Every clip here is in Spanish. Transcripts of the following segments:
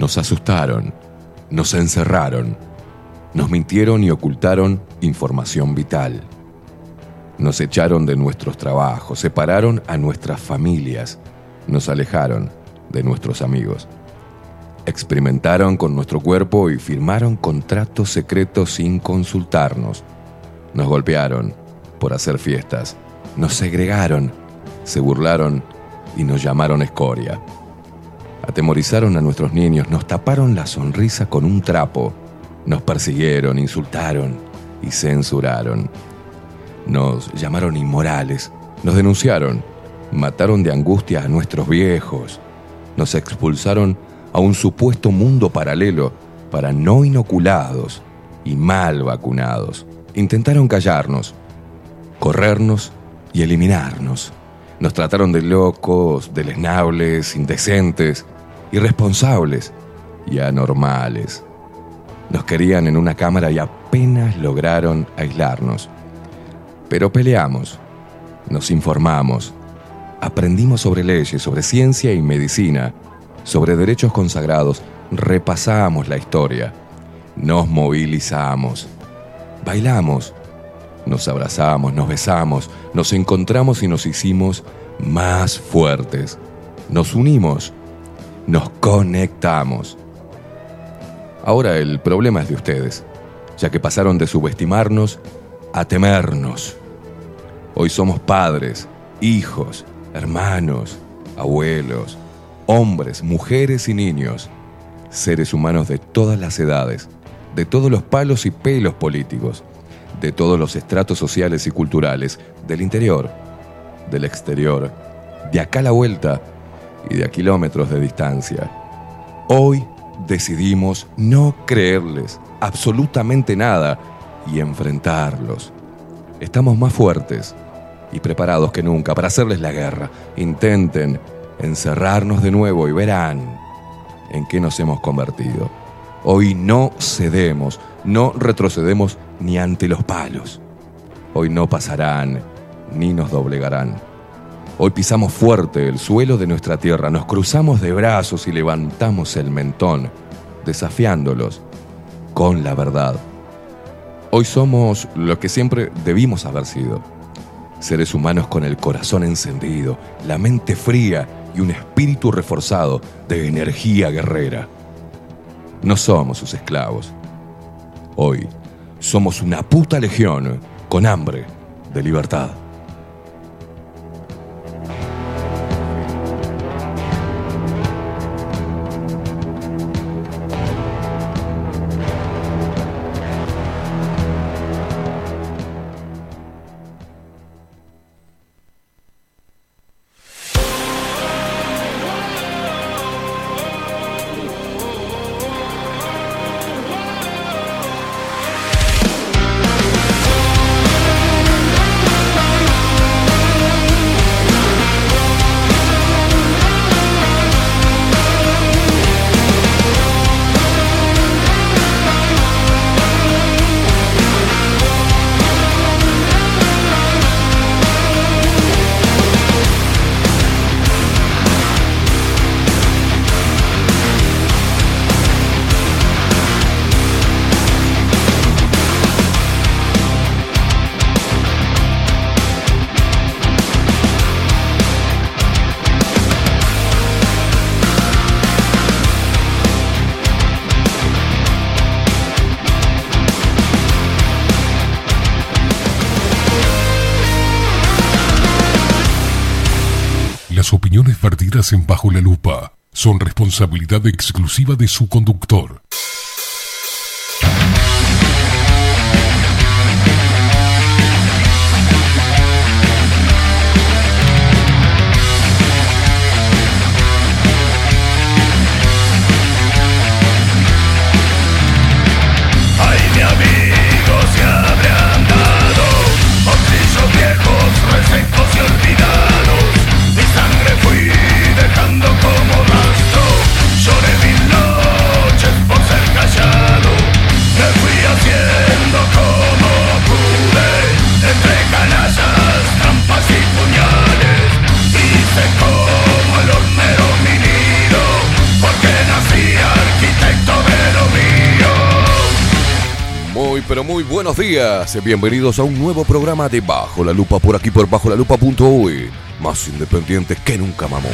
Nos asustaron, nos encerraron, nos mintieron y ocultaron información vital. Nos echaron de nuestros trabajos, separaron a nuestras familias, nos alejaron de nuestros amigos. Experimentaron con nuestro cuerpo y firmaron contratos secretos sin consultarnos. Nos golpearon por hacer fiestas, nos segregaron, se burlaron y nos llamaron escoria. Atemorizaron a nuestros niños, nos taparon la sonrisa con un trapo, nos persiguieron, insultaron y censuraron. Nos llamaron inmorales, nos denunciaron, mataron de angustia a nuestros viejos, nos expulsaron a un supuesto mundo paralelo para no inoculados y mal vacunados. Intentaron callarnos, corrernos y eliminarnos. Nos trataron de locos, deleznables, indecentes, irresponsables y anormales. Nos querían en una cámara y apenas lograron aislarnos. Pero peleamos, nos informamos, aprendimos sobre leyes, sobre ciencia y medicina, sobre derechos consagrados, repasamos la historia, nos movilizamos, bailamos, nos abrazamos, nos besamos, nos encontramos y nos hicimos más fuertes, nos unimos, nos conectamos. Ahora el problema es de ustedes, ya que pasaron de subestimarnos a temernos. Hoy somos padres, hijos, hermanos, abuelos, hombres, mujeres y niños, seres humanos de todas las edades, de todos los palos y pelos políticos, de todos los estratos sociales y culturales, del interior, del exterior, de acá a la vuelta y de a kilómetros de distancia. Hoy decidimos no creerles absolutamente nada y enfrentarlos. Estamos más fuertes y preparados que nunca para hacerles la guerra. Intenten encerrarnos de nuevo y verán en qué nos hemos convertido. Hoy no cedemos, no retrocedemos ni ante los palos. Hoy no pasarán ni nos doblegarán. Hoy pisamos fuerte el suelo de nuestra tierra, nos cruzamos de brazos y levantamos el mentón, desafiándolos con la verdad. Hoy somos lo que siempre debimos haber sido. Seres humanos con el corazón encendido, la mente fría y un espíritu reforzado de energía guerrera. No somos sus esclavos. Hoy somos una puta legión con hambre de libertad. Las opiniones vertidas en Bajo la Lupa son responsabilidad exclusiva de su conductor. Como rastro, lloré 1000 noches por ser pero muy buenos días. Bienvenidos a un nuevo programa de Bajo la Lupa, por aquí por bajolalupa.uy. Más independiente que nunca, mamón.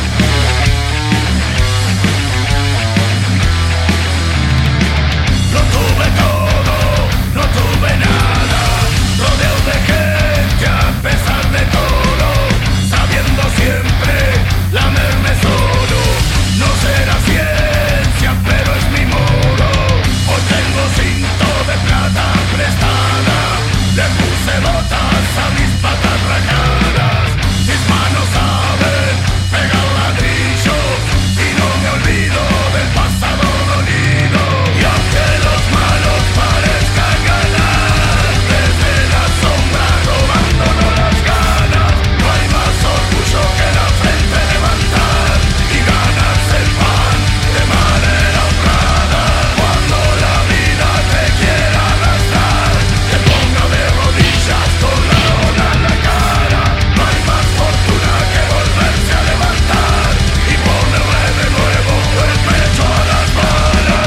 Lo tuve todo, no tuve nada, rodeado de gente a pesar de todo, sabiendo siempre lamerme solo. No será ciencia, pero es mi modo. Hoy tengo cinto de plata prestada, le puse botas a mis patas rajadas. Mis manos saben pegar ladrillo y no me olvido del pasado dolido. Y aunque los malos parezcan ganar, desde la sombra robándonos las ganas, no hay más orgullo que la frente levantar y ganarse el pan de manera honrada. Cuando la vida te quiera arrastrar, te ponga de rodillas con la lona en la cara. No hay más fortuna que volverse a levantar y ponerle de nuevo el pecho a las balas.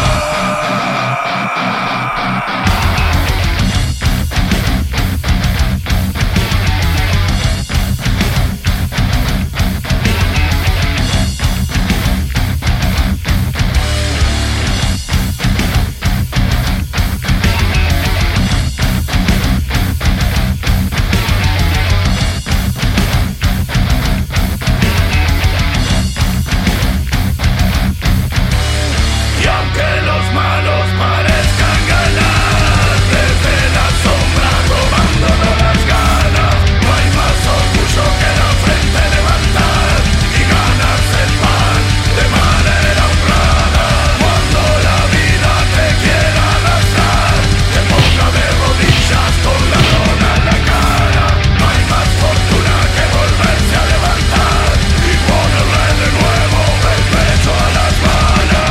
Y aunque los malos parezcan ganar, desde la sombra robándonos las ganas, no hay más orgullo que la frente levantar y ganarse el pan de manera honrada. Cuando la vida te quiera arrastrar, te ponga de rodillas con la lona en la cara. No hay más fortuna que volverse a levantar y ponerle de nuevo el pecho a las balas.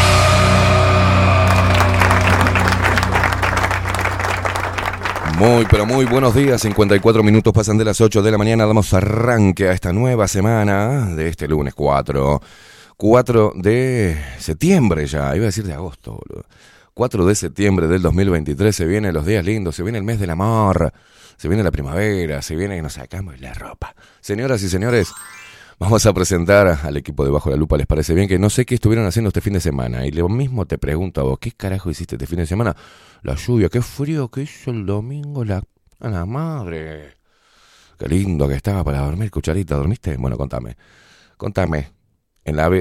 Muy, pero muy buenos días. 54 minutos pasan de las 8 de la mañana. Damos arranque a esta nueva semana de este lunes 4 de septiembre ya. Iba a decir de agosto, boludo. 4 de septiembre del 2023. Se vienen los días lindos, se viene el mes del amor, se viene la primavera, se viene que nos sacamos la ropa. Señoras y señores, vamos a presentar al equipo de Bajo la Lupa. ¿Les parece bien? Que no sé qué estuvieron haciendo este fin de semana. Y lo mismo te pregunto a vos, ¿qué carajo hiciste este fin de semana? La lluvia, qué frío que hizo el domingo, a la madre. Qué lindo que estaba para dormir, cucharita. ¿Dormiste? Bueno, contame. En la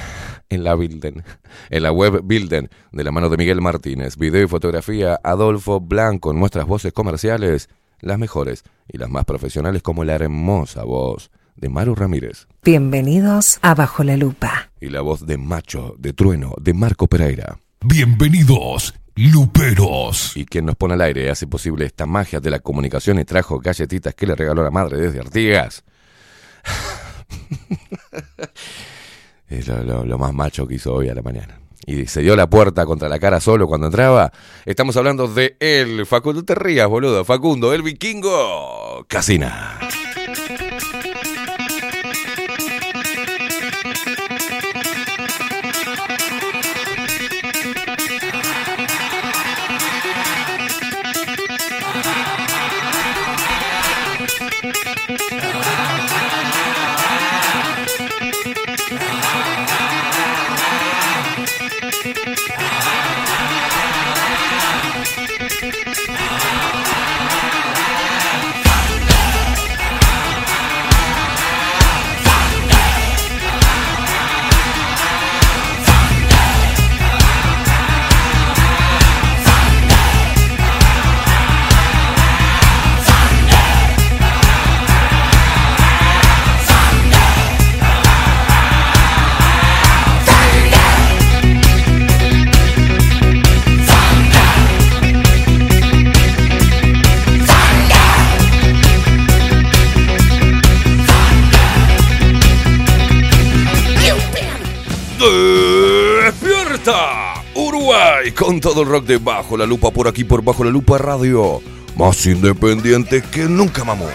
web Bilden, de la mano de Miguel Martínez. Video y fotografía, Adolfo Blanco. Nuestras voces comerciales, las mejores y las más profesionales, como la hermosa voz de Maru Ramírez. Bienvenidos a Bajo la Lupa. Y la voz de Macho, de Trueno, de Marco Pereira. Bienvenidos, luperos. Y quien nos pone al aire y hace posible esta magia de la comunicación y trajo galletitas que le regaló la madre desde Artigas. Es lo más macho que hizo hoy a la mañana. Y se dio la puerta contra la cara solo cuando entraba. Estamos hablando de él, Facundo. Te rías, boludo. Facundo, el vikingo Casina. ¡Despierta! Uruguay, con todo el rock de Bajo la Lupa, por aquí por Bajo la Lupa Radio. Más independiente que nunca, mamón.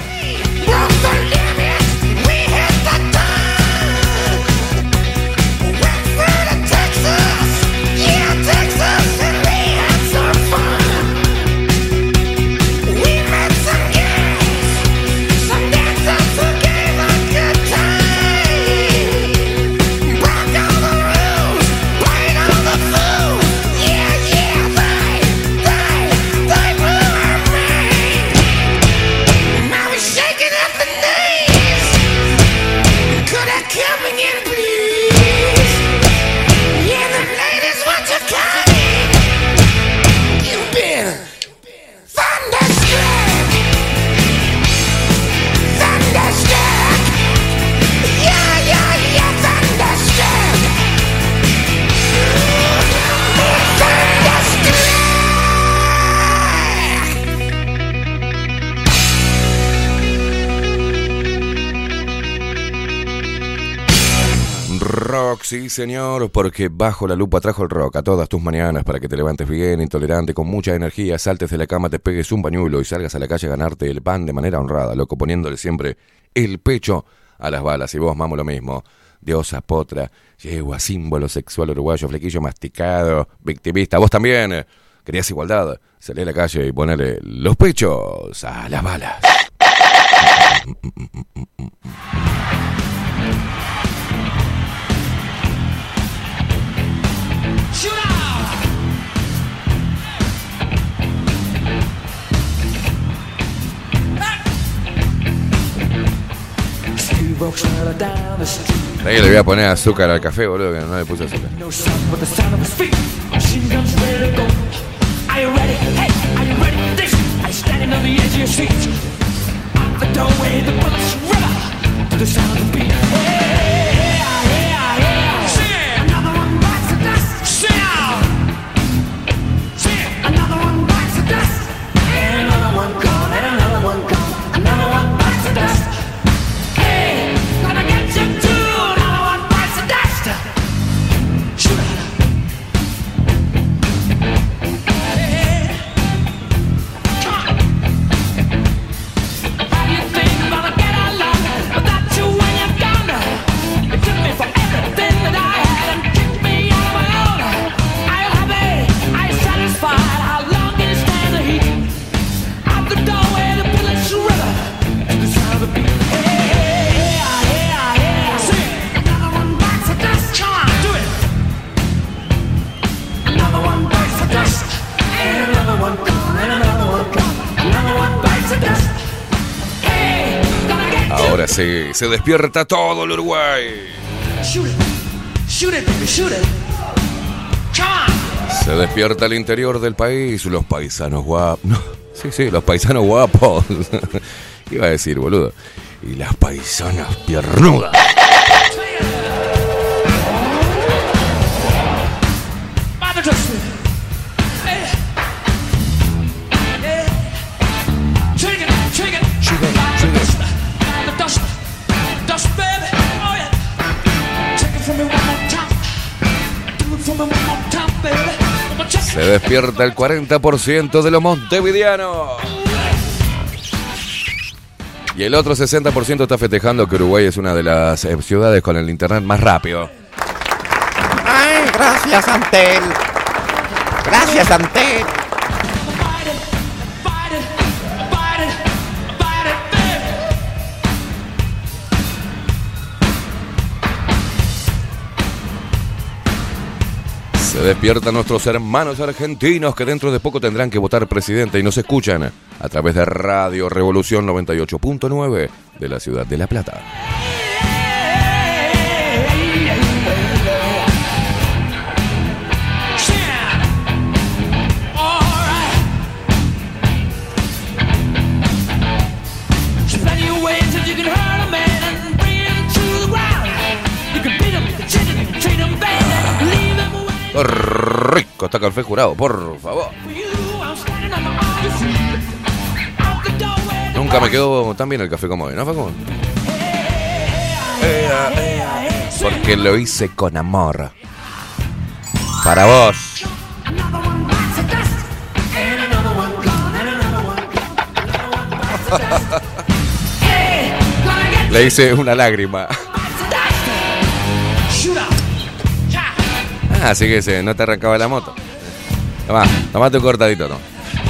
sí señor, porque Bajo la Lupa trajo el rock a todas tus mañanas para que te levantes bien, intolerante, con mucha energía, saltes de la cama, te pegues un pañuelo y salgas a la calle a ganarte el pan de manera honrada, loco, poniéndole siempre el pecho a las balas. Y vos, mamo, lo mismo. Diosa, potra, yegua, símbolo sexual uruguayo, flequillo masticado, victimista. Vos también querías igualdad. Salí a la calle y ponele los pechos a las balas. Ahí le voy a poner azúcar al café, boludo, que no le puse azúcar. Ahora sí, se despierta todo el Uruguay. Se despierta el interior del país, los paisanos guapos. No, sí, los paisanos guapos. Iba a decir, boludo. Y las paisanas piernudas. Se despierta el 40% de los montevideanos. Y el otro 60% está festejando que Uruguay es una de las ciudades con el internet más rápido. ¡Ay, gracias, Antel! ¡Gracias, Antel! Se despiertan nuestros hermanos argentinos que dentro de poco tendrán que votar presidente y nos escuchan a través de Radio Revolución 98.9 de la ciudad de La Plata. Rico está café jurado, por favor. Nunca me quedó tan bien el café como hoy, ¿no, Facu? Porque lo hice con amor. Para vos. Le hice una lágrima. Así que no te arrancaba la moto. Tomate un cortadito, ¿no?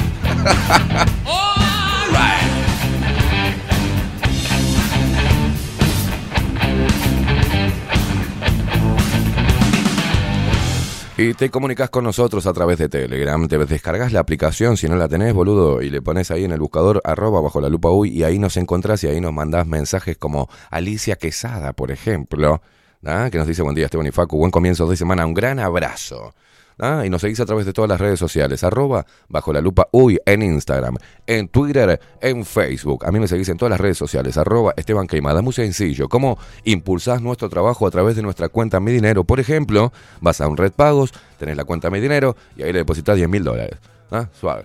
Y te comunicas con nosotros a través de Telegram. Te descargas la aplicación, si no la tenés, boludo, y le pones ahí en el buscador @BajoLaLupaUy y ahí nos encontrás y ahí nos mandás mensajes como Alicia Quesada, por ejemplo, que nos dice: buen día, Esteban y Facu, buen comienzo de semana, un gran abrazo. Y nos seguís a través de todas las redes sociales, @BajoLaLupaUy en Instagram, en Twitter, en Facebook. A mí me seguís en todas las redes sociales, @Esteban Queimada. Muy sencillo. ¿Cómo impulsás nuestro trabajo a través de nuestra cuenta Mi Dinero? Por ejemplo, vas a un Red Pagos, tenés la cuenta Mi Dinero y ahí le depositas $10.000. Suave.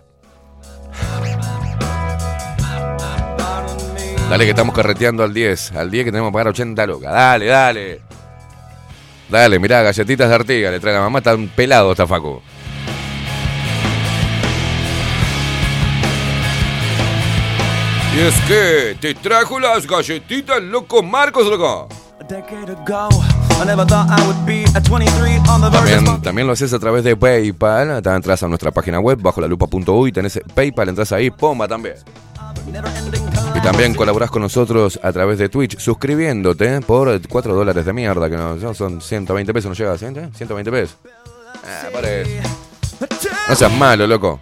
Dale que estamos carreteando al 10 que tenemos que pagar 80 lucas. Dale. Dale, mirá, galletitas de Artigas le trae la mamá, tan pelado está Facu. Y es que te trajo las galletitas, loco Marcos, loco. También lo haces a través de PayPal. Entras a nuestra página web, bajolalupa.uy, tenés PayPal, entras ahí, pomba también. Y también colaborás con nosotros a través de Twitch, suscribiéndote por $4 de mierda, que no son 120 pesos, ¿no llega a 120 pesos? Parece. No seas malo, loco.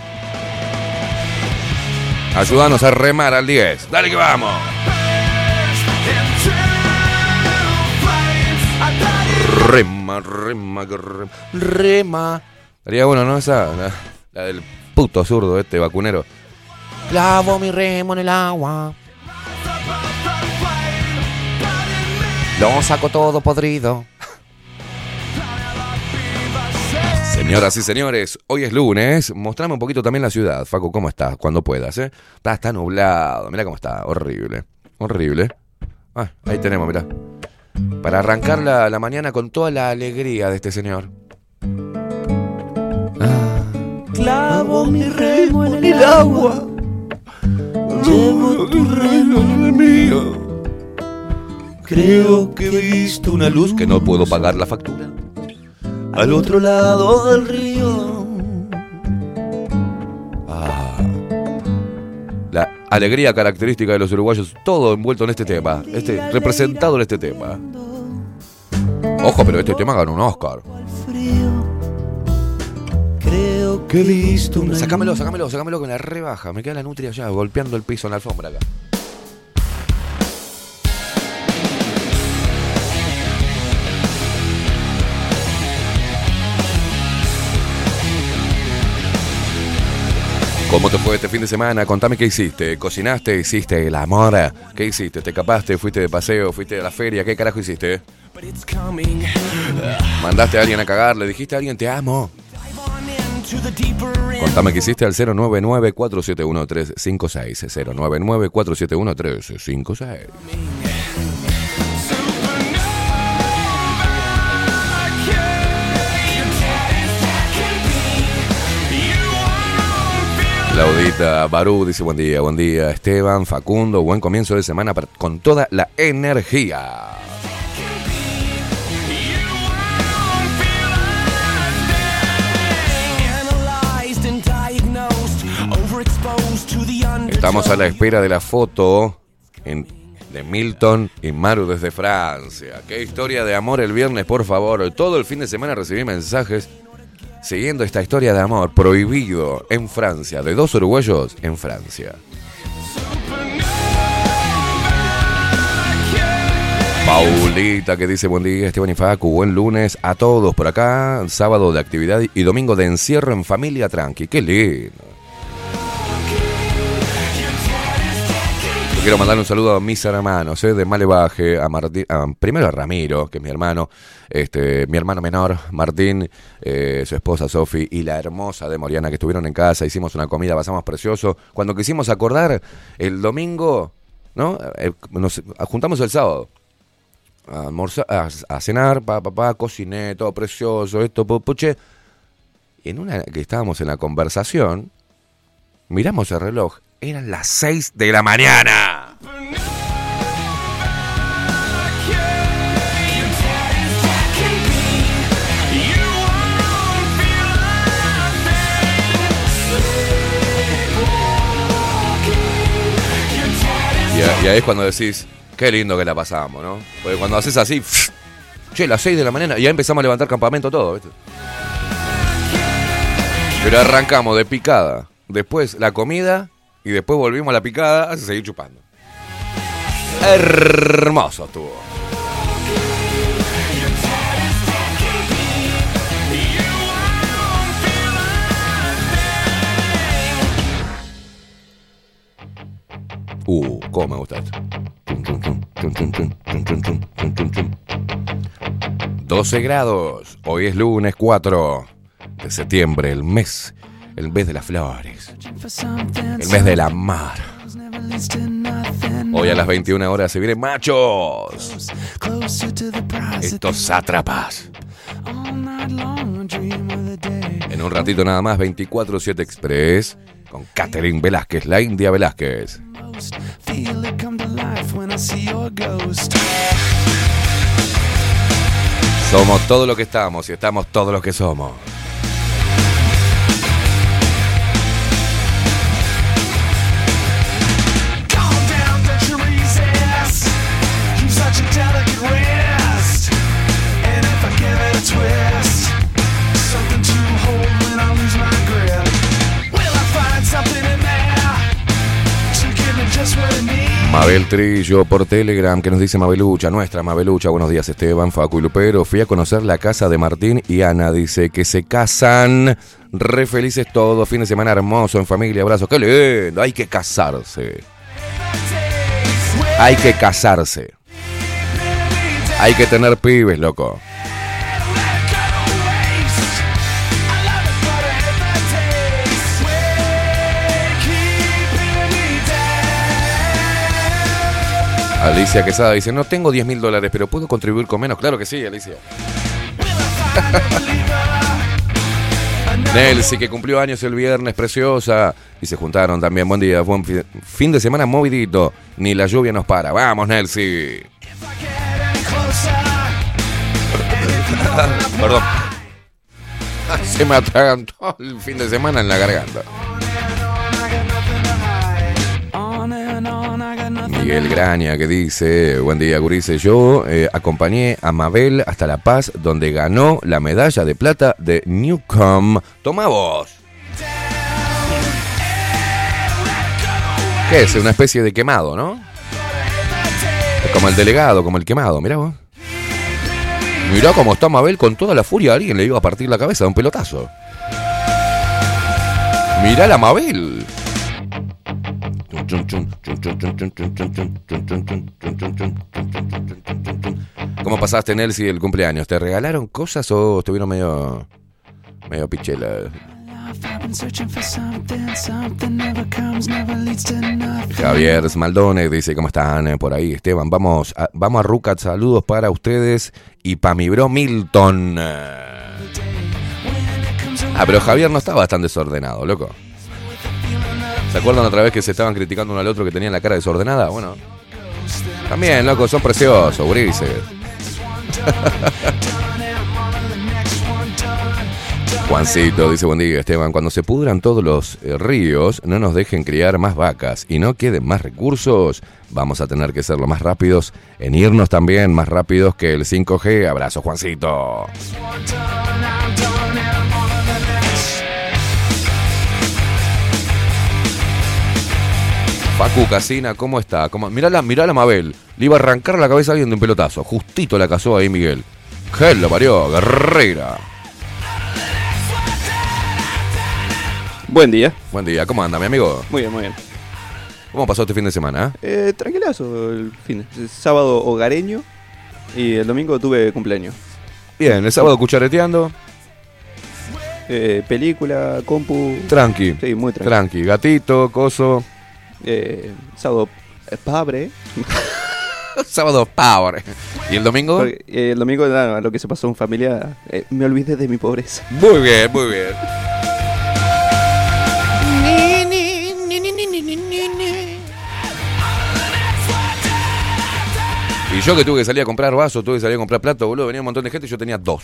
Ayúdanos a remar al 10. Dale que vamos. Rema. Sería bueno, ¿no? Esa, la del puto zurdo este vacunero. Clavo mi remo en el agua. Lo saco todo podrido. Señoras y señores, hoy es lunes. Mostrame un poquito también la ciudad. Facu, ¿cómo estás? Cuando puedas, ¿eh? Está nublado. Mirá cómo está. Horrible. Horrible. Ahí tenemos, mirá. Para arrancar la mañana con toda la alegría de este señor. Clavo mi remo en el agua. Llevo tu remo en el mío. Creo que he visto una luz que no puedo pagar la factura. Al otro lado del río. La alegría característica de los uruguayos, todo envuelto en este tema, representado en este tema. Ojo, pero este tema ganó un Oscar. Creo que he visto una... Sácamelo con la rebaja. Me queda la nutria ya golpeando el piso en la alfombra acá. ¿Cómo te fue este fin de semana? Contame qué hiciste. ¿Cocinaste? ¿Hiciste el amor? ¿Qué hiciste? ¿Te escapaste? ¿Fuiste de paseo? ¿Fuiste a la feria? ¿Qué carajo hiciste? ¿Mandaste a alguien a cagar? ¿Le dijiste a alguien te amo? Contame qué hiciste al 099-471-356. 099-471-356. Claudita Barú dice buen día Esteban, Facundo, buen comienzo de semana con toda la energía. Estamos a la espera de la foto de Milton y Maru desde Francia. Qué historia de amor el viernes, por favor. Todo el fin de semana recibí mensajes siguiendo esta historia de amor prohibido en Francia, de dos uruguayos en Francia. Paulita que dice buen día Esteban y Facu, buen lunes a todos por acá, sábado de actividad y domingo de encierro en familia tranqui, qué lindo. Yo quiero mandarle un saludo a mis hermanos de Malevaje, a Martín, primero a Ramiro, que es mi hermano menor, Martín, su esposa Sofi y la hermosa de Moriana que estuvieron en casa, hicimos una comida, pasamos precioso. Cuando quisimos acordar el domingo, ¿no? Nos juntamos el sábado a cenar, cociné, todo precioso, esto, puche. Y en una que estábamos en la conversación, miramos el reloj. Eran las 6 de la mañana. Y ahí es cuando decís, qué lindo que la pasamos, ¿no? Porque cuando haces así, che, las 6 de la mañana, y ya empezamos a levantar campamento todo, ¿viste? Pero arrancamos de picada, después la comida... Y después volvimos a la picada a seguir chupando. Hermoso estuvo. Cómo me gusta esto. 12 grados. Hoy es lunes 4 de septiembre, el mes de las flores. El mes del amor. Hoy a las 21 horas se vienen Machos. Estos sátrapas. En un ratito nada más, 24/7 Express con Catherine Velázquez, la India Velázquez. Somos todo lo que estamos y estamos todo lo que somos. Mabel Trillo por Telegram, que nos dice Mabelucha, nuestra Mabelucha. Buenos días, Esteban, Facu y Lupero. Fui a conocer la casa de Martín y Ana. Dice que se casan. Re felices todos. Fin de semana hermoso, en familia, abrazos. ¡Qué lindo! Hay que casarse. Hay que casarse. Hay que tener pibes, loco. Alicia Quesada dice, no tengo $10.000, pero ¿puedo contribuir con menos? Claro que sí, Alicia. Nelsi, que cumplió años el viernes, preciosa. Y se juntaron también, buen día, buen fin de semana movidito. Ni la lluvia nos para. Vamos, Nelsi. Perdón. Se me atragantó el fin de semana en la garganta. Miguel Graña, que dice, buen día, gurises, yo acompañé a Mabel hasta La Paz, donde ganó la medalla de plata de Newcomb. Toma vos. ¿Qué es? Una especie de quemado, ¿no? Es como el delegado, como el quemado, mirá vos. Mirá cómo está Mabel con toda la furia, alguien le iba a partir la cabeza de un pelotazo. Mirá la Mabel. ¿Cómo pasaste, Nelsi, el cumpleaños? ¿Te regalaron cosas o estuvieron medio pichela? Javier Smaldone dice, ¿cómo están por ahí, Esteban? Vamos a Rucat, saludos para ustedes y para mi bro Milton. Pero Javier no estaba tan desordenado, loco. ¿Se acuerdan otra vez que se estaban criticando uno al otro que tenían la cara desordenada? Bueno, también, loco, son preciosos, gurises. Juancito dice, buen día, Esteban, cuando se pudran todos los ríos, no nos dejen criar más vacas y no queden más recursos, vamos a tener que ser lo más rápidos en irnos también, más rápidos que el 5G. Abrazo, Juancito. Pacu Casina, ¿cómo está? Mirá la Mabel. Le iba a arrancar la cabeza a alguien de un pelotazo. Justito la casó ahí Miguel. ¡Qué lo parió! Guerrera. Buen día. Buen día. ¿Cómo anda, mi amigo? Muy bien, muy bien. ¿Cómo pasó este fin de semana? Tranquilazo el fin. Sábado hogareño y el domingo tuve cumpleaños. Bien, el sábado cuchareteando. Película, compu. Tranqui. Sí, muy tranqui. Tranqui. Gatito, coso. Sábado pabre. Sábado power. ¿Y el domingo? Porque, el domingo, nada, lo que se pasó en familia, me olvidé de mi pobreza. Muy bien, muy bien. Y yo que tuve que salir a comprar vasos, tuve que salir a comprar plato, boludo, venía un montón de gente y yo tenía 2.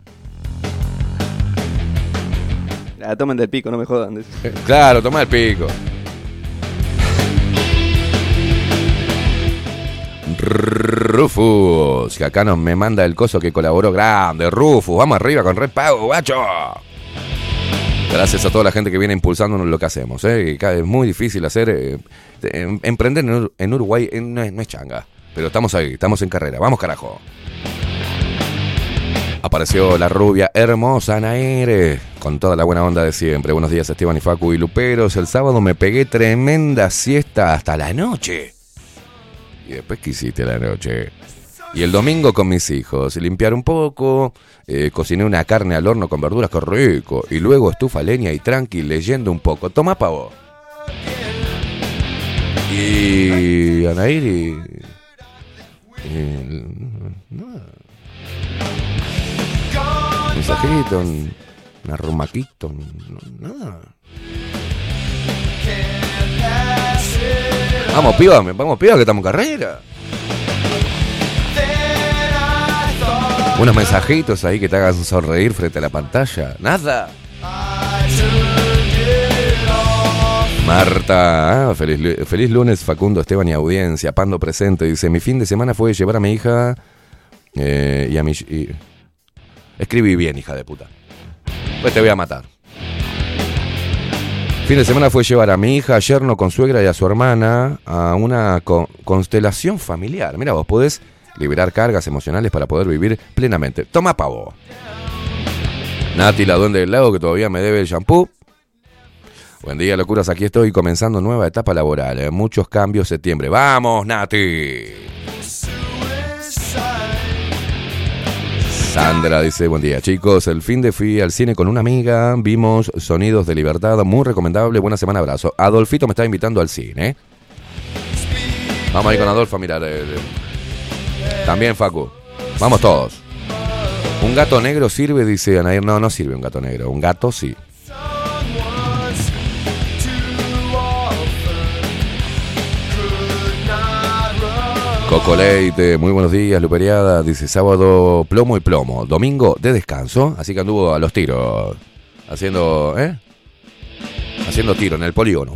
Tomen del pico, no me jodan. Claro, tomá el pico. Rufus, que acá me manda el coso que colaboró. Grande, Rufus, vamos arriba con Red Pago, guacho. Gracias a toda la gente que viene impulsándonos lo que hacemos, Es muy difícil hacer. Emprender en Uruguay no es changa. Pero estamos ahí, estamos en carrera. Vamos, carajo. Apareció la rubia hermosa Naere, con toda la buena onda de siempre. Buenos días, Esteban y Facu y Luperos. El sábado me pegué tremenda siesta hasta la noche. Y después, ¿qué hiciste la noche? Y el domingo con mis hijos, limpiar un poco, cociné una carne al horno con verduras, qué rico. Y luego estufa leña y tranqui, leyendo un poco. Toma, pavo. Y Anaíri. Nada. Un mensajito, una rumaquito, nada. Vamos, piba, que estamos en carrera. Unos mensajitos ahí que te hagan sonreír frente a la pantalla. Nada. Marta, feliz lunes, Facundo, Esteban y audiencia. Pando presente, dice, mi fin de semana fue llevar a mi hija y a mi... Escribí bien, hija de puta. Pues te voy a matar. Fin de semana fue llevar a mi hija, a yerno, consuegra y a su hermana a una constelación familiar. Mira, vos podés liberar cargas emocionales para poder vivir plenamente. Toma pavo. Nati, la duende del lago, que todavía me debe el shampoo. Buen día, locuras, aquí estoy comenzando nueva etapa laboral. Muchos cambios septiembre. ¡Vamos, Nati! Sandra dice, buen día, chicos. El fin de fui al cine con una amiga. Vimos Sonidos de Libertad. Muy recomendable. Buena semana, abrazo. Adolfito me está invitando al cine. Vamos a ir con Adolfo a mirar. También, Facu. Vamos todos. ¿Un gato negro sirve? Dice Anair. No, no sirve un gato negro. Un gato sí. Coco Leite, muy buenos días, Luperiada, dice sábado plomo y plomo, domingo de descanso, así que anduvo a los tiros, haciendo tiro en el polígono.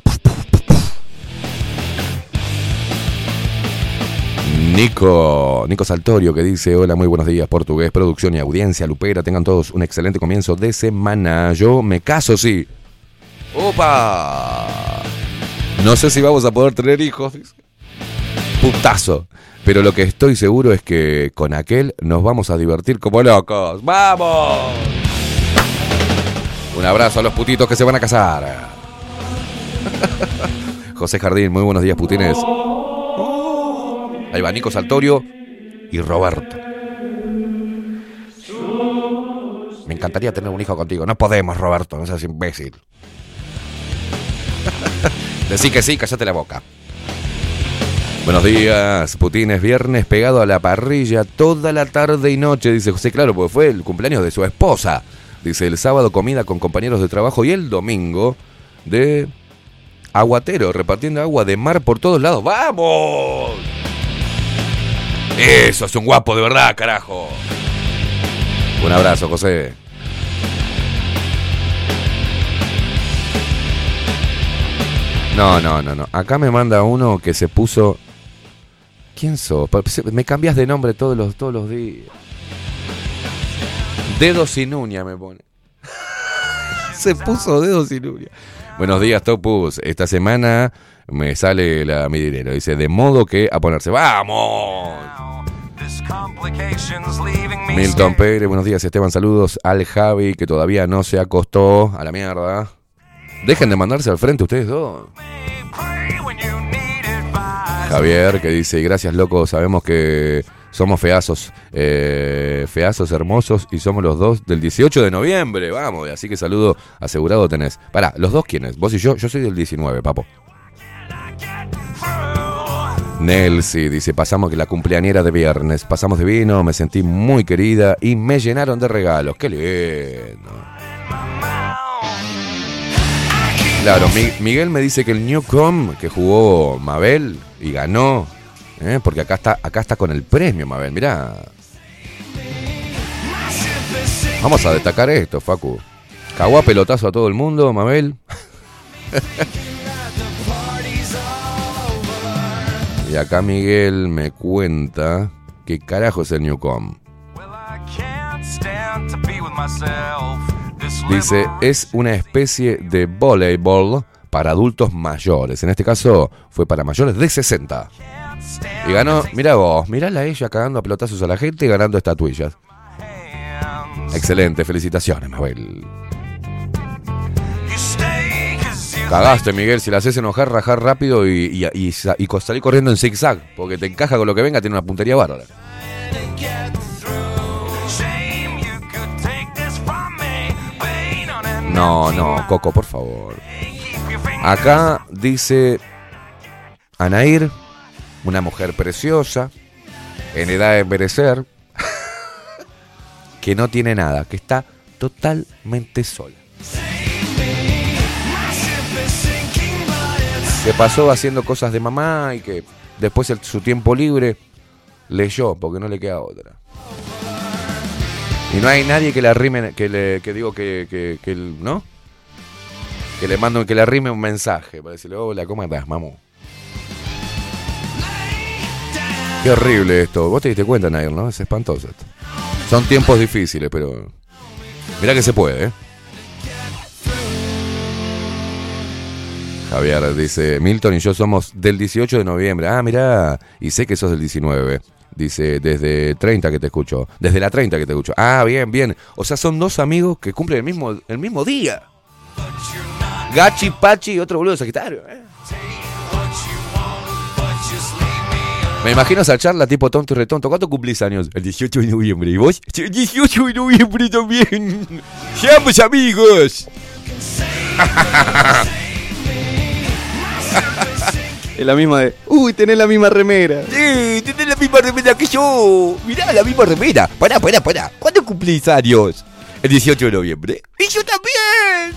Nico Saltorio, que dice, hola, muy buenos días, portugués, producción y audiencia, Lupera, tengan todos un excelente comienzo de semana, yo me caso, sí. ¡Opa! No sé si vamos a poder tener hijos, dice. Putazo. Pero lo que estoy seguro es que con aquel nos vamos a divertir como locos. ¡Vamos! Un abrazo a los putitos que se van a casar. José Jardín, muy buenos días, putines. Ahí va Nico Saltorio y Roberto. Me encantaría tener un hijo contigo. No podemos, Roberto, no seas imbécil. Decí que sí, cállate la boca. Buenos días, putines, viernes pegado a la parrilla toda la tarde y noche, dice José, claro, porque fue el cumpleaños de su esposa. Dice, el sábado comida con compañeros de trabajo y el domingo de aguatero, repartiendo agua de mar por todos lados. ¡Vamos! Eso es un guapo de verdad, carajo. Un abrazo, José. No. Acá me manda uno que se puso... ¿Quién sos? Me cambias de nombre todos los días. Dedo sin uña me pone. Se puso Dedo sin uña. Buenos días, Topus. Esta semana me sale mi dinero. Dice, de modo que a ponerse. ¡Vamos! Milton Pérez, buenos días, Esteban. Saludos al Javi, que todavía no se acostó. A la mierda. Dejen de mandarse al frente ustedes dos. Javier, que dice, gracias, loco, sabemos que somos feazos hermosos y somos los dos del 18 de noviembre, vamos, así que saludo asegurado tenés. Pará, ¿los dos quiénes? ¿Vos y yo? Yo soy del 19, papo. Nelsi dice, pasamos que la cumpleañera de viernes, pasamos de vino, me sentí muy querida y me llenaron de regalos, qué lindo. Claro, Miguel me dice que el Newcom que jugó Mabel y ganó, porque acá está con el premio Mabel, mirá. Vamos a destacar esto, Facu. Cagó a pelotazo a todo el mundo, Mabel. Y acá Miguel me cuenta qué carajo es el Newcom. Dice, es una especie de voleibol para adultos mayores. En este caso fue para mayores de 60. Y ganó, mirá vos, mirala a ella cagando a pelotazos a la gente y ganando estatuillas. Excelente, felicitaciones, Mabel. Cagaste, Miguel, si la haces enojar, rajar rápido y salir corriendo en zigzag, porque te encaja con lo que venga, tiene una puntería bárbara. No, Coco, por favor. Acá dice Anair, una mujer preciosa, en edad de envejecer, que no tiene nada, que está totalmente sola. Que pasó haciendo cosas de mamá y que después su tiempo libre leyó, porque no le queda otra. Y no hay nadie que le arrime, ¿no? Que le mando, que le arrime un mensaje para decirle, hola, ¿cómo andás, mamu? Qué horrible esto. Vos te diste cuenta, Nair, ¿no? Es espantoso esto. Son tiempos difíciles, pero mirá que se puede, ¿eh? Javier dice, Milton y yo somos del 18 de noviembre. Ah, mirá, y sé que sos del 19. Dice, desde 30 que te escucho. Desde la 30 que te escucho. Ah, bien, bien. O sea, son dos amigos que cumplen el mismo día. Gachi, Pachi y otro boludo de Sagitario. Me imagino esa charla tipo tonto y retonto. ¿Cuánto cumplís años? El 18 de noviembre. ¿Y vos? El 18 de noviembre también. ¡Seamos amigos! Es la misma de, uy, tenés la misma remera. Sí, tenés la misma remera que yo. Mirá, la misma remera. Pará. ¿Cuándo cumplís años? El 18 de noviembre. ¡Y yo también!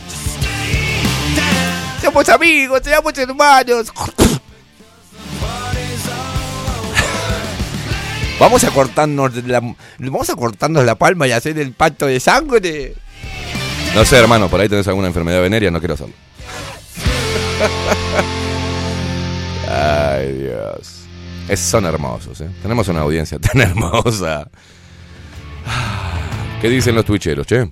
Somos amigos, somos hermanos. Vamos a cortarnos la palma y hacer el pacto de sangre. No sé, hermano, por ahí tenés alguna enfermedad venérea, no quiero hacerlo. Ay, Dios. Son hermosos, ¿eh? Tenemos una audiencia tan hermosa. ¿Qué dicen los twitcheros, che?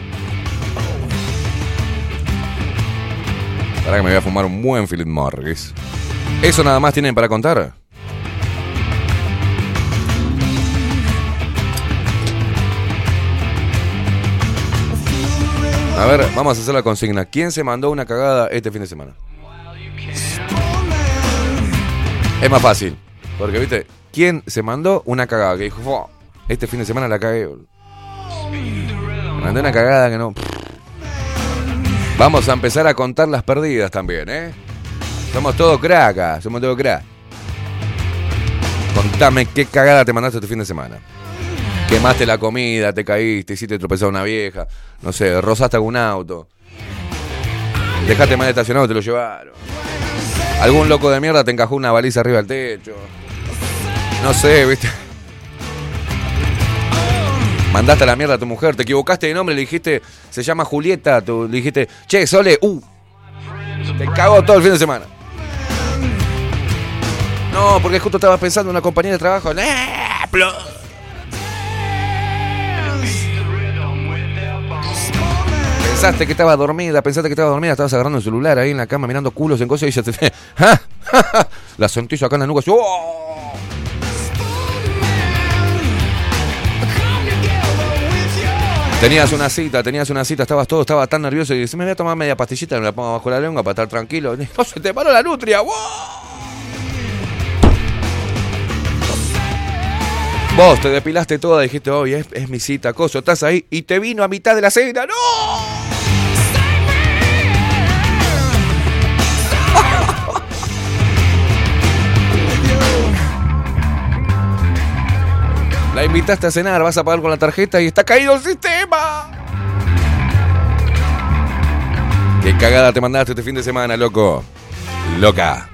Para que me voy a fumar un buen Philip Morris. ¿Eso nada más tienen para contar? A ver, vamos a hacer la consigna. ¿Quién se mandó una cagada este fin de semana? Es más fácil, porque viste, ¿quién se mandó una cagada? Que dijo, oh, este fin de semana la cagué. Me mandé una cagada que no. Vamos a empezar a contar las perdidas también, ¿eh? Somos todos crack, somos todos crack. Contame qué cagada te mandaste este fin de semana. Quemaste la comida, te caíste, hiciste tropezar a una vieja, no sé, rozaste algún auto, dejaste mal estacionado, te lo llevaron. Algún loco de mierda te encajó una baliza arriba del techo. No sé, ¿viste? Mandaste a la mierda a tu mujer, te equivocaste de nombre, le dijiste, se llama Julieta, le dijiste, che, Sole, te cagó todo el fin de semana. No, porque justo estabas pensando en una compañía de trabajo. Pensaste que estaba dormida, estabas agarrando el celular ahí en la cama mirando culos en cosas y ya te... La sentí yo acá en la nuca. ¡Oh! Tenías una cita, estaba tan nervioso y dices, me voy a tomar media pastillita, me la pongo bajo la lengua para estar tranquilo. ¡No, se te paró la nutria! ¡Wow! Vos te depilaste toda, dijiste, hoy es mi cita, coso, estás ahí y te vino a mitad de la cena. ¡No! La invitaste a cenar, vas a pagar con la tarjeta y está caído el sistema. ¿Qué cagada te mandaste este fin de semana, loco? Loca.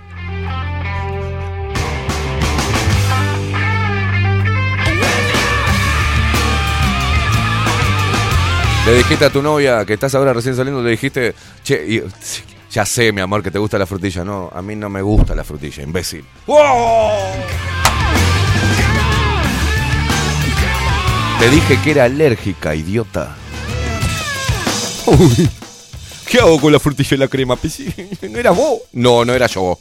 Le dijiste a tu novia, que estás ahora recién saliendo, le dijiste, che, ya sé, mi amor, que te gusta la frutilla. No, a mí no me gusta la frutilla, imbécil. ¡Oh! Te dije que era alérgica, idiota. Uy, ¿qué hago con la frutilla y la crema? ¿No eras vos? No, no era yo.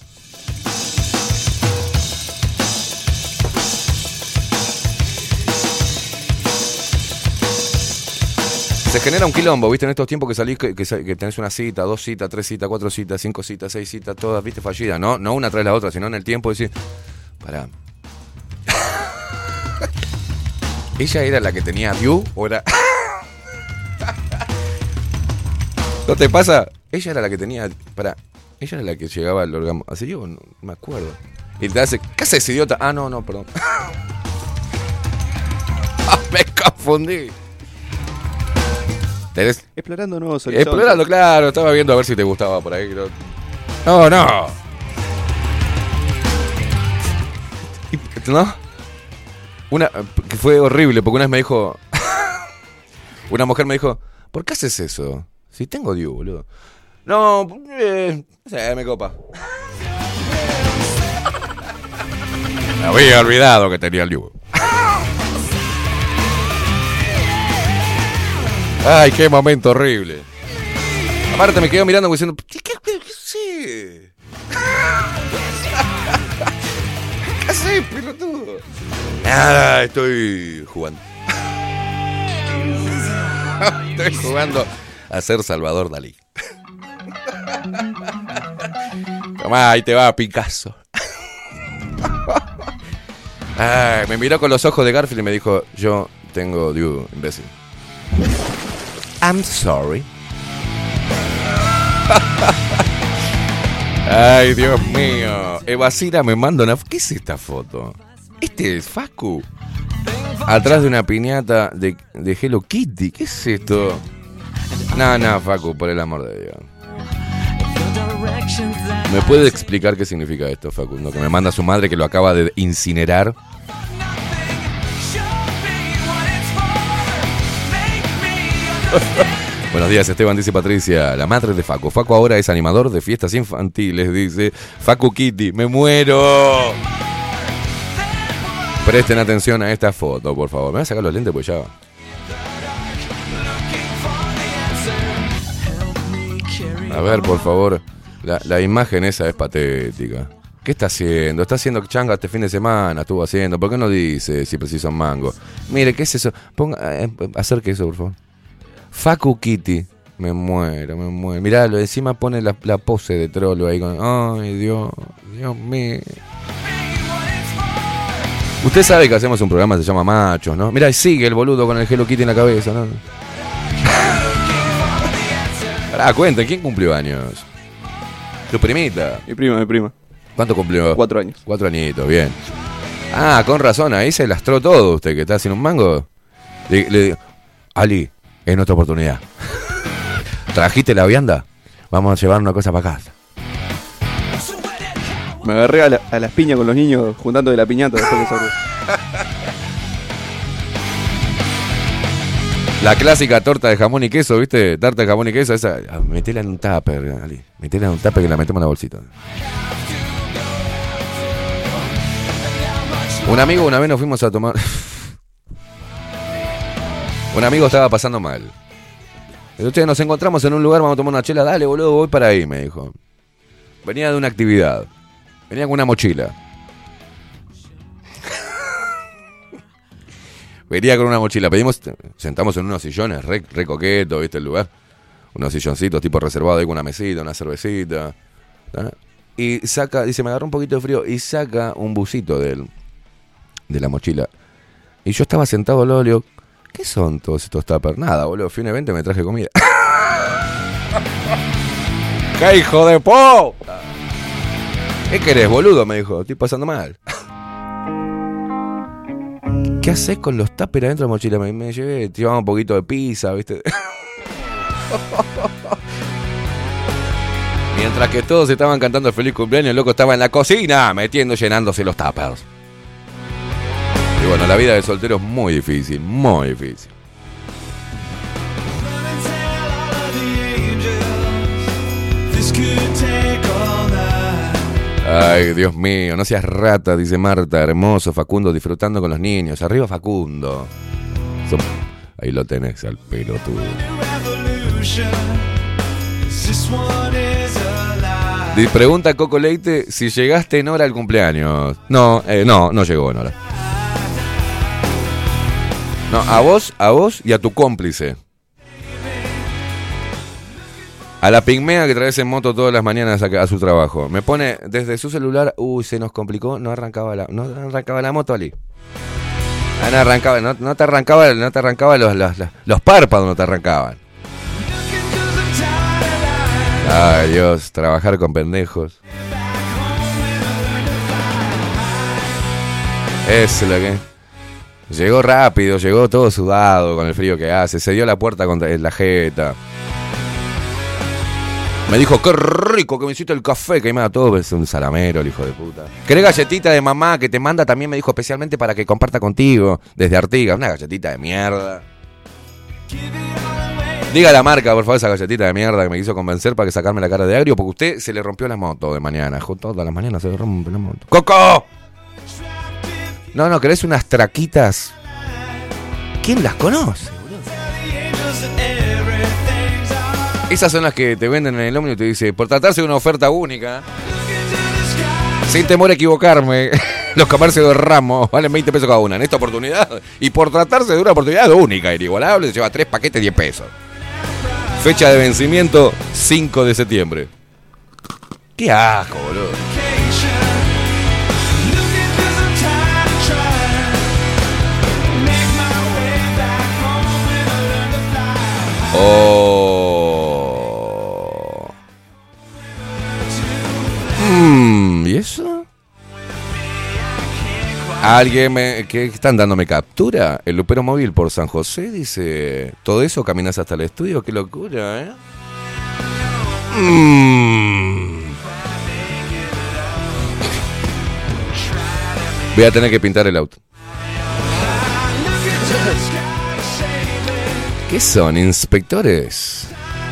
Se genera un quilombo, ¿viste? En estos tiempos que salís, que tenés una cita, 2 citas, 3 citas, 4 citas, 5 citas, 6 citas, todas, ¿viste? Fallidas, ¿no? No una tras la otra, sino en el tiempo decir, pará. ¿Ella era la que tenía view o era...? ¿No te pasa? Ella era la que tenía... Pará. Ella era la que llegaba al orgasmo. Así yo no me acuerdo. Y te hace, ¿qué haces, idiota? Ah, no, perdón. Me confundí. ¿Tenés? Explorando nuevos horizontes. Explorando, claro. Estaba viendo a ver si te gustaba por ahí. No. ¿No? Una que fue horrible, porque una vez me dijo... Una mujer me dijo, ¿por qué haces eso? Si tengo Dios, boludo. No, me copa. Me había olvidado que tenía el Dios. Ay, qué momento horrible. Aparte me quedo mirando como diciendo, ¿qué sé? ¿Qué haces, pelotudo? Nada, estoy jugando. Estoy jugando a ser Salvador Dalí. Tomá, ahí te va, Picasso. Ay, me miró con los ojos de Garfield y me dijo, yo tengo Dios, imbécil. I'm sorry. Ay, Dios mío. Evasira me manda una... ¿Qué es esta foto? Este es Facu. Atrás de una piñata de Hello Kitty. ¿Qué es esto? No, Facu, por el amor de Dios. ¿Me puede explicar qué significa esto, Facundo? Que me manda su madre que lo acaba de incinerar. Buenos días, Esteban, dice Patricia, la madre de Facu. Facu ahora es animador de fiestas infantiles, dice Facu Kitty. ¡Me muero! Presten atención a esta foto, por favor. Me voy a sacar los lentes pues ya va. A ver, por favor. La imagen esa es patética. ¿Qué está haciendo? Está haciendo changa este fin de semana. Estuvo haciendo. ¿Por qué no dice si preciso un mango? Mire, ¿qué es eso? Acerque eso, por favor. Facu Kitty. Me muero. Mirá, encima pone la pose de trolo ahí con... Ay, Dios mío. Usted sabe que hacemos un programa que se llama Machos, ¿no? Mirá, sigue el boludo con el Hello Kitty en la cabeza, ¿no? Pará, cuenten, ¿quién cumplió años? Tu primita. Mi prima. ¿Cuánto cumplió? 4 años. 4 añitos, bien. Ah, con razón, ahí se lastró todo usted, que está haciendo un mango. Le digo, Ali, es nuestra oportunidad. ¿Trajiste la vianda? Vamos a llevar una cosa para casa. Me agarré a las piñas con los niños juntando de la piñata después de eso. La clásica torta de jamón y queso, ¿viste? Tarta de jamón y queso, esa. Metela en un tupper, Ali. Metela en un tupper que la metemos en la bolsita. Un amigo, una vez nos fuimos a tomar. Un amigo estaba pasando mal. Entonces nos encontramos en un lugar, vamos a tomar una chela. Dale, boludo, voy para ahí, me dijo. Venía de una actividad. Venía con una mochila. Venía con una mochila. Sentamos en unos sillones re coquetos, ¿viste el lugar? Unos silloncitos tipo reservados ahí con una mesita, una cervecita. ¿No? Y saca, dice, me agarró un poquito de frío. Y saca un busito de la mochila. Y yo estaba sentado al lado, le digo, ¿qué son todos estos tuppers? Nada, boludo, fui a un evento y me traje comida. ¡Qué hijo de puta! ¿Qué querés, boludo? Me dijo, estoy pasando mal. ¿Qué haces con los tuppers adentro de la mochila? Me llevé, llevaba un poquito de pizza, ¿viste? Mientras que todos estaban cantando feliz cumpleaños, el loco estaba en la cocina, llenándose los tuppers. Y bueno, la vida de soltero es muy difícil, muy difícil. Ay, Dios mío, no seas rata, dice Marta, hermoso, Facundo, disfrutando con los niños. Arriba Facundo. Ahí lo tenés, al pelotudo. Pregunta Coco Leite si llegaste en hora al cumpleaños. No llegó en hora. No, a vos y a tu cómplice. A la pigmea que traes en moto todas las mañanas a su trabajo. Me pone desde su celular, se nos complicó, no arrancaba la moto, Ali. No te arrancaba los párpados, no te arrancaban. Ay, Dios, trabajar con pendejos. Es lo que... Llegó rápido, llegó todo sudado con el frío que hace. Se dio la puerta contra la jeta. Me dijo, qué rico que me hiciste el café. Que me da todo, es un salamero el hijo de puta. ¿Querés galletita de mamá que te manda también? Me dijo especialmente para que comparta contigo. Desde Artigas, una galletita de mierda. Diga la marca, por favor, esa galletita de mierda que me quiso convencer para que sacarme la cara de agrio. Porque usted se le rompió la moto de mañana. Todas las mañanas se le rompe la moto. ¡Coco! No, ¿querés unas traquitas? ¿Quién las conoce, boludo? Esas son las que te venden en el ómnibus y te dice, por tratarse de una oferta única, sin temor a equivocarme, los comercios de Ramos valen 20 pesos cada una en esta oportunidad. Y por tratarse de una oportunidad única, inigualable, se lleva 3 paquetes 10 pesos. Fecha de vencimiento 5 de septiembre. Qué asco, boludo. Oh. ¿Y eso? Alguien que están dándome captura. El Lupero Móvil por San José dice, todo eso caminas hasta el estudio, qué locura, ¿eh? Voy a tener que pintar el auto. ¿Qué son, inspectores?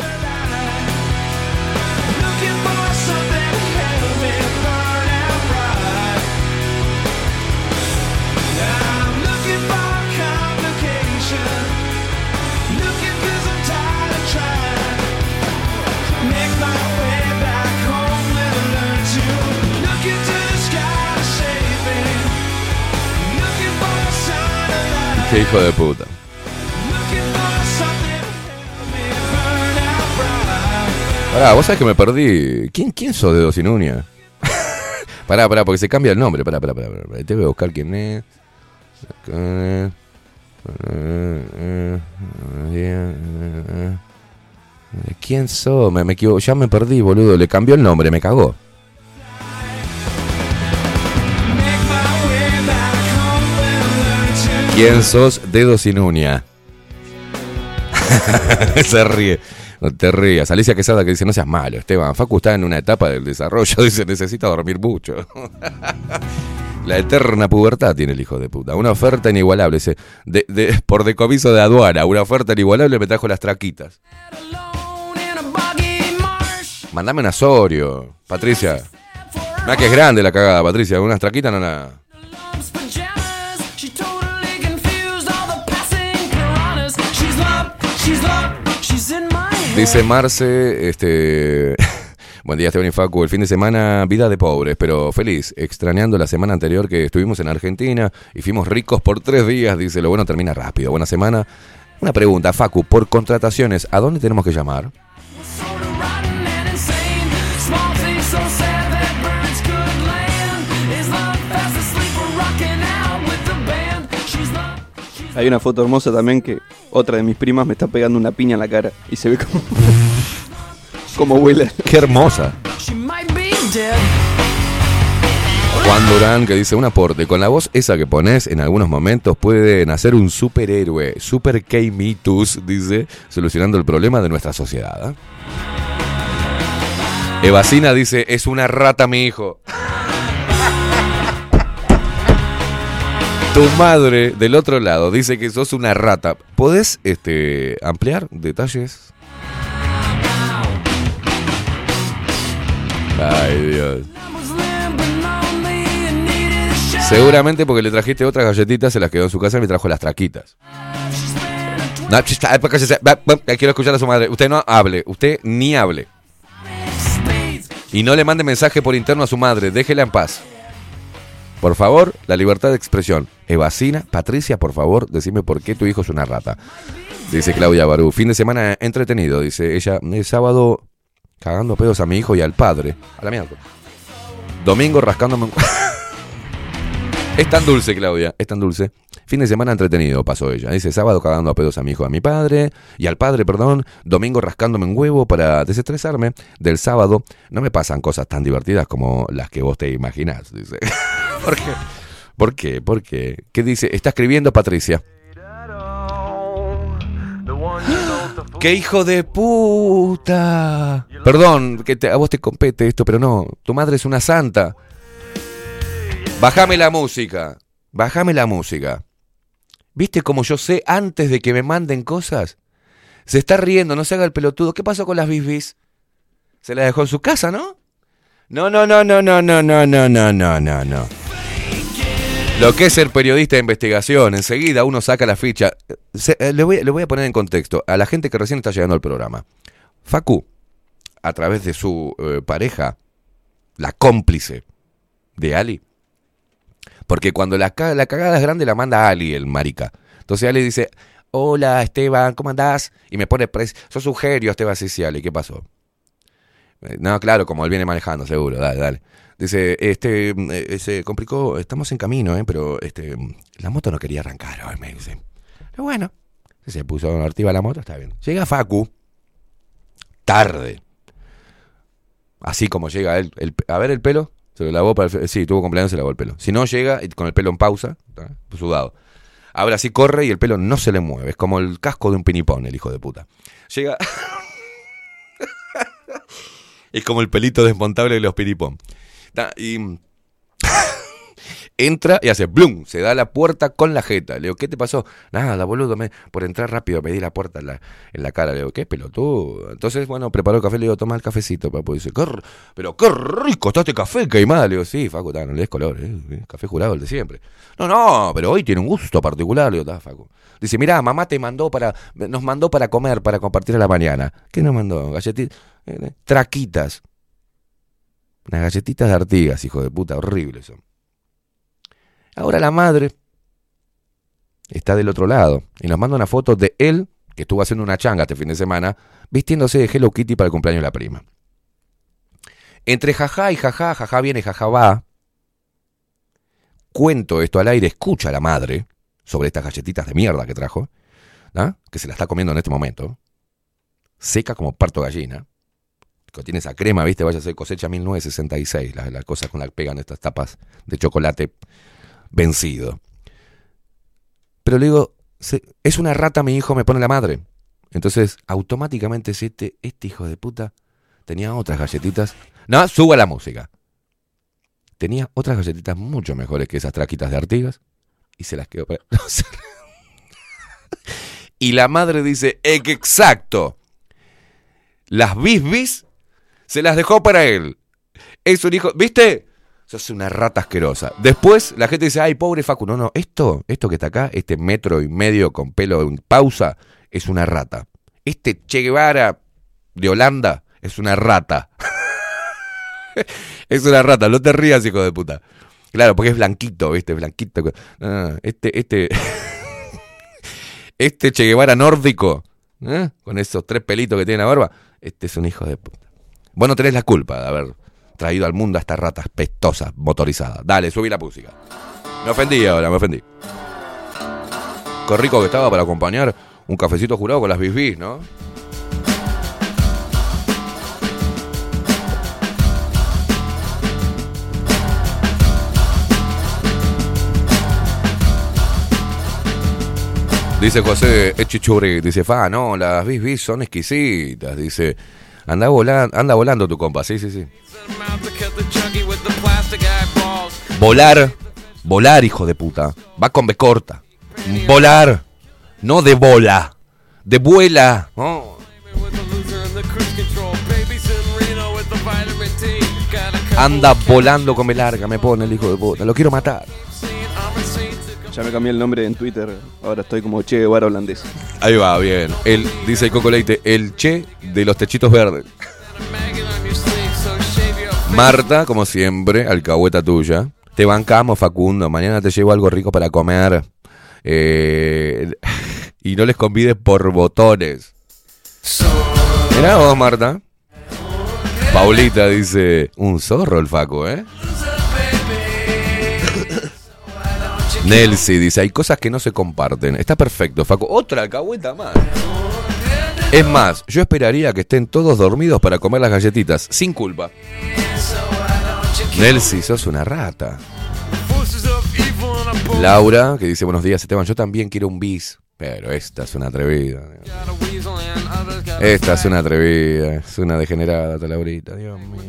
Qué hijo de puta. Pará, vos sabés que me perdí. ¿Quién sos de Dos y Nuña? Pará, porque se cambia el nombre. Pará. Te voy a buscar quién es. ¿Quién sos? Me equivoco. Ya me perdí, boludo. Le cambió el nombre, me cagó. ¿Quién sos de Dos y Nuña? Se ríe. No te rías. Alicia Quesada que dice, no seas malo, Esteban. Facu está en una etapa del desarrollo. Dice, necesita dormir mucho. La eterna pubertad tiene el hijo de puta. Una oferta inigualable. Dice, por decomiso de aduana. Una oferta inigualable me trajo las traquitas. Mandame un Asorio, Patricia. Mira que es grande la cagada, Patricia. Unas traquitas no nada. Dice Marce, buen día Esteban y Facu, el fin de semana vida de pobres, pero feliz, extrañando la semana anterior que estuvimos en Argentina y fuimos ricos por 3 días, dice, lo bueno termina rápido, buena semana. Una pregunta, Facu, por contrataciones, ¿a dónde tenemos que llamar? Hay una foto hermosa también que otra de mis primas me está pegando una piña en la cara y se ve como huele. Qué hermosa. Juan Durán que dice un aporte, con la voz esa que pones en algunos momentos puede nacer un superhéroe, Super K-Mitus, dice, solucionando el problema de nuestra sociedad. Evacina dice, es una rata mi hijo. Tu madre del otro lado dice que sos una rata. ¿Podés ampliar detalles? Ay, Dios. Seguramente porque le trajiste otras galletitas, se las quedó en su casa y me trajo las traquitas. No, quiero escuchar a su madre. Usted no hable, usted ni hable. Y no le mande mensaje por interno a su madre, déjela en paz. Por favor, la libertad de expresión. Evacina, Patricia, por favor, decime por qué tu hijo es una rata. Dice Claudia Barú. Fin de semana entretenido, dice ella. El sábado cagando pedos a mi hijo y al padre. A la mierda. Domingo rascándome un... Es tan dulce, Claudia, es tan dulce. Fin de semana entretenido, pasó ella. Dice, sábado cagando a pedos a mi hijo, a mi padre, y al padre, perdón. Domingo rascándome un huevo para desestresarme. Del sábado no me pasan cosas tan divertidas como las que vos te imaginás, dice. ¿Por qué? ¿Por qué? ¿Por qué? ¿Qué dice? Está escribiendo Patricia. ¡Qué hijo de puta! Perdón, que a vos te compete esto, pero no. Tu madre es una santa. Bájame la música. Bájame la música. ¿Viste cómo yo sé antes de que me manden cosas? Se está riendo, no se haga el pelotudo. ¿Qué pasó con las bisbis? Se las dejó en su casa, ¿no? No. Lo que es ser periodista de investigación, enseguida uno saca la ficha. Le voy a poner en contexto a la gente que recién está llegando al programa. Facu, a través de su pareja, la cómplice de Ali, porque cuando la cagada es grande la manda Ali, el marica. Entonces Ali dice, hola Esteban, ¿cómo andás? Y me pone, sos un genio Esteban, sí, Ali, ¿qué pasó? No, claro, como él viene manejando, seguro, dale. Dice, se complicó, estamos en camino, pero la moto no quería arrancar hoy, me dice. Pero bueno, se puso activa la moto, está bien. Llega Facu, tarde. Así como llega él, a ver el pelo, se lo lavó sí, tuvo cumpleaños, se lavó el pelo. Si no llega, con el pelo en pausa, sudado. Ahora sí corre y el pelo no se le mueve, es como el casco de un pinipón, el hijo de puta. Llega... Es como el pelito desmontable de los pinipón. Y entra y hace blum, se da la puerta con la jeta. Le digo, ¿qué te pasó? Nada, boludo, por entrar rápido me di la puerta en la cara. Le digo, ¿qué pelotudo? Entonces, bueno, preparó el café, le digo, toma el cafecito, papu. Dice, pero qué rico está este café, Caimada. Le digo, sí, Facu, no le des color, café jurado, el de siempre. No, pero hoy tiene un gusto particular. Le digo, está, Facu. Dice, mirá, mamá nos mandó para comer, para compartir a la mañana. ¿Qué nos mandó? Galletitas, traquitas. Unas galletitas de Artigas, hijo de puta, horribles son. Ahora la madre está del otro lado y nos manda una foto de él, que estuvo haciendo una changa este fin de semana, vistiéndose de Hello Kitty para el cumpleaños de la prima. Entre jajá y jajá viene, jajá va. Cuento esto al aire, escucha a la madre sobre estas galletitas de mierda que trajo, ¿no? Que se la está comiendo en este momento, seca como parto gallina. Tiene esa crema, ¿viste? Vaya a ser cosecha 1966, la cosa con la que pegan estas tapas de chocolate vencido. Pero le digo, es una rata mi hijo, me pone la madre. Entonces, automáticamente, si este hijo de puta tenía otras galletitas. No, suba la música. Tenía otras galletitas mucho mejores que esas traquitas de Artigas y se las quedó para... Y la madre dice, exacto, las bisbis se las dejó para él. Es un hijo, ¿viste? Sos una rata asquerosa. Después la gente dice, ay, pobre Facu. No, esto que está acá, este 1,5 metros con pelo en pausa, es una rata. Este Che Guevara de Holanda es una rata. Es una rata, no te rías, hijo de puta. Claro, porque es blanquito, ¿viste? Blanquito. Este Che Guevara nórdico, con esos 3 pelitos que tiene en la barba, este es un hijo de puta. Vos no tenés la culpa de haber traído al mundo a estas ratas pestosas, motorizadas. Dale, subí la música. Me ofendí ahora, me ofendí. Qué rico que estaba para acompañar un cafecito jurado con las bisbis, ¿no? Dice José Echichuri, dice, no, las bisbis son exquisitas, dice... Anda volando tu compa, sí. Volar, hijo de puta. Va con B corta. Volar, no de bola, de vuela. Oh. Anda volando con B larga, me pone el hijo de puta. Lo quiero matar. Ya me cambié el nombre en Twitter, ahora estoy como Che Guevara holandés. Ahí va, bien. Dice el Coco Leite, el Che de los techitos verdes. Marta, como siempre, alcahueta tuya. Te bancamos, Facundo, mañana te llevo algo rico para comer. Y no les convides por botones. Mirá vos, Marta. Paulita dice, un zorro el Facu, Nelsi dice, hay cosas que no se comparten. Está perfecto, Facu. Otra alcahueta más. Es más, yo esperaría que estén todos dormidos para comer las galletitas, sin culpa. Nelsi, sos una rata. Laura, que dice, buenos días, Esteban, yo también quiero un bis. Pero esta es una atrevida. Esta es una atrevida. Es una degenerada, esta Laurita, Dios mío.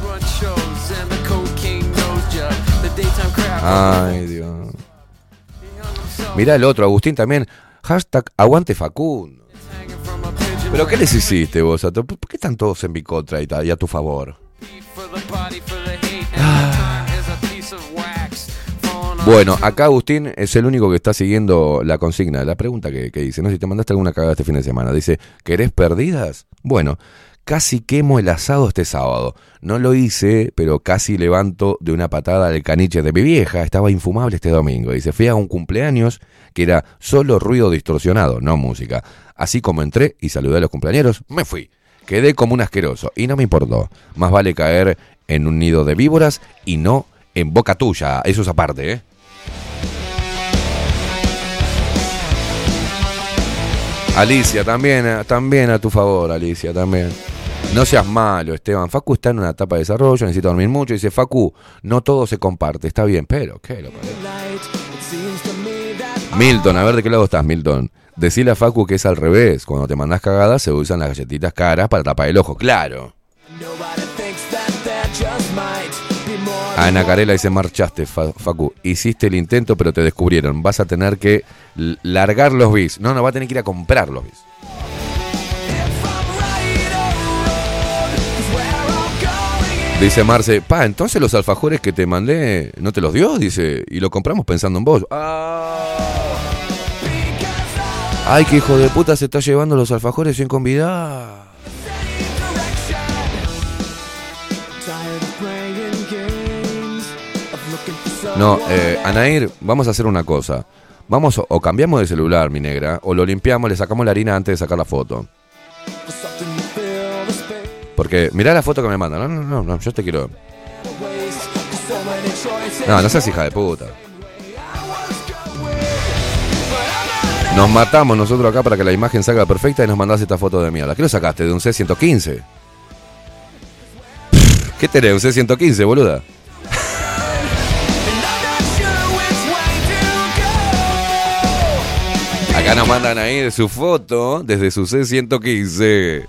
Ay, Dios. Mirá el otro, Agustín también. Hashtag aguante Facundo. ¿Pero qué les hiciste vos? ¿Por qué están todos en mi contra y a tu favor? Bueno, acá Agustín es el único que está siguiendo la consigna. La pregunta que dice, no sé si te mandaste alguna cagada este fin de semana. Dice, ¿querés perdidas? Bueno, casi quemo el asado este sábado. No lo hice, pero casi levanto de una patada el caniche de mi vieja. Estaba infumable este domingo. Dice, fui a un cumpleaños que era solo ruido distorsionado, no música. Así como entré y saludé a los cumpleañeros, me fui. Quedé como un asqueroso y no me importó. Más vale caer en un nido de víboras y no en boca tuya. Eso es aparte, ¿eh? Alicia, también a tu favor, Alicia, también. No seas malo, Esteban. Facu está en una etapa de desarrollo, necesita dormir mucho. Dice, Facu, no todo se comparte, está bien, pero ¿qué lo parece? Milton, a ver de qué lado estás, Milton. Decile a Facu que es al revés. Cuando te mandás cagadas se usan las galletitas caras para tapar el ojo, claro. Ana Carela dice, marchaste, Facu. Hiciste el intento, pero te descubrieron. Vas a tener que largar los bis. No, va a tener que ir a comprar los bis. Dice Marce, entonces los alfajores que te mandé, ¿no te los dio? Dice, y lo compramos pensando en vos. Ay, qué hijo de puta se está llevando los alfajores sin convidar. No, Anair, vamos a hacer una cosa. Vamos, o cambiamos de celular, mi negra, o lo limpiamos, le sacamos la harina antes de sacar la foto. Porque mirá la foto que me mandan. No, yo te quiero. No seas hija de puta. Nos matamos nosotros acá para que la imagen salga perfecta y nos mandás esta foto de mierda. ¿Qué lo sacaste? ¿De un C115? ¿Qué tenés? ¿Un C115, boluda? Acá nos mandan ahí su foto desde su C115.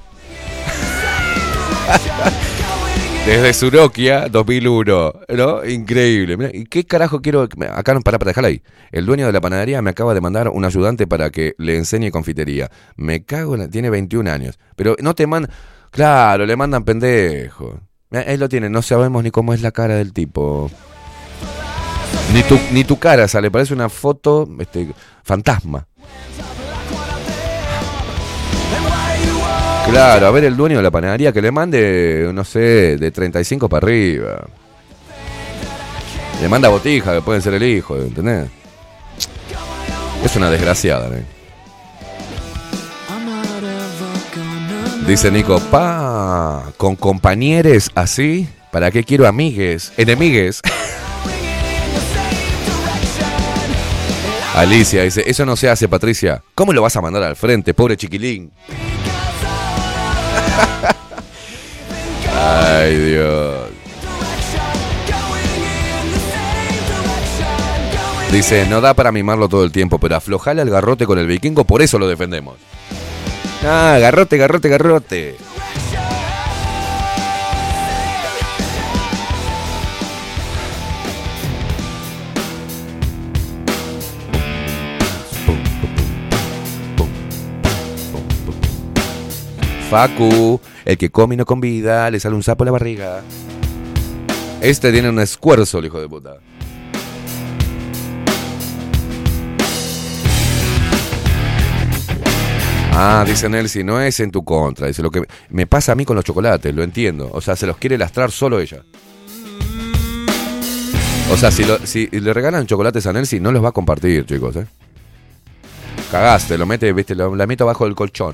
Desde su Nokia 2001, ¿no? Increíble. Mirá, ¿y qué carajo quiero? Acá no, para dejarla ahí. El dueño de la panadería me acaba de mandar un ayudante para que le enseñe confitería. Me cago en tiene 21 años. Pero no te mandan. Claro, le mandan pendejo. Él lo tiene, no sabemos ni cómo es la cara del tipo. Ni tu cara sale, parece una foto fantasma. Claro, a ver el dueño de la panadería que le mande, no sé, de 35 para arriba. Le manda botija, que pueden ser el hijo, ¿entendés? Es una desgraciada, ¿no? Dice Nico, con compañeros así, ¿para qué quiero amigues? Enemigues. Alicia dice, eso no se hace, Patricia. ¿Cómo lo vas a mandar al frente, pobre chiquilín? Ay, Dios. Dice, no da para mimarlo todo el tiempo, pero aflojale al garrote con el vikingo, por eso lo defendemos. Garrote. Facu, el que come y no convida, le sale un sapo en la barriga. Este tiene un esfuerzo, el hijo de puta. Dice Nelsi, no es en tu contra. Dice, lo que me pasa a mí con los chocolates, lo entiendo. O sea, se los quiere lastrar solo ella. O sea, si le regalan chocolates a Nelsi, no los va a compartir, chicos, Cagaste, lo mete, viste, la meto abajo del colchón.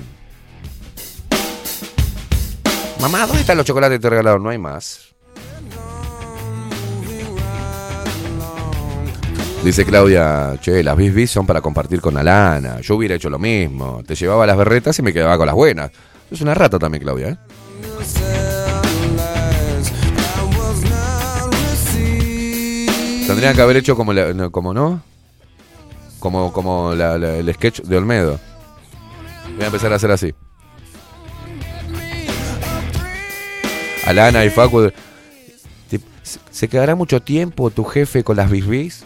Mamá, ¿dónde están los chocolates que te regalaron? No hay más. Dice Claudia, che, las bis son para compartir con Alana. Yo hubiera hecho lo mismo. Te llevaba las berretas y me quedaba con las buenas. Es una rata también, Claudia, ¿eh? Tendrían que haber hecho como el sketch de Olmedo. Voy a empezar a hacer así. Alana y Facu. ¿Se quedará mucho tiempo tu jefe con las bis?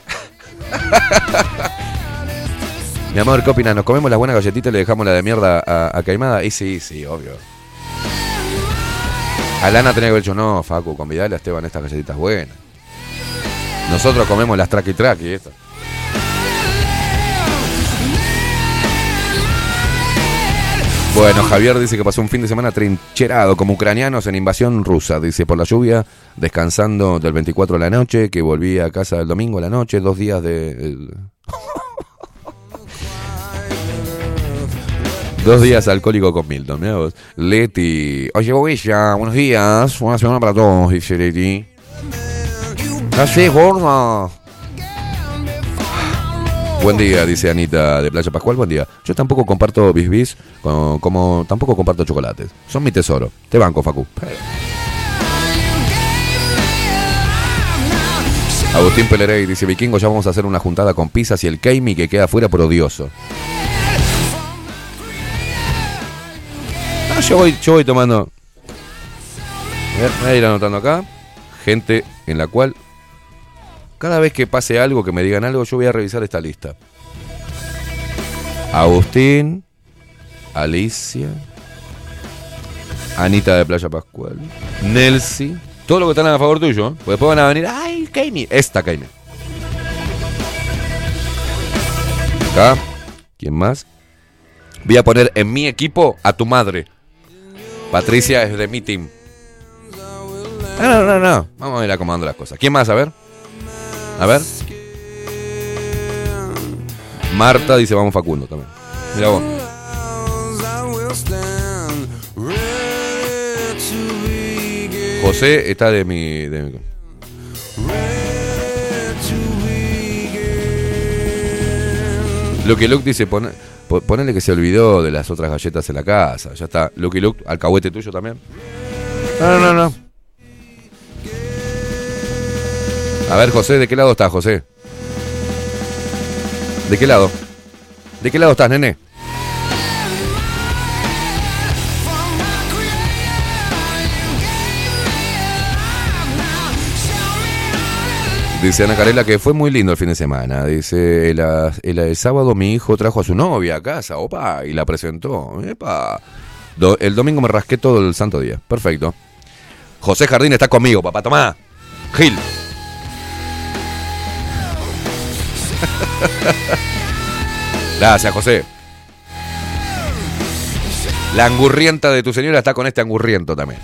Mi amor, ¿qué opinas? ¿Nos comemos las buenas galletitas y le dejamos la de mierda a Caimada? Y sí, obvio. Alana tenía que haber dicho, no, Facu, convidale a Esteban estas galletitas buenas. Nosotros comemos las traqui estas. Bueno, Javier dice que pasó un fin de semana trincherado como ucranianos en invasión rusa. Dice, por la lluvia, descansando del 24 a la noche, que volví a casa el domingo a la noche, 2 días de... 2 días alcohólico con Milton, mirá vos. Leti, oye, Bobilla, buenos días, buena semana para todos, dice Leti. Así, gorda. Buen día, dice Anita de Playa Pascual, buen día. Yo tampoco comparto bis, como tampoco comparto chocolates. Son mi tesoro. Te banco, Facu. Agustín Pelerey dice, Vikingo, ya vamos a hacer una juntada con pizzas y el Keimi que queda afuera por odioso. Yo voy tomando... Voy a ir anotando acá. Gente en la cual... Cada vez que pase algo, que me digan algo, yo voy a revisar esta lista. Agustín, Alicia, Anita de Playa Pascual, Nelsi, todo lo que están a favor tuyo, ¿eh? Pues después van a venir, ¡ay, Keimi! Esta Keimi. Acá, ¿quién más? Voy a poner en mi equipo a tu madre. Patricia es de mi team. No. Vamos a ir acomodando las cosas. ¿Quién más? A ver. Marta dice, vamos Facundo también. Mira vos. José está de mi... Lucky Luke dice, ponele que se olvidó de las otras galletas en la casa. Ya está. Lucky Luke, alcahuete tuyo también. No. A ver, José, ¿de qué lado estás, José? ¿De qué lado? ¿De qué lado estás, nene? Dice Ana Carela que fue muy lindo el fin de semana. Dice, el sábado mi hijo trajo a su novia a casa, opa, y la presentó. Epa. El domingo me rasqué todo el santo día. Perfecto. José Jardín está conmigo, papá, tomá. Gil. Gracias, José. La angurrienta de tu señora está con este angurriento también.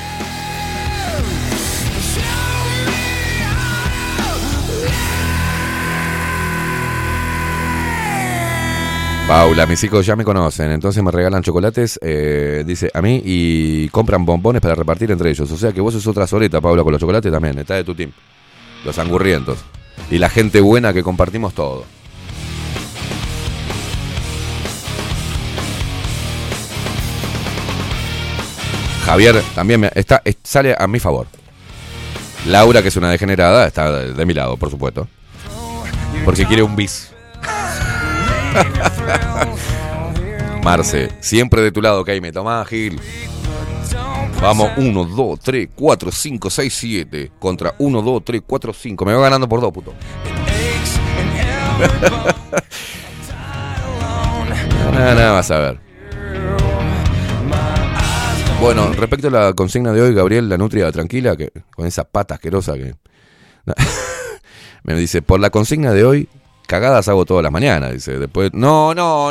Paula, mis hijos ya me conocen, entonces me regalan chocolates, dice, a mí, y compran bombones para repartir entre ellos. O sea que vos sos otra soleta, Paula, con los chocolates también, está de tu team. Los angurrientos. Y la gente buena que compartimos todo. Javier también sale a mi favor. Laura, que es una degenerada, está de mi lado, por supuesto. Porque quiere un bis. Marce, siempre de tu lado, Keime. Tomá, Gil. Vamos, 1, 2, 3, 4, 5, 6, 7. Contra 1, 2, 3, 4, 5. Me va ganando por 2, puto. Nada, vas a ver. Bueno, respecto a la consigna de hoy, Gabriel, la nutria tranquila, que con esa pata asquerosa que... me dice, por la consigna de hoy, cagadas hago todas las mañanas, dice. Después, no.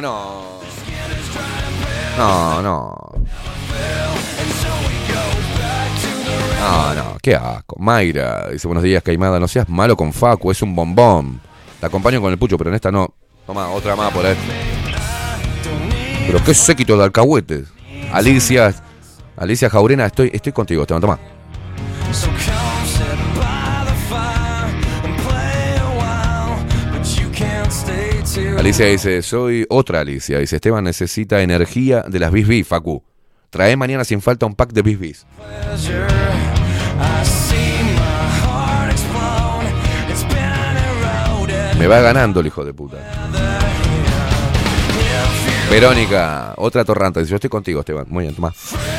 No, qué asco. Mayra dice, buenos días, Caimada, no seas malo con Facu, es un bombón. Te acompaño con el pucho, pero en esta no. Toma, otra más por ahí. Pero qué séquito de alcahuetes. Alicia Jaurena, estoy contigo, Esteban, toma. Alicia dice, soy otra Alicia. Dice, Esteban necesita energía de las Bis Bis, Facu. Trae mañana sin falta un pack de Bis Bis. Me va ganando el hijo de puta. Verónica, otra torranta. Dice, yo estoy contigo, Esteban. Muy bien, toma.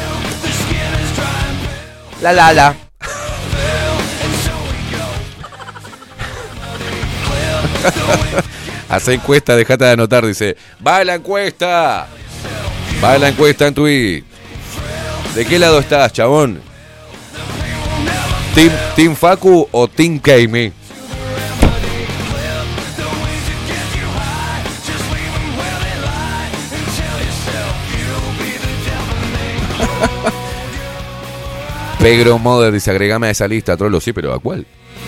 La. Hace encuesta, dejate de anotar. Dice, va la encuesta. Va la encuesta en Twitch. ¿De qué lado estás, chabón? ¿Team Facu o Team Keimi? Pedro Moder dice, agregame a esa lista, trolo. Sí, pero ¿a cuál?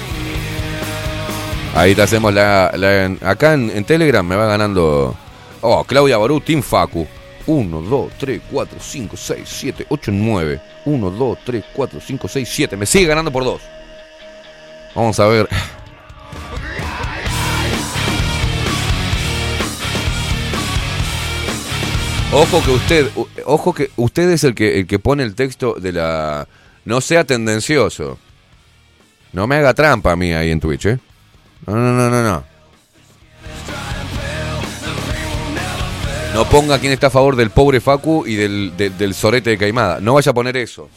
Ahí te hacemos acá en Telegram me va ganando. Oh, Claudia Barú, Team Facu. 1, 2, 3, 4, 5, 6, 7, 8, 9. 1, 2, 3, 4, 5, 6, 7. Me sigue ganando por 2. Vamos a ver. Ojo que usted es el que pone el texto de la. No sea tendencioso. No me haga trampa a mí ahí en Twitch, ¿eh? No. No ponga quién está a favor del pobre Facu y del sorete de Caimada. No vaya a poner eso.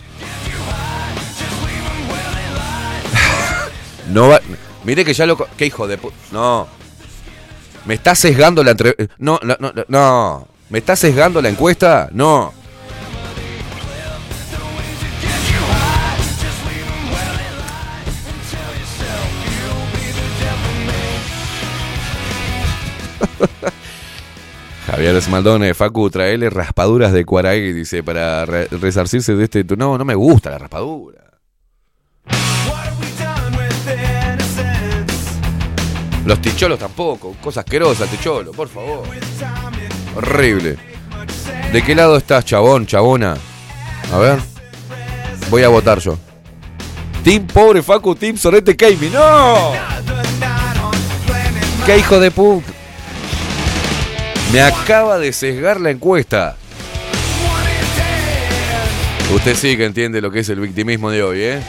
No va. Mire que ya lo. ¿Qué hijo de puta? No. ¿Me está sesgando la entrevista? No. ¿Me está sesgando la encuesta? No. Javier Esmaldone, Facu, traele raspaduras de Cuaraí, dice, para resarcirse de este. No me gusta la raspadura. Los ticholos tampoco, cosa asquerosa, ticholo, por favor. Horrible. ¿De qué lado estás, chabón, chabona? A ver. Voy a votar yo. Team pobre Facu, Team Sorete Keimi. ¡No! ¡Qué hijo de puta! Me acaba de sesgar la encuesta. Usted sí que entiende lo que es el victimismo de hoy, ¿eh?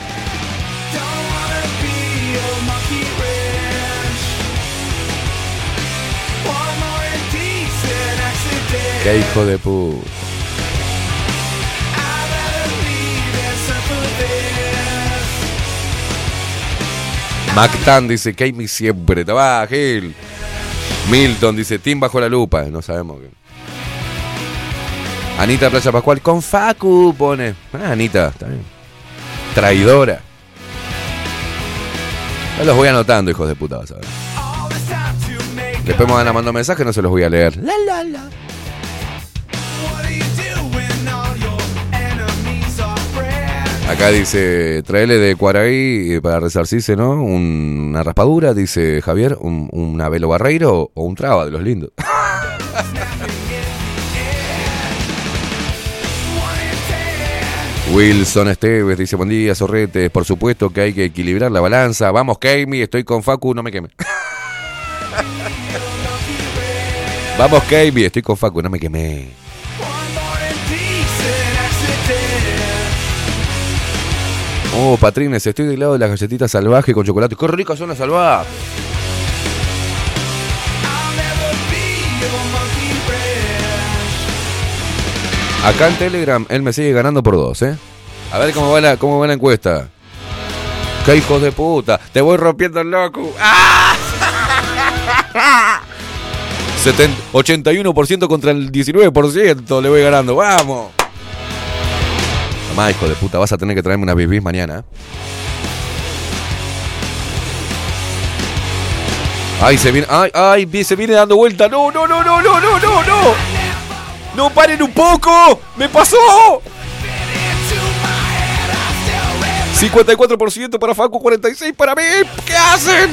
¡Qué hijo de puta! Mactan dice, Keimi siempre. Te va, Gil. Milton dice, Team bajo la lupa. No sabemos qué. Anita Playa Pascual, con Facu, pone. Anita, está bien. Traidora. Ya los voy anotando, hijos de puta, vas a ver. Después me van a mandar mensajes, no se los voy a leer. La. Acá dice, traele de Cuaraí para resarcirse, ¿no? Una raspadura, dice Javier, una Velo Barreiro o un Traba de los lindos. Wilson Esteves dice, buen día, Sorrete. Por supuesto que hay que equilibrar la balanza. Vamos, Keimi, estoy con Facu, no me queme. Vamos, Keimi, estoy con Facu, no me queme. Oh, Patrines, estoy del lado de las galletitas salvajes con chocolate. ¡Qué ricas son las salvajes! Acá en Telegram, él me sigue ganando por 2, ¿eh? A ver cómo va la encuesta. ¡Qué hijos de puta! ¡Te voy rompiendo el loco! ¡Ah! 81% contra el 19% le voy ganando. ¡Vamos! Mamá, hijo de puta, vas a tener que traerme unas bibis mañana, ¿eh? Ay, se viene dando vuelta. No. No, paren un poco. Me pasó. 54% para Facu, 46% para mí. ¿Qué hacen?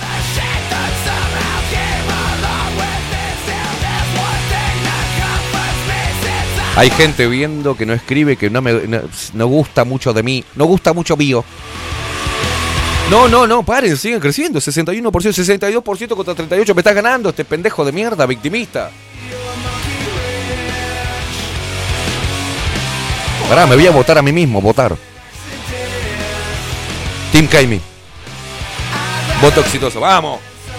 Hay gente viendo que no escribe, que no gusta mucho de mí. No gusta mucho mío. No, paren, siguen creciendo. 61%, 62% contra 38%. Me estás ganando este pendejo de mierda, victimista. Pará, me voy a votar a mí mismo, votar. Team Kaimi. Voto exitoso, vamos.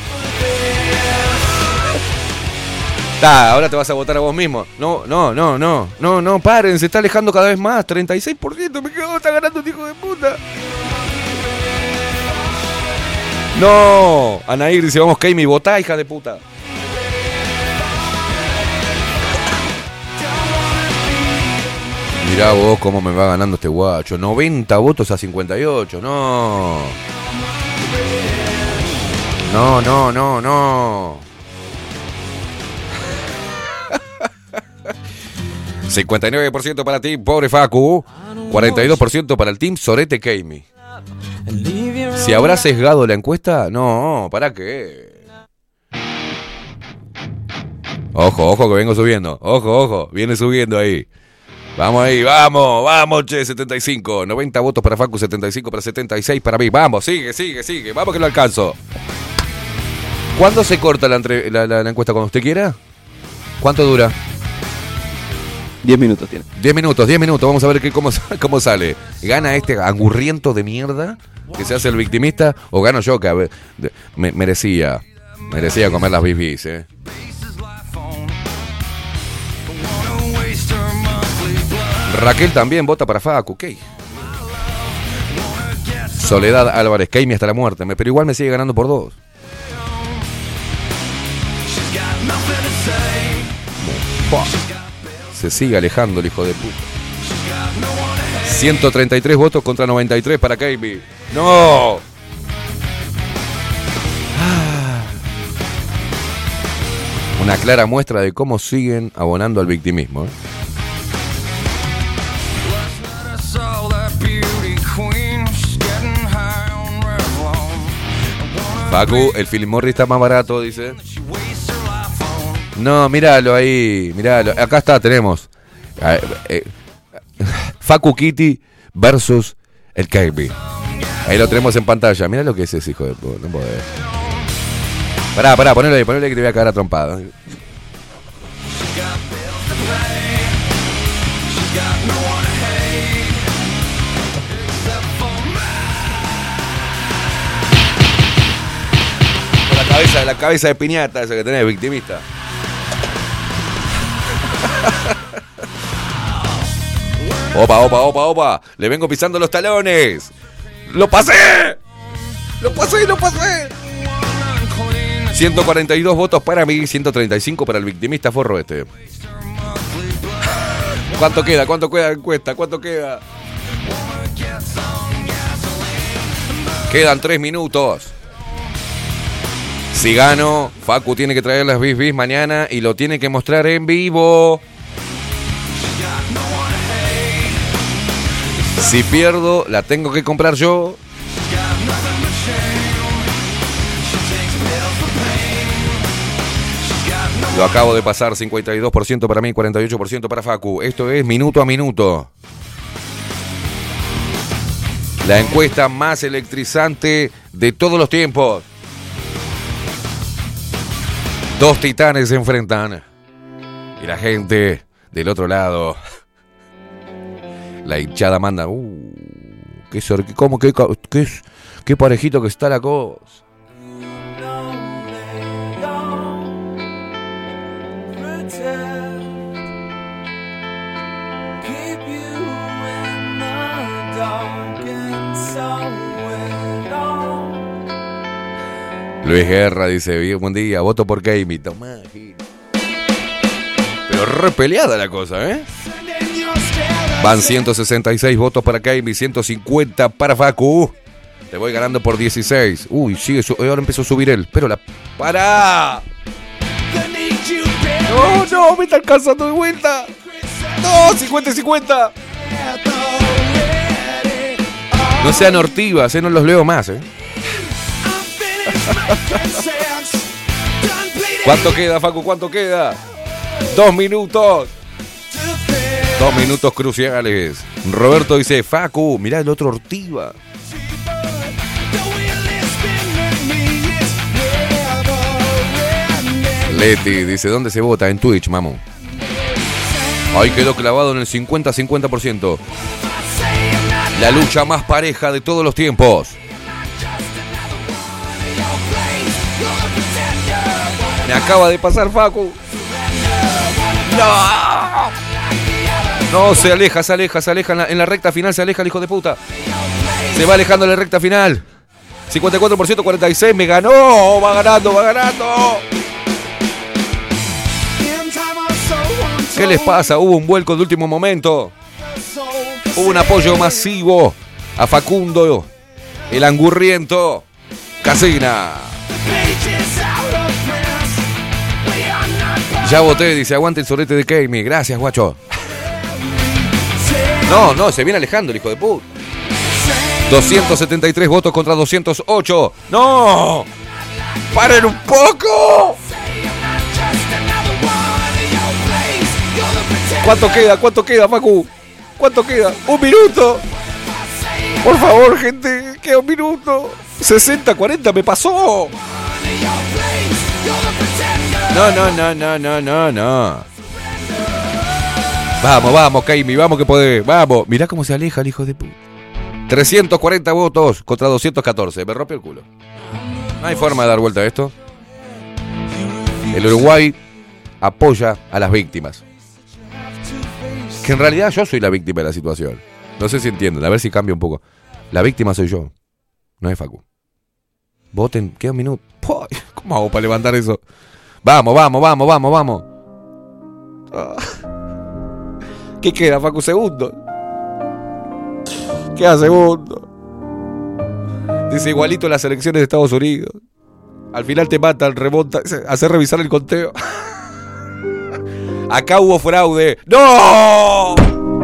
Ahora te vas a votar a vos mismo. No, paren, se está alejando cada vez más. 36%, me quedo, está ganando un hijo de puta. No, Anair dice, vamos Kaimi, votá, hija de puta. Mirá vos cómo me va ganando este guacho. 90 votos a 58, no. 59% para Team Pobre Facu, 42% para el Team Sorete Kaimi. Si habrá sesgado la encuesta, no, ¿para qué? Ojo que vengo subiendo. Ojo, viene subiendo ahí. Vamos ahí, vamos, che, 75. 90 votos para Facu, 75 para 76 para mí. Vamos, sigue. Vamos que lo alcanzo. ¿Cuándo se corta la encuesta? ¿Cuando usted quiera? ¿Cuánto dura? 10 minutos tiene. 10 minutos. Vamos a ver cómo sale. ¿Gana este angurriento de mierda que se hace el victimista o gano yo que merecía comer las bibis, Raquel también vota para Facu, ¿qué? Soledad Álvarez, Kaimi hasta la muerte, pero igual me sigue ganando por 2. Se sigue alejando el hijo de puta. 133 votos contra 93 para Kaimi. ¡No! Una clara muestra de cómo siguen abonando al victimismo, Facu, el Philip Morris está más barato, dice. No, míralo ahí, míralo. Acá está, tenemos. Facu Kitty versus el Kaimi. Ahí lo tenemos en pantalla. Mira lo que es ese hijo de puta. No podés. Pará, ponelo ahí que te voy a cagar a trompada. La cabeza de piñata esa que tenés, victimista. Opa. Le vengo pisando los talones. ¡Lo pasé! 142 votos para mí, 135 para el victimista forro este. ¿Cuánto queda la encuesta? ¿Cuánto queda? Quedan 3 minutos. Si gano, Facu tiene que traer las bis mañana y lo tiene que mostrar en vivo. Si pierdo, la tengo que comprar yo. Lo acabo de pasar, 52% para mí, 48% para Facu. Esto es minuto a minuto. La encuesta más electrizante de todos los tiempos. 2 titanes se enfrentan. Y la gente del otro lado. La hinchada manda. Qué parejito que está la cosa. Luis Guerra dice, buen día, voto por Kaimi. Tomá, pero re peleada la cosa, ¿eh? Van 166 votos para Kaimi, 150 para Facu. Te voy ganando por 16. Uy, sigue, ahora empezó a subir él. Pero ¡pará! No, me está alcanzando de vuelta. No, 50-50. No sean hortivas, no los leo más, ¿Cuánto queda, Facu? ¿Cuánto queda? 2 minutos. 2 minutos cruciales. Roberto dice, Facu, mirá el otro ortiva. Leti dice, ¿dónde se vota? En Twitch, mamu. Ahí quedó clavado en el 50-50%. La lucha más pareja de todos los tiempos. Me acaba de pasar Facu. ¡No! No, se aleja en la recta final, se aleja el hijo de puta. Se va alejando en la recta final. 54%, 46, me ganó, va ganando. ¿Qué les pasa? Hubo un vuelco de último momento. Hubo un apoyo masivo a Facundo, el angurriento. Casina. Ya voté, dice, aguante el sorete de Keimi. Gracias, guacho. No, se viene alejando el hijo de puta. 273 votos contra 208. ¡No! ¡Paren un poco! ¿Cuánto queda, Facu? ¿Cuánto queda? ¡Un minuto! Por favor, gente, queda un minuto. 60-40, me pasó. No. Vamos, Keimi, vamos que podés. Vamos. Mirá cómo se aleja el hijo de puta. 340 votos contra 214. Me rompió el culo. No hay forma de dar vuelta a esto. El Uruguay apoya a las víctimas. Que en realidad yo soy la víctima de la situación. No sé si entienden. A ver si cambia un poco. La víctima soy yo. No es Facu. Voten. Queda un minuto. ¿Cómo hago para levantar eso? Vamos. ¿Qué queda, Facu? Segundo. Queda segundo. Dice igualito las elecciones de Estados Unidos. Al final te matan, remonta, hacer revisar el conteo. Acá hubo fraude. ¡No!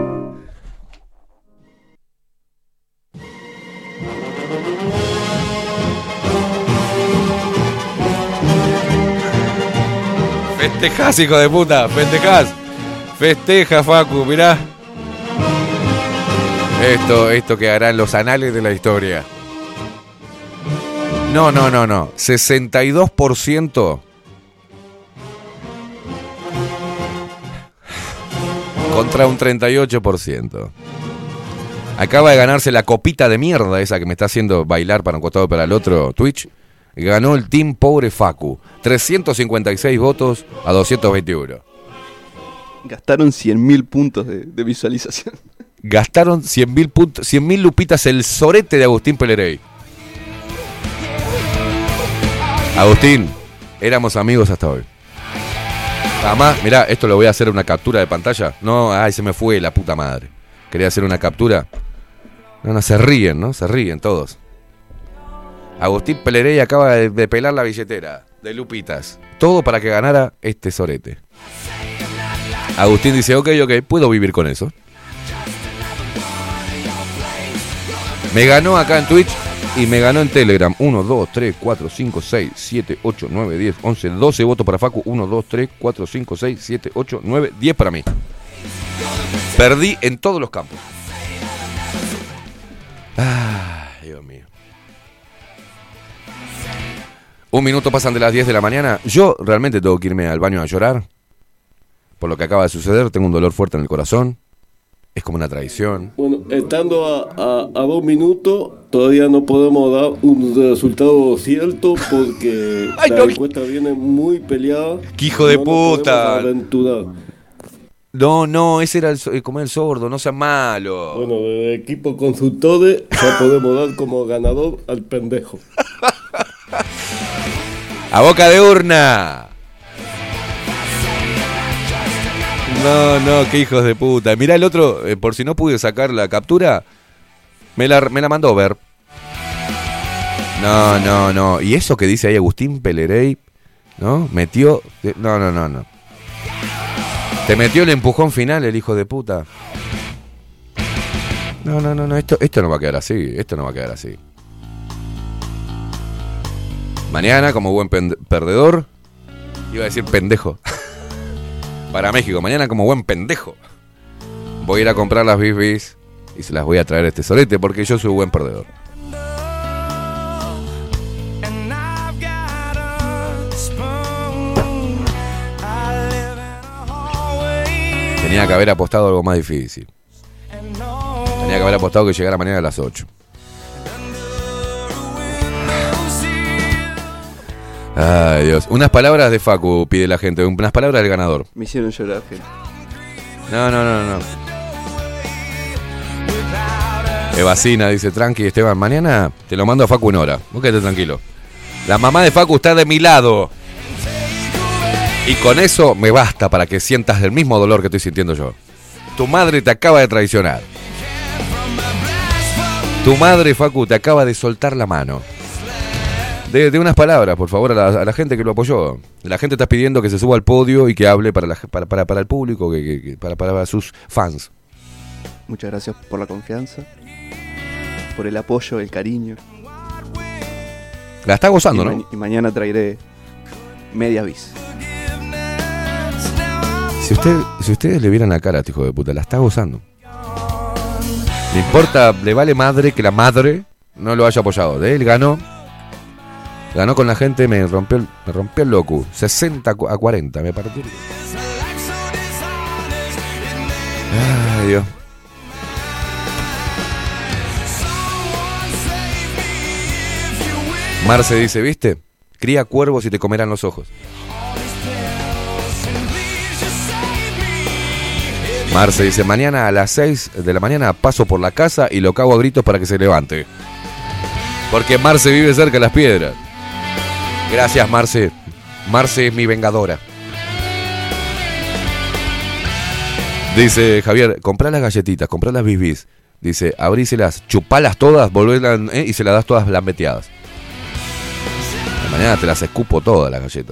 Festejás, hijo de puta, festejás. Festeja, Facu, mirá. Esto quedará en los anales de la historia. No. 62% contra un 38%. Acaba de ganarse la copita de mierda esa que me está haciendo bailar para un costado y para el otro Twitch. Ganó el Team Pobre Facu. 356 votos a 221. Gastaron 100.000 puntos de visualización. Gastaron 100.000 puntos, 100.000 lupitas el sorete de Agustín Pelerey. Agustín, éramos amigos hasta hoy. Además, mirá, esto lo voy a hacer una captura de pantalla. No, se me fue la puta madre. Quería hacer una captura. No, se ríen, ¿no? Se ríen todos. Agustín Pelerey acaba de pelar la billetera de lupitas. Todo para que ganara este sorete. Agustín dice, ok, puedo vivir con eso. Me ganó acá en Twitch y me ganó en Telegram. 1, 2, 3, 4, 5, 6, 7, 8, 9, 10, 11, 12 votos para Facu. 1, 2, 3, 4, 5, 6, 7, 8, 9, 10 para mí. Perdí en todos los campos. Dios mío. Un minuto pasan de las 10 de la mañana. Yo realmente tengo que irme al baño a llorar. Por lo que acaba de suceder, tengo un dolor fuerte en el corazón. Es como una traición. Bueno, estando a 2 minutos, todavía no podemos dar un resultado cierto porque la encuesta viene muy peleada. ¡Qué hijo de puta! No, No, ese era comer el sordo, no seas malo. Bueno, del equipo consultores ya podemos dar como ganador al pendejo. ¡A boca de urna! No, qué hijos de puta. Mirá el otro, por si no pude sacar la captura, me la mandó ver. No. Y eso que dice ahí Agustín Pelerey, ¿no? Metió... No. Te metió el empujón final el hijo de puta. No. Esto no va a quedar así. Mañana, como buen perdedor, iba a decir pendejo. Para México, mañana como buen pendejo voy a ir a comprar las bifis y se las voy a traer a este solete porque yo soy buen perdedor. Tenía que haber apostado algo más difícil. Tenía que haber apostado que llegara mañana a las 8. Ay, Dios. Unas palabras de Facu pide la gente. Unas palabras del ganador. Me hicieron llorar, gente. No. Evasina dice, tranqui, Esteban, mañana te lo mando a Facu en hora. Vos quédate tranquilo. La mamá de Facu está de mi lado. Y con eso me basta para que sientas el mismo dolor que estoy sintiendo yo. Tu madre te acaba de traicionar. Tu madre, Facu, te acaba de soltar la mano. De unas palabras, por favor, a la gente que lo apoyó. La gente está pidiendo que se suba al podio y que hable para el público, para sus fans. Muchas gracias por la confianza, por el apoyo, el cariño. La está gozando, ¿no? Y mañana traeré medias bis. Si ustedes le vieran la cara a este hijo de puta, la está gozando. Le importa, le vale madre que la madre no lo haya apoyado. Él ganó con la gente, me rompió el loco. 60-40, me partió. Ay, Dios. Marce dice, ¿viste? Cría cuervos y te comerán los ojos. Marce dice, mañana a las 6 de la mañana paso por la casa y lo cago a gritos para que se levante. Porque Marce vive cerca de las piedras. Gracias, Marce. Marce es mi vengadora. Dice Javier, comprá las galletitas, comprá las bisbis. Dice, abríselas, chupalas todas, volverlas y se las das todas lambeteadas. Mañana te las escupo todas las galletas.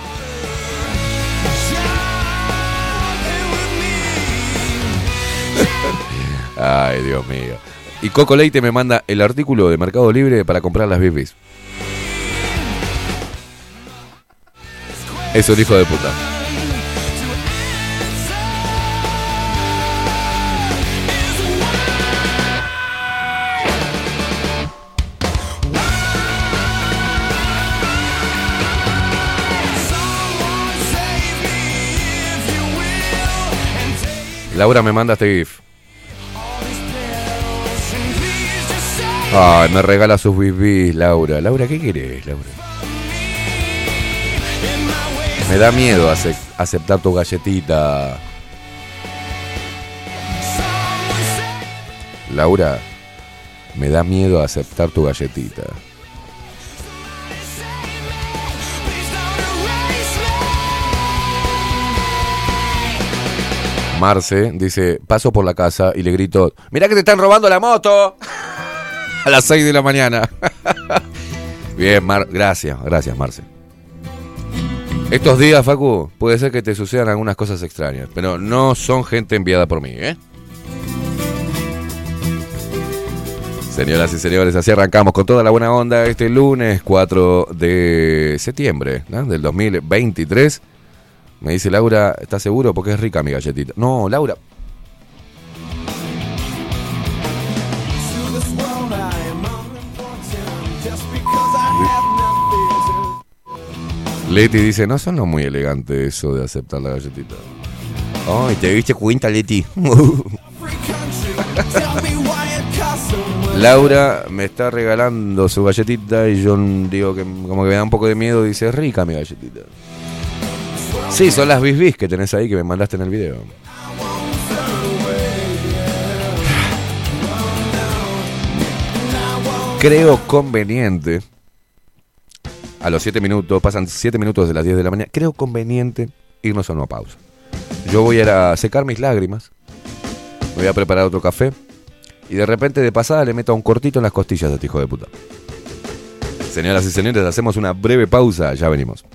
Ay, Dios mío. Y Coco Leite me manda el artículo de Mercado Libre para comprar las bisbis. Es un hijo de puta. Laura me manda este GIF. Ay, me regala sus bisbis, Laura. Laura, ¿qué querés, Laura? Me da miedo aceptar tu galletita. Laura, me da miedo aceptar tu galletita. Marce dice, paso por la casa y le grito, mirá que te están robando la moto. A las 6 de la mañana. Bien, gracias, Marce. Estos días, Facu, puede ser que te sucedan algunas cosas extrañas, pero no son gente enviada por mí, ¿eh? Señoras y señores, así arrancamos con toda la buena onda este lunes 4 de septiembre, ¿no? Del 2023. Me dice Laura, ¿estás seguro? Porque es rica mi galletita. No, Laura. Leti dice, no sonó muy elegante eso de aceptar la galletita. Ay, te diste cuenta, Leti. Laura me está regalando su galletita y yo digo que como que me da un poco de miedo. Dice, es rica mi galletita. Sí, son las bisbis que tenés ahí que me mandaste en el video. Creo conveniente, a los 7 minutos, pasan 7 minutos de las 10 de la mañana, creo conveniente irnos a una pausa. Yo voy a ir a secar mis lágrimas, voy a preparar otro café y de repente de pasada le meto un cortito en las costillas a este hijo de puta. Señoras y señores, hacemos una breve pausa, ya venimos.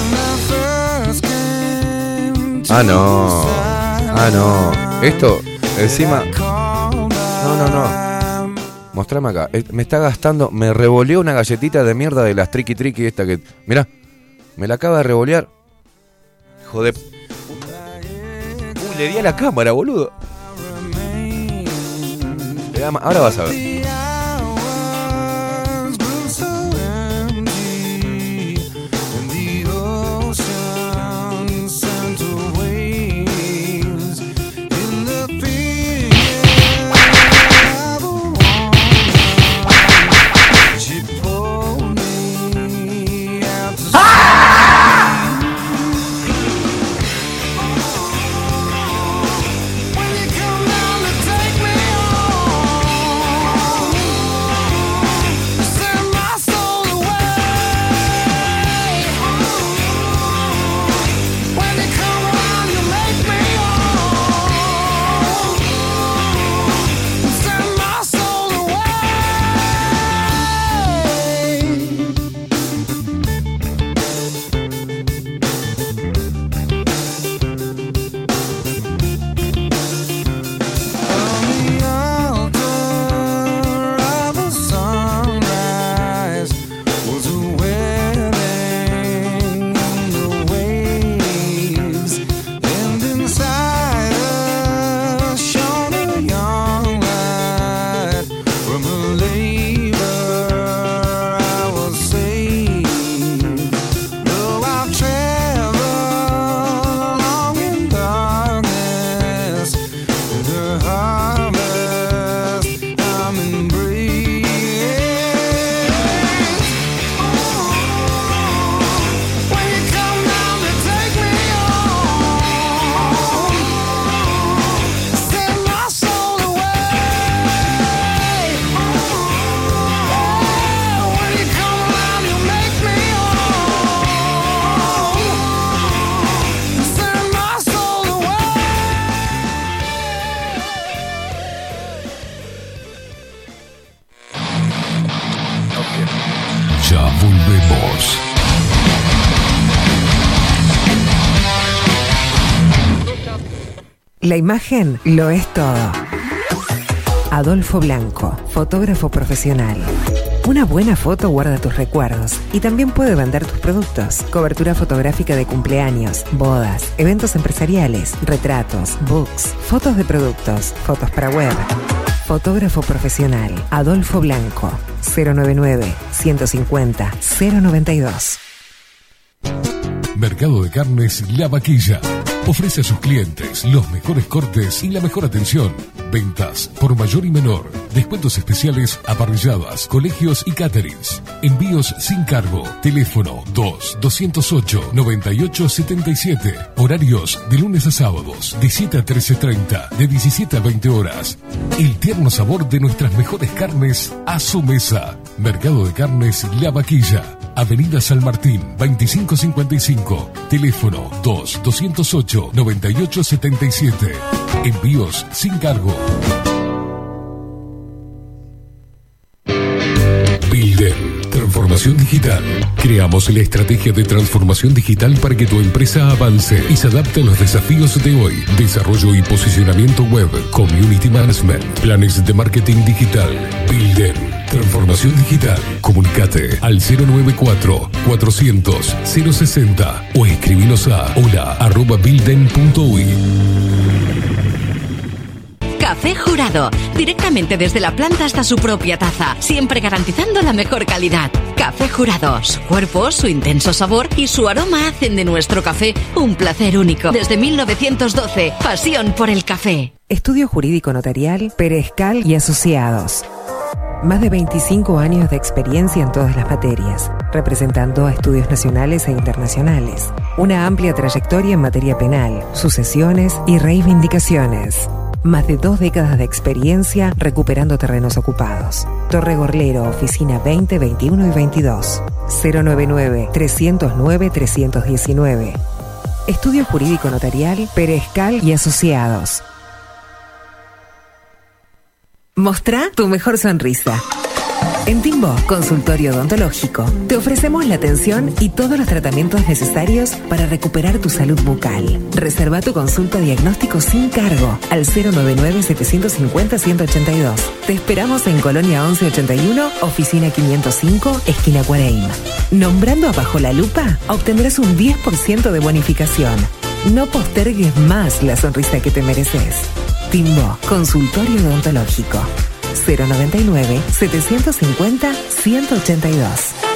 Ah, no. Esto Encima. No. Mostrame acá. Me está gastando. Me revoleó una galletita de mierda de las triqui triqui esta que. Mirá. Me la acaba de revolear. Hijo de. Le di a la cámara, boludo. Ahora vas a ver. Ya volvemos. La imagen lo es todo. Adolfo Blanco, fotógrafo profesional. Una buena foto guarda tus recuerdos y también puede vender tus productos. Cobertura fotográfica de cumpleaños, bodas, eventos empresariales, retratos, books, fotos de productos, fotos para web. Fotógrafo profesional, Adolfo Blanco, 099-150-092. Mercado de Carnes La Vaquilla. Ofrece a sus clientes los mejores cortes y la mejor atención. Ventas por mayor y menor. Descuentos especiales a parrilladas, colegios y caterings. Envíos sin cargo. Teléfono 2-208-9877. Horarios de lunes a sábados, de 7 a 13:30, de 17 a 20 horas. El tierno sabor de nuestras mejores carnes a su mesa. Mercado de Carnes La Vaquilla. Avenida San Martín, 2555. Teléfono 2-208-9877. Envíos sin cargo. Builder. Transformación digital. Creamos la estrategia de transformación digital para que tu empresa avance y se adapte a los desafíos de hoy. Desarrollo y posicionamiento web, community management, planes de marketing digital. Builder. Transformación digital. Comunicate al 094-400-060 o escribinos a hola@bilden.uy. Café Jurado, directamente desde la planta hasta su propia taza, siempre garantizando la mejor calidad. Café Jurado, su cuerpo, su intenso sabor y su aroma hacen de nuestro café un placer único. Desde 1912, pasión por el café. Estudio Jurídico Notarial, Perezcal y Asociados. Más de 25 años de experiencia en todas las materias, representando a estudios nacionales e internacionales. Una amplia trayectoria en materia penal, sucesiones y reivindicaciones. Más de 2 décadas de experiencia recuperando terrenos ocupados. Torre Gorlero, oficina 20, 21 y 22. 099-309-319. Estudio Jurídico Notarial, Perezcal y Asociados. Mostrá tu mejor sonrisa. En Timbo, consultorio odontológico, te ofrecemos la atención y todos los tratamientos necesarios para recuperar tu salud bucal. Reserva tu consulta diagnóstico sin cargo al 099-750-182. Te esperamos en Colonia 1181, oficina 505, esquina Cuareim. Nombrando a Bajo la Lupa, obtendrás un 10% de bonificación. No postergues más la sonrisa que te mereces. Timbo, consultorio odontológico. 099-750-182.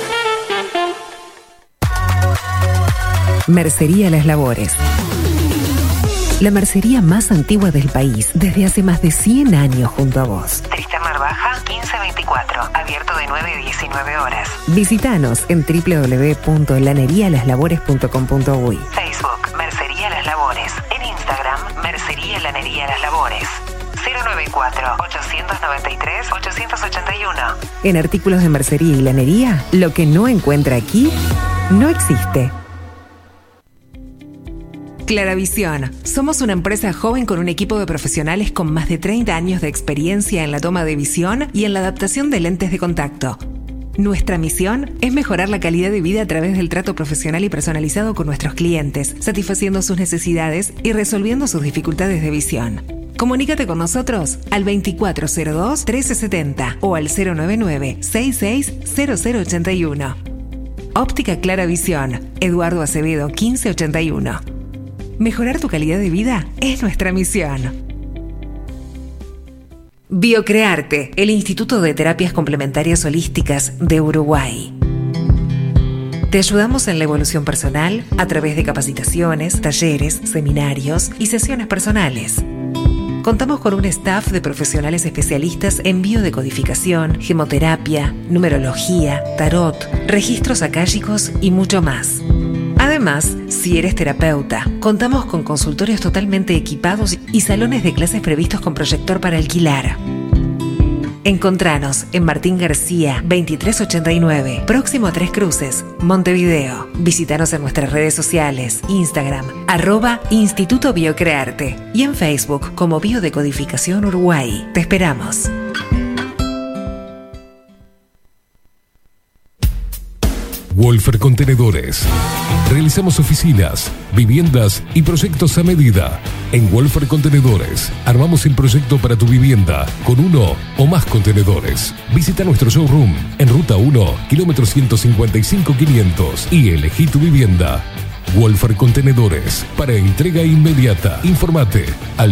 Mercería Las Labores. La mercería más antigua del país, desde hace más de 100 años junto a vos. Tristán Baja, 1524, abierto de 9 a 19 horas. Visítanos en www.lanerialaslabores.com.uy. Facebook, Mercería Las Labores. En Instagram, Mercería Lanería Las Labores. 094-893-881. En artículos de mercería y lanería, lo que no encuentra aquí, no existe. Claravisión. Somos una empresa joven con un equipo de profesionales con más de 30 años de experiencia en la toma de visión y en la adaptación de lentes de contacto. Nuestra misión es mejorar la calidad de vida a través del trato profesional y personalizado con nuestros clientes, satisfaciendo sus necesidades y resolviendo sus dificultades de visión. Comunícate con nosotros al 2402-1370 o al 099-660081. Óptica Claravisión, Eduardo Acevedo 1581. Mejorar tu calidad de vida es nuestra misión. Biocrearte, el Instituto de Terapias Complementarias Holísticas de Uruguay. Te ayudamos en la evolución personal a través de capacitaciones, talleres, seminarios y sesiones personales. Contamos con un staff de profesionales especialistas en biodecodificación, gemoterapia, numerología, tarot, registros akáshicos y mucho más. Además, si eres terapeuta, contamos con consultorios totalmente equipados y salones de clases previstos con proyector para alquilar. Encontranos en Martín García 2389, próximo a Tres Cruces, Montevideo. Visítanos en nuestras redes sociales, Instagram, @Instituto Biocrearte y en Facebook como Biodecodificación Uruguay. Te esperamos. Wolfer Contenedores. Realizamos oficinas, viviendas y proyectos a medida. En Wolfer Contenedores armamos el proyecto para tu vivienda con uno o más contenedores. Visita nuestro showroom en Ruta 1, kilómetro 155-500 y elegí tu vivienda. Wolfer Contenedores, para entrega inmediata. Informate al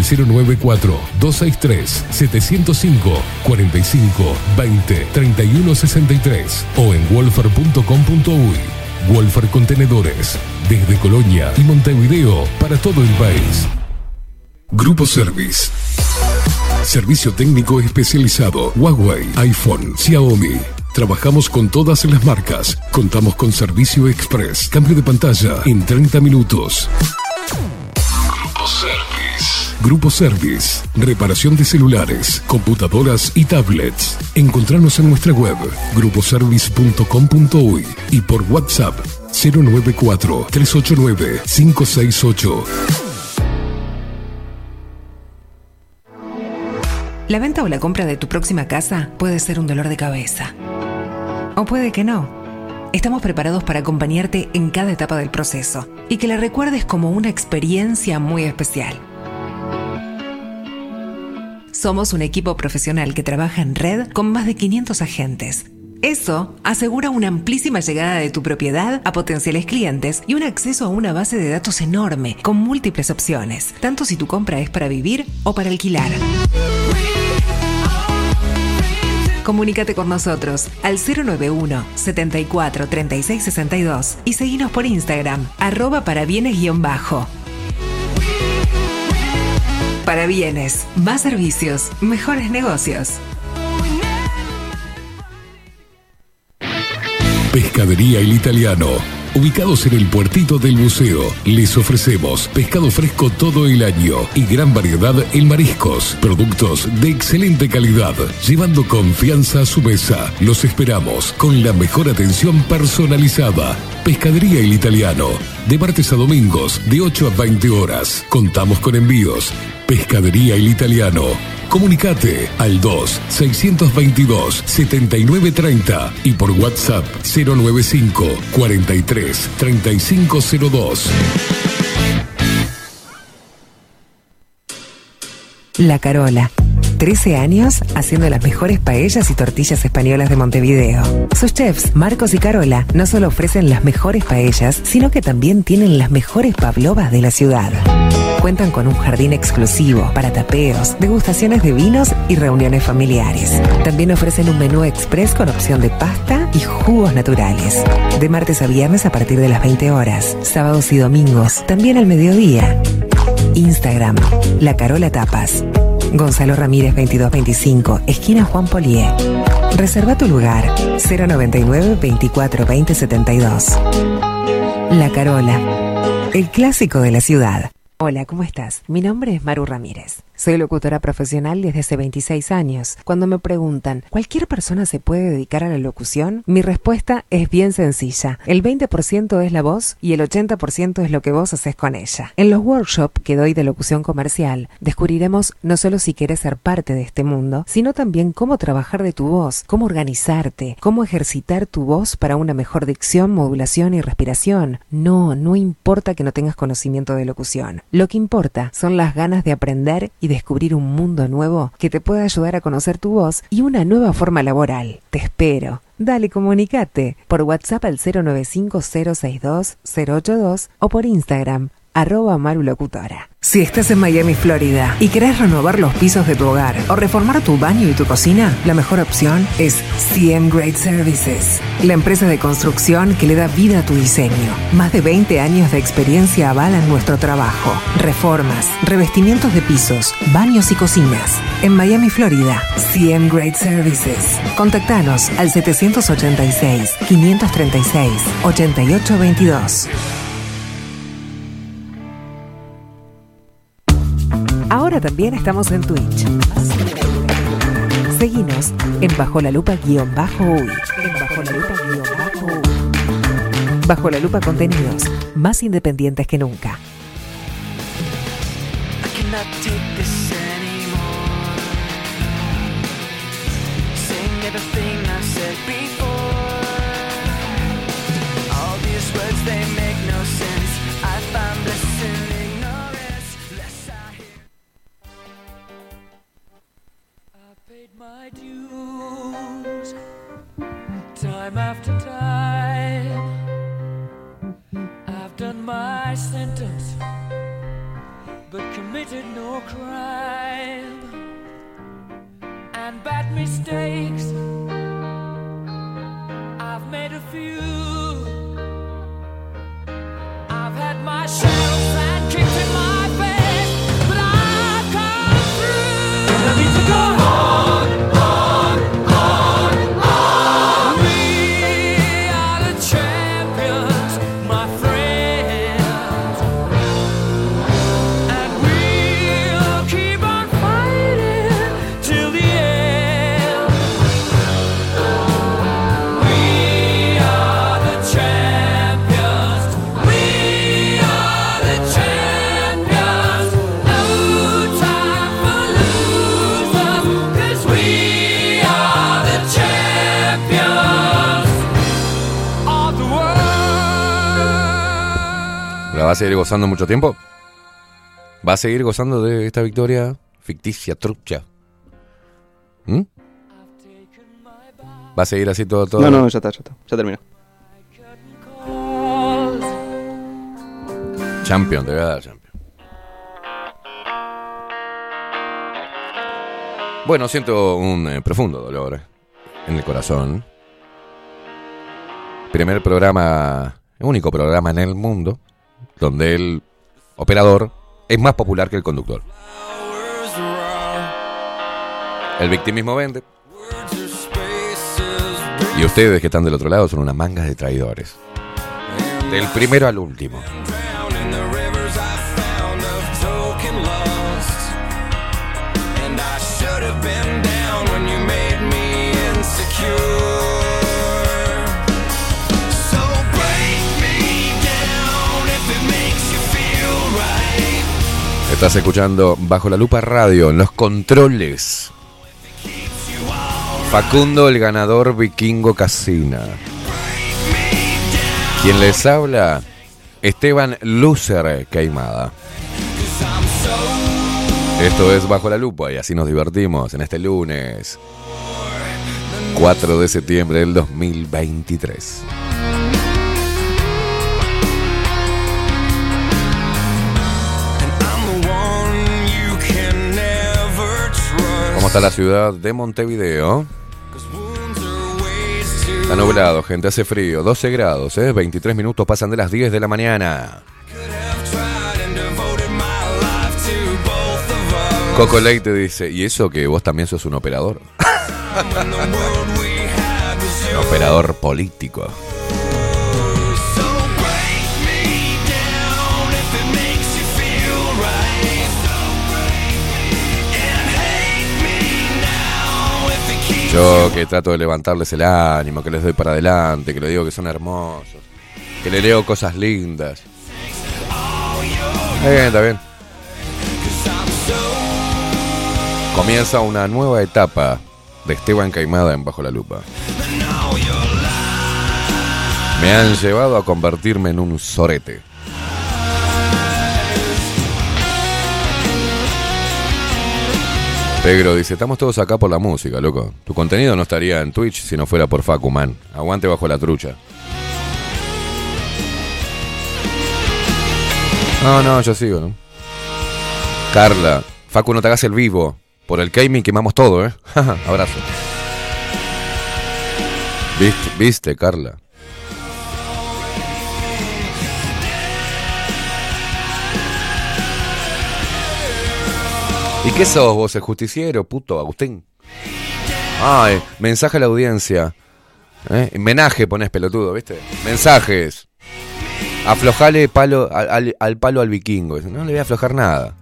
094-263-705-45-20-3163 o en wolfer.com.uy. Wolfer Contenedores, desde Colonia y Montevideo para todo el país. Grupo Service. Servicio técnico especializado. Huawei, iPhone, Xiaomi. Trabajamos con todas las marcas. Contamos con servicio express. Cambio de pantalla en 30 minutos. Grupo Service. Grupo Service. Reparación de celulares, computadoras y tablets. Encontranos en nuestra web gruposervice.com.uy y por WhatsApp 094-389-568. La venta o la compra de tu próxima casa puede ser un dolor de cabeza. O puede que no. Estamos preparados para acompañarte en cada etapa del proceso y que la recuerdes como una experiencia muy especial. Somos un equipo profesional que trabaja en red con más de 500 agentes. Eso asegura una amplísima llegada de tu propiedad a potenciales clientes y un acceso a una base de datos enorme con múltiples opciones, tanto si tu compra es para vivir o para alquilar. Comunícate con nosotros al 091 74 36 62 y seguinos por Instagram @parabienes_. Parabienes, más servicios, mejores negocios. Pescadería El Italiano. Ubicados en el puertito del buceo, les ofrecemos pescado fresco todo el año y gran variedad en mariscos, productos de excelente calidad, llevando confianza a su mesa. Los esperamos con la mejor atención personalizada. Pescadería El Italiano, de martes a domingos, de 8 a 20 horas. Contamos con envíos. Pescadería El Italiano, Comunicate al 2-622-7930 y por WhatsApp 095 43 3502. La Carola. 13 años haciendo las mejores paellas y tortillas españolas de Montevideo. Sus chefs, Marcos y Carola, no solo ofrecen las mejores paellas, sino que también tienen las mejores pavlovas de la ciudad. Cuentan con un jardín exclusivo para tapeos, degustaciones de vinos y reuniones familiares. También ofrecen un menú express con opción de pasta y jugos naturales. De martes a viernes a partir de las 20 horas. Sábados y domingos, también al mediodía. Instagram, La Carola Tapas. Gonzalo Ramírez 2225, esquina Juan Polié. Reserva tu lugar, 099 24 20 72. La Carola, el clásico de la ciudad. Hola, ¿cómo estás? Mi nombre es Maru Ramírez. Soy locutora profesional desde hace 26 años. Cuando me preguntan, ¿cualquier persona se puede dedicar a la locución? Mi respuesta es bien sencilla. El 20% es la voz y el 80% es lo que vos haces con ella. En los workshops que doy de locución comercial, descubriremos no solo si querés ser parte de este mundo, sino también cómo trabajar de tu voz, cómo organizarte, cómo ejercitar tu voz para una mejor dicción, modulación y respiración. No importa que no tengas conocimiento de locución. Lo que importa son las ganas de aprender y descubrir un mundo nuevo que te pueda ayudar a conocer tu voz y una nueva forma laboral. Te espero. Dale, comunicate por WhatsApp al 095-062-082 o por Instagram, @marulocutora. Si estás en Miami, Florida y querés renovar los pisos de tu hogar o reformar tu baño y tu cocina, la mejor opción es CM Great Services, la empresa de construcción que le da vida a tu diseño. Más de 20 años de experiencia avalan nuestro trabajo. Reformas, revestimientos de pisos, baños y cocinas. En Miami, Florida, CM Great Services. Contactanos al 786-536-8822. Ahora también estamos en Twitch. Seguinos en Bajo la Lupa _uy. Bajo la Lupa contenidos más independientes que nunca. My dues, time after time, I've done my sentence, but committed no crime, and bad mistakes, I've made a few, I've had my shadows and kicks in my face, but I've come through, and I need to go home. ¿Va a seguir gozando mucho tiempo? ¿Va a seguir gozando de esta victoria ficticia, trucha? ¿Va a seguir así todo? No, ya está. Ya terminó. Champion, te voy a dar champion. Bueno, siento un profundo dolor en el corazón. Primer programa, único programa en el mundo donde el operador es más popular que el conductor. El victimismo vende. Y ustedes que están del otro lado son unas mangas de traidores. Del primero al último. Estás escuchando Bajo la Lupa Radio, en los controles. Facundo, el ganador Vikingo Casina. Quien les habla, Esteban Lucer Queimada. Esto es Bajo la Lupa y así nos divertimos en este lunes 4 de septiembre del 2023. ¿Cómo está la ciudad de Montevideo? Está nublado, gente, hace frío, 12 grados, 23 minutos pasan de las 10 de la mañana. Coco Leite dice, ¿y eso que vos también sos un operador? Un operador político. Yo que trato de levantarles el ánimo, que les doy para adelante, que les digo que son hermosos, que les leo cosas lindas. Está bien. Comienza una nueva etapa de Esteban Queimada en Bajo la Lupa. Me han llevado a convertirme en un sorete. Pedro dice, estamos todos acá por la música, loco. Tu contenido no estaría en Twitch si no fuera por Facu, man. Aguante bajo la trucha. No, yo sigo, ¿no? Carla, Facu, no te hagas el vivo. Por el gaming quemamos todo, ¿eh? Abrazo. ¿Viste, Carla? ¿Y qué sos vos, el justiciero, puto, Agustín? Ay, mensaje a la audiencia. Menaje ponés, pelotudo, ¿viste? Mensajes. Aflojale palo al palo al vikingo. No le voy a aflojar nada.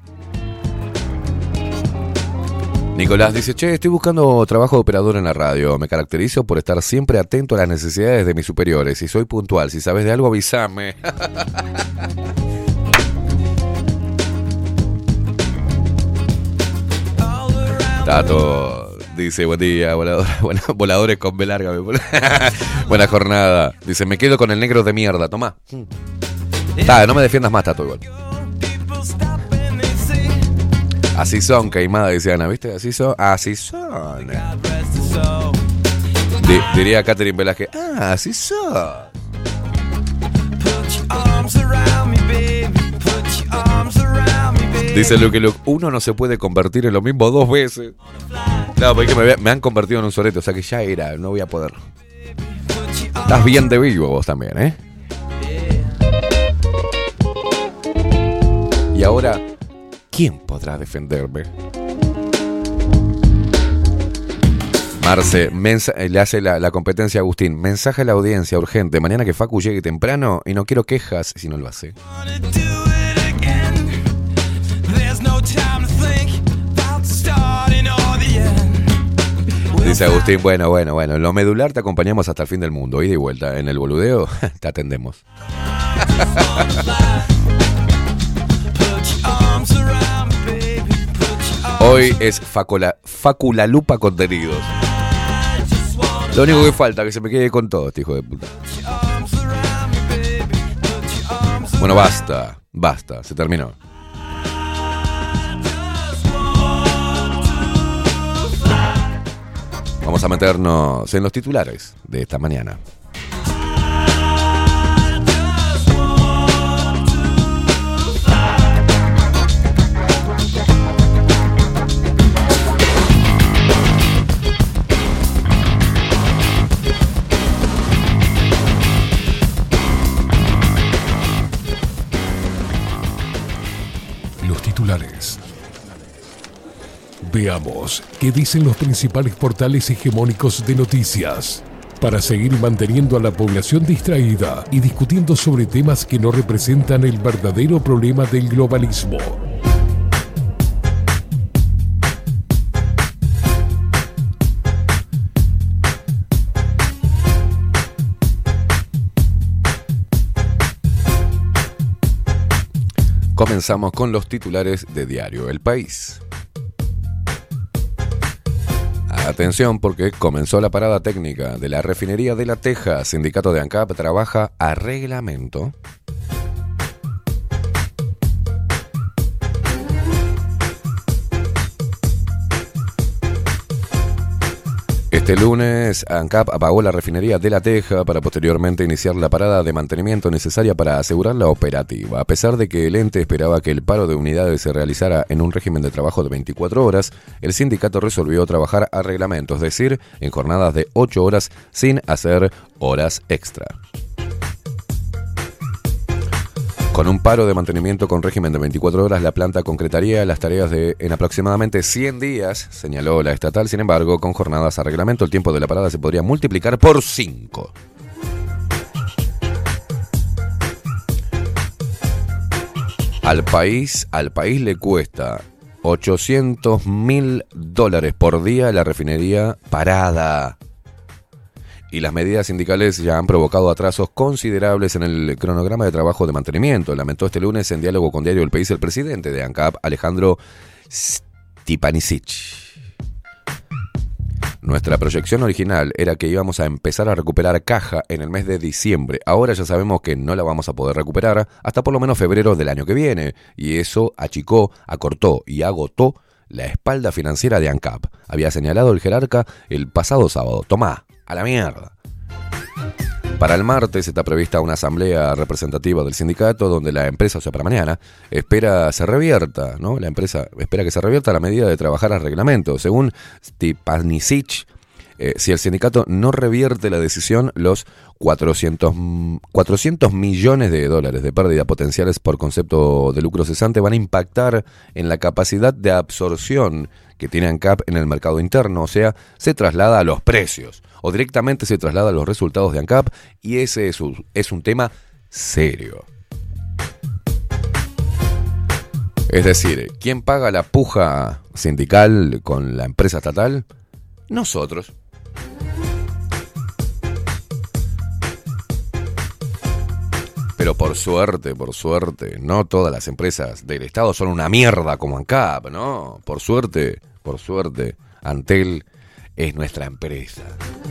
Nicolás dice, che, estoy buscando trabajo de operador en la radio. Me caracterizo por estar siempre atento a las necesidades de mis superiores. Y soy puntual. Si sabes de algo, avísame. Tato dice, buen día, voladores con B larga. Buena jornada. Dice, me quedo con el negro de mierda. Tomá. No me defiendas más, Tato, igual. Así son, Queimada, dice Ana, ¿viste? Así son. Diría Catherine Velázquez, así son. Dice Luke, uno no se puede convertir en lo mismo dos veces. No, porque me han convertido en un sorete, o sea que ya era, no voy a poder. Estás bien de vivo vos también, ¿eh? Y ahora, ¿quién podrá defenderme? Marce, le hace la competencia a Agustín. Mensaje a la audiencia urgente. Mañana que Facu llegue temprano y no quiero quejas si no lo hace. Dice Agustín, bueno, en lo medular te acompañamos hasta el fin del mundo. Ida y vuelta. En el boludeo te atendemos. Hoy es Facu la Lupa Contenidos. Lo único que falta, que se me quede con todo este hijo de puta. Bueno, basta, se terminó. Vamos a meternos en los titulares de esta mañana. Los titulares. Veamos qué dicen los principales portales hegemónicos de noticias para seguir manteniendo a la población distraída y discutiendo sobre temas que no representan el verdadero problema del globalismo. Comenzamos con los titulares de Diario El País. Atención, porque comenzó la parada técnica de la refinería de La Teja. Sindicato de ANCAP trabaja a reglamento. Este lunes, ANCAP apagó la refinería de La Teja para posteriormente iniciar la parada de mantenimiento necesaria para asegurar la operativa. A pesar de que el ente esperaba que el paro de unidades se realizara en un régimen de trabajo de 24 horas, el sindicato resolvió trabajar a reglamento, es decir, en jornadas de 8 horas sin hacer horas extra. Con un paro de mantenimiento con régimen de 24 horas, la planta concretaría las tareas en aproximadamente 100 días, señaló la estatal. Sin embargo, con jornadas a reglamento, el tiempo de la parada se podría multiplicar por 5. Al país le cuesta $800.000 por día la refinería parada. Y las medidas sindicales ya han provocado atrasos considerables en el cronograma de trabajo de mantenimiento. Lamentó este lunes en diálogo con Diario El País el presidente de ANCAP, Alejandro Stipanisic. Nuestra proyección original era que íbamos a empezar a recuperar caja en el mes de diciembre. Ahora ya sabemos que no la vamos a poder recuperar hasta por lo menos febrero del año que viene. Y eso achicó, acortó y agotó la espalda financiera de ANCAP. Había señalado el jerarca el pasado sábado. Tomá. A la mierda. Para el martes está prevista una asamblea representativa del sindicato donde la empresa, o sea, para mañana, espera se revierta, ¿no? La empresa espera que se revierta la medida de trabajar a reglamento. Según Stipanisic, si el sindicato no revierte la decisión, los 400 millones de dólares de pérdida potenciales por concepto de lucro cesante van a impactar en la capacidad de absorción que tiene ANCAP en el mercado interno, o sea, se traslada a los precios o directamente se traslada a los resultados de ANCAP, y ese es un tema serio. Es decir, ¿quién paga la puja sindical con la empresa estatal? Nosotros. Pero por suerte, no todas las empresas del Estado son una mierda como ANCAP, ¿no? Por suerte, Antel es nuestra empresa.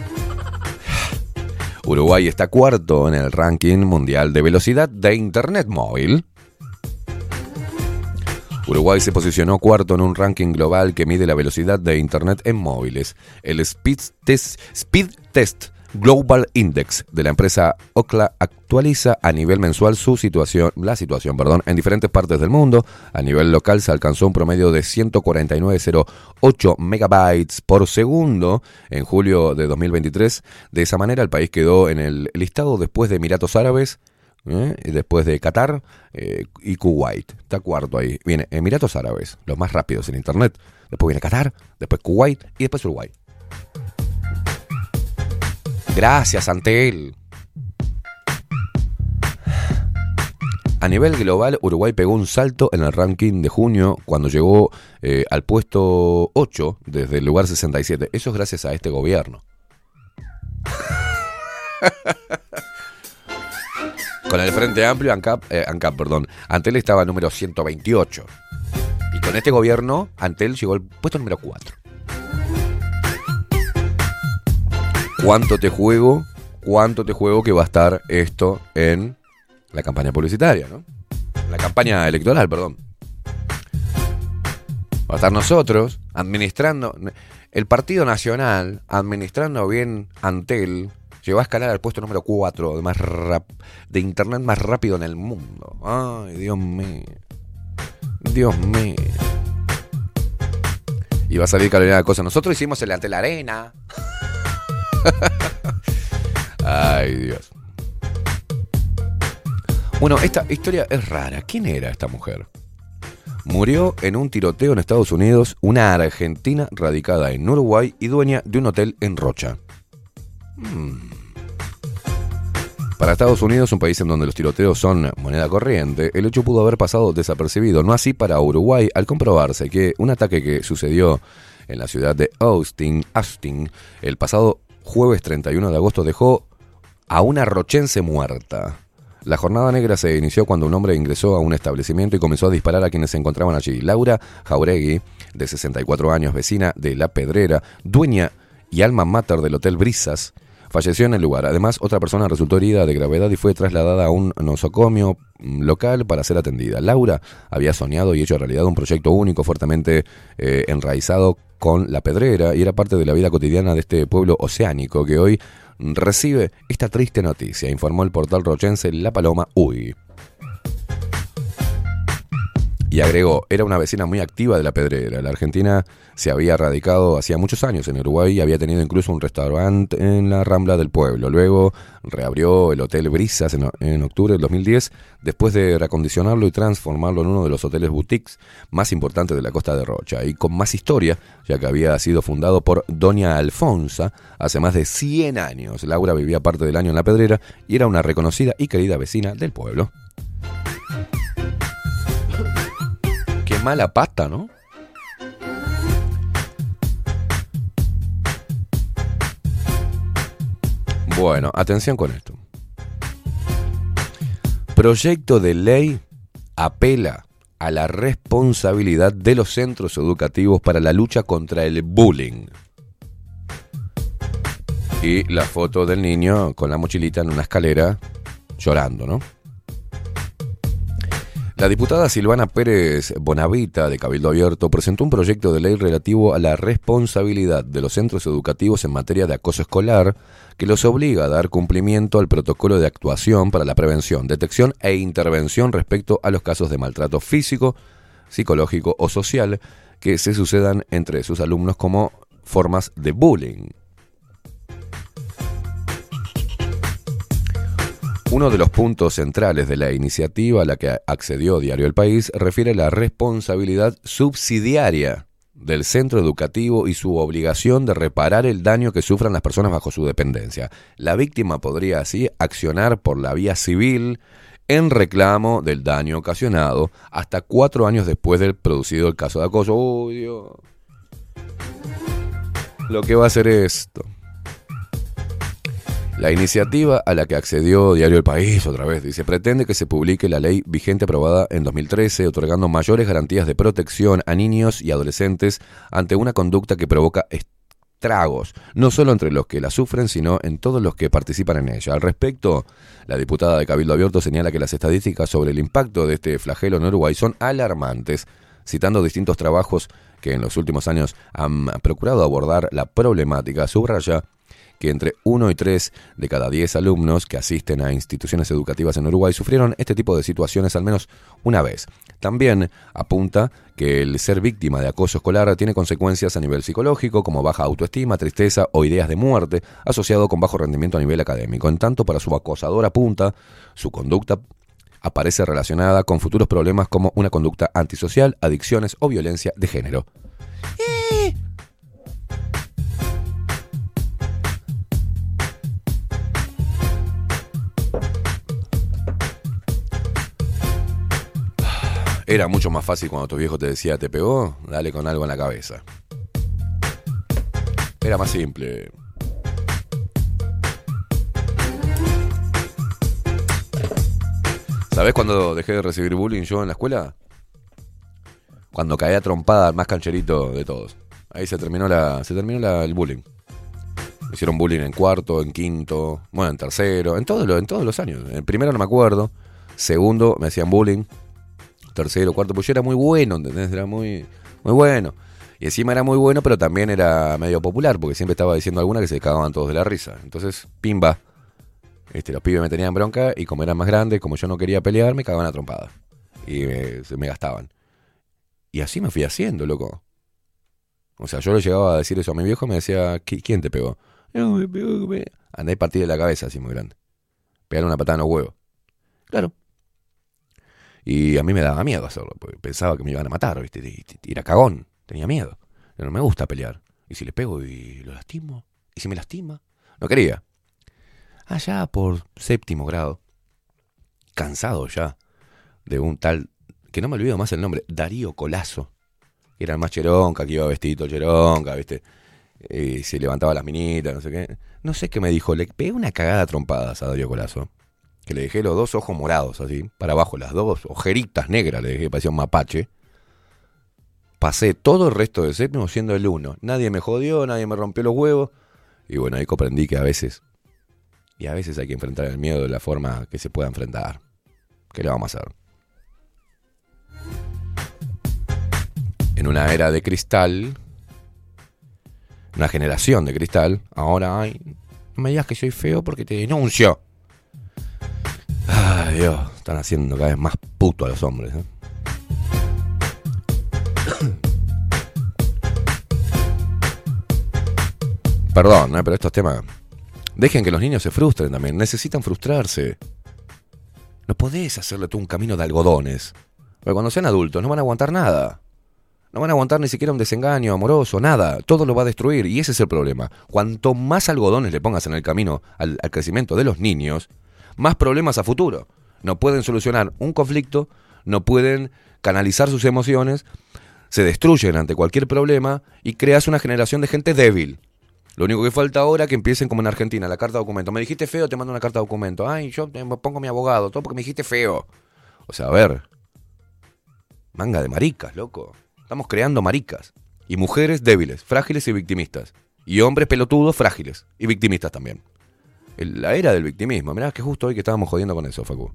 Uruguay está cuarto en el ranking mundial de velocidad de Internet móvil. Uruguay se posicionó cuarto en un ranking global que mide la velocidad de Internet en móviles. El Speed Test Global Index de la empresa Ookla actualiza a nivel mensual la situación en diferentes partes del mundo. A nivel local se alcanzó un promedio de 149,08 megabytes por segundo en julio de 2023. De esa manera el país quedó en el listado después de Emiratos Árabes, después de Qatar y Kuwait. Está cuarto ahí. Viene Emiratos Árabes, los más rápidos en internet. Después viene Qatar, después Kuwait y después Uruguay. Gracias, Antel. A nivel global, Uruguay pegó un salto en el ranking de junio cuando llegó al puesto 8 desde el lugar 67. Eso es gracias a este gobierno. Con el Frente Amplio, Antel estaba número 128. Y con este gobierno, Antel llegó al puesto número 4. ¿Cuánto te juego que va a estar esto en la campaña publicitaria, ¿no? La campaña electoral, perdón. Va a estar nosotros administrando, el Partido Nacional, administrando bien Antel, llegó a escalar al puesto número 4 de internet más rápido en el mundo. Ay, Dios mío. Y va a salir Carolina de Cosa. Nosotros hicimos el Antel Arena. Ay, Dios. Bueno, esta historia es rara. ¿Quién era esta mujer? Murió en un tiroteo en Estados Unidos una argentina radicada en Uruguay y dueña de un hotel en Rocha. Para Estados Unidos, un país en donde los tiroteos son moneda corriente, el hecho pudo haber pasado desapercibido. No así para Uruguay, al comprobarse que un ataque que sucedió en la ciudad de Austin, el pasado jueves 31 de agosto dejó a una rochense muerta. La jornada negra se inició cuando un hombre ingresó a un establecimiento y comenzó a disparar a quienes se encontraban allí. Laura Jauregui, de 64 años, vecina de La Pedrera, dueña y alma mater del Hotel Brisas, falleció en el lugar. Además, otra persona resultó herida de gravedad y fue trasladada a un nosocomio local para ser atendida. Laura había soñado y hecho realidad un proyecto único, fuertemente enraizado con La Pedrera, y era parte de la vida cotidiana de este pueblo oceánico que hoy recibe esta triste noticia, informó el portal rochense La Paloma UI. Y agregó, era una vecina muy activa de La Pedrera. La argentina se había radicado hacía muchos años en Uruguay y había tenido incluso un restaurante en la Rambla del pueblo. Luego reabrió el Hotel Brisas en octubre del 2010, después de reacondicionarlo y transformarlo en uno de los hoteles boutiques más importantes de la costa de Rocha. Y con más historia, ya que había sido fundado por Doña Alfonsa hace más de 100 años. Laura vivía parte del año en La Pedrera y era una reconocida y querida vecina del pueblo. Qué mala pata, ¿no? Bueno, atención con esto. Proyecto de ley apela a la responsabilidad de los centros educativos para la lucha contra el bullying. Y la foto del niño con la mochilita en una escalera llorando, ¿no? La diputada Silvana Pérez Bonavita, de Cabildo Abierto, presentó un proyecto de ley relativo a la responsabilidad de los centros educativos en materia de acoso escolar, que los obliga a dar cumplimiento al protocolo de actuación para la prevención, detección e intervención respecto a los casos de maltrato físico, psicológico o social que se sucedan entre sus alumnos como formas de bullying. Uno de los puntos centrales de la iniciativa a la que accedió Diario El País refiere a la responsabilidad subsidiaria del centro educativo y su obligación de reparar el daño que sufran las personas bajo su dependencia. La víctima podría así accionar por la vía civil en reclamo del daño ocasionado hasta 4 años después del producido el caso de acoso. ¡Uy, Dios! Lo que va a hacer esto. La iniciativa a la que accedió Diario El País, otra vez, dice, pretende que se publique la ley vigente aprobada en 2013, otorgando mayores garantías de protección a niños y adolescentes ante una conducta que provoca estragos, no solo entre los que la sufren, sino en todos los que participan en ella. Al respecto, la diputada de Cabildo Abierto señala que las estadísticas sobre el impacto de este flagelo en Uruguay son alarmantes, citando distintos trabajos que en los últimos años han procurado abordar la problemática. Subraya que entre 1 y 3 de cada 10 alumnos que asisten a instituciones educativas en Uruguay sufrieron este tipo de situaciones al menos una vez. También apunta que el ser víctima de acoso escolar tiene consecuencias a nivel psicológico, como baja autoestima, tristeza o ideas de muerte, asociado con bajo rendimiento a nivel académico. En tanto, para su acosador apunta, su conducta aparece relacionada con futuros problemas como una conducta antisocial, adicciones o violencia de género. Era mucho más fácil cuando tu viejo te decía, ¿te pegó? Dale con algo en la cabeza. Era más simple. ¿Sabés cuándo dejé de recibir bullying yo en la escuela? Cuando caí a trompada al más cancherito de todos. Ahí se terminó el bullying. Me hicieron bullying en cuarto, en quinto, bueno, en tercero, en todos los años. En primero no me acuerdo. Segundo me hacían bullying. Tercero, cuarto, pues yo era muy bueno, ¿entendés? Era muy bueno. Y encima era muy bueno, pero también era medio popular, porque siempre estaba diciendo alguna que se cagaban todos de la risa. Entonces, pimba. Los pibes me tenían bronca y como eran más grandes, como yo no quería pelear, me cagaban a trompadas. Y me gastaban. Y así me fui haciendo, loco. O sea, yo le llegaba a decir eso a mi viejo y me decía, ¿quién te pegó? No, me pegó. Andé partido de la cabeza así muy grande. Pegar una patada en los huevos. Claro. Y a mí me daba miedo hacerlo, porque pensaba que me iban a matar, ¿viste? Y era cagón, tenía miedo. No me gusta pelear. ¿Y si le pego y lo lastimo? ¿Y si me lastima? No quería. Allá por 7º grado, cansado ya de un tal, que no me olvido más el nombre, Darío Colazo, que era el más cheronca, que iba vestidito cheronca, ¿viste? Y se levantaba las minitas, no sé qué. No sé qué me dijo, le pegué una cagada a trompadas a Darío Colazo. que le dejé los 2 ojos morados, así, para abajo, las 2 ojeritas negras, le dejé, parecía un mapache. Pasé todo el resto del séptimo siendo el 1. Nadie me jodió, nadie me rompió los huevos. Y bueno, ahí comprendí que a veces hay que enfrentar el miedo de la forma que se pueda enfrentar. ¿Qué le vamos a hacer? En una era de cristal, una generación de cristal, ahora hay... No me digas que soy feo porque te denuncio. Ay, Dios, están haciendo cada vez más puto a los hombres, ¿eh? Perdón, pero estos temas... Dejen que los niños se frustren también. Necesitan frustrarse. No podés hacerle tú un camino de algodones. Porque cuando sean adultos no van a aguantar nada. No van a aguantar ni siquiera un desengaño amoroso, nada. Todo lo va a destruir y ese es el problema. Cuanto más algodones le pongas en el camino al crecimiento de los niños, más problemas a futuro. No pueden solucionar un conflicto, no pueden canalizar sus emociones, se destruyen ante cualquier problema y creas una generación de gente débil. Lo único que falta ahora es que empiecen como en Argentina, la carta de documento. Me dijiste feo, te mando una carta de documento. Ay, yo me pongo mi abogado, todo porque me dijiste feo. O sea, a ver, manga de maricas, loco. Estamos creando maricas. Y mujeres débiles, frágiles y victimistas. Y hombres pelotudos, frágiles y victimistas también. La era del victimismo. Mirá que justo hoy que estábamos jodiendo con eso, Facu.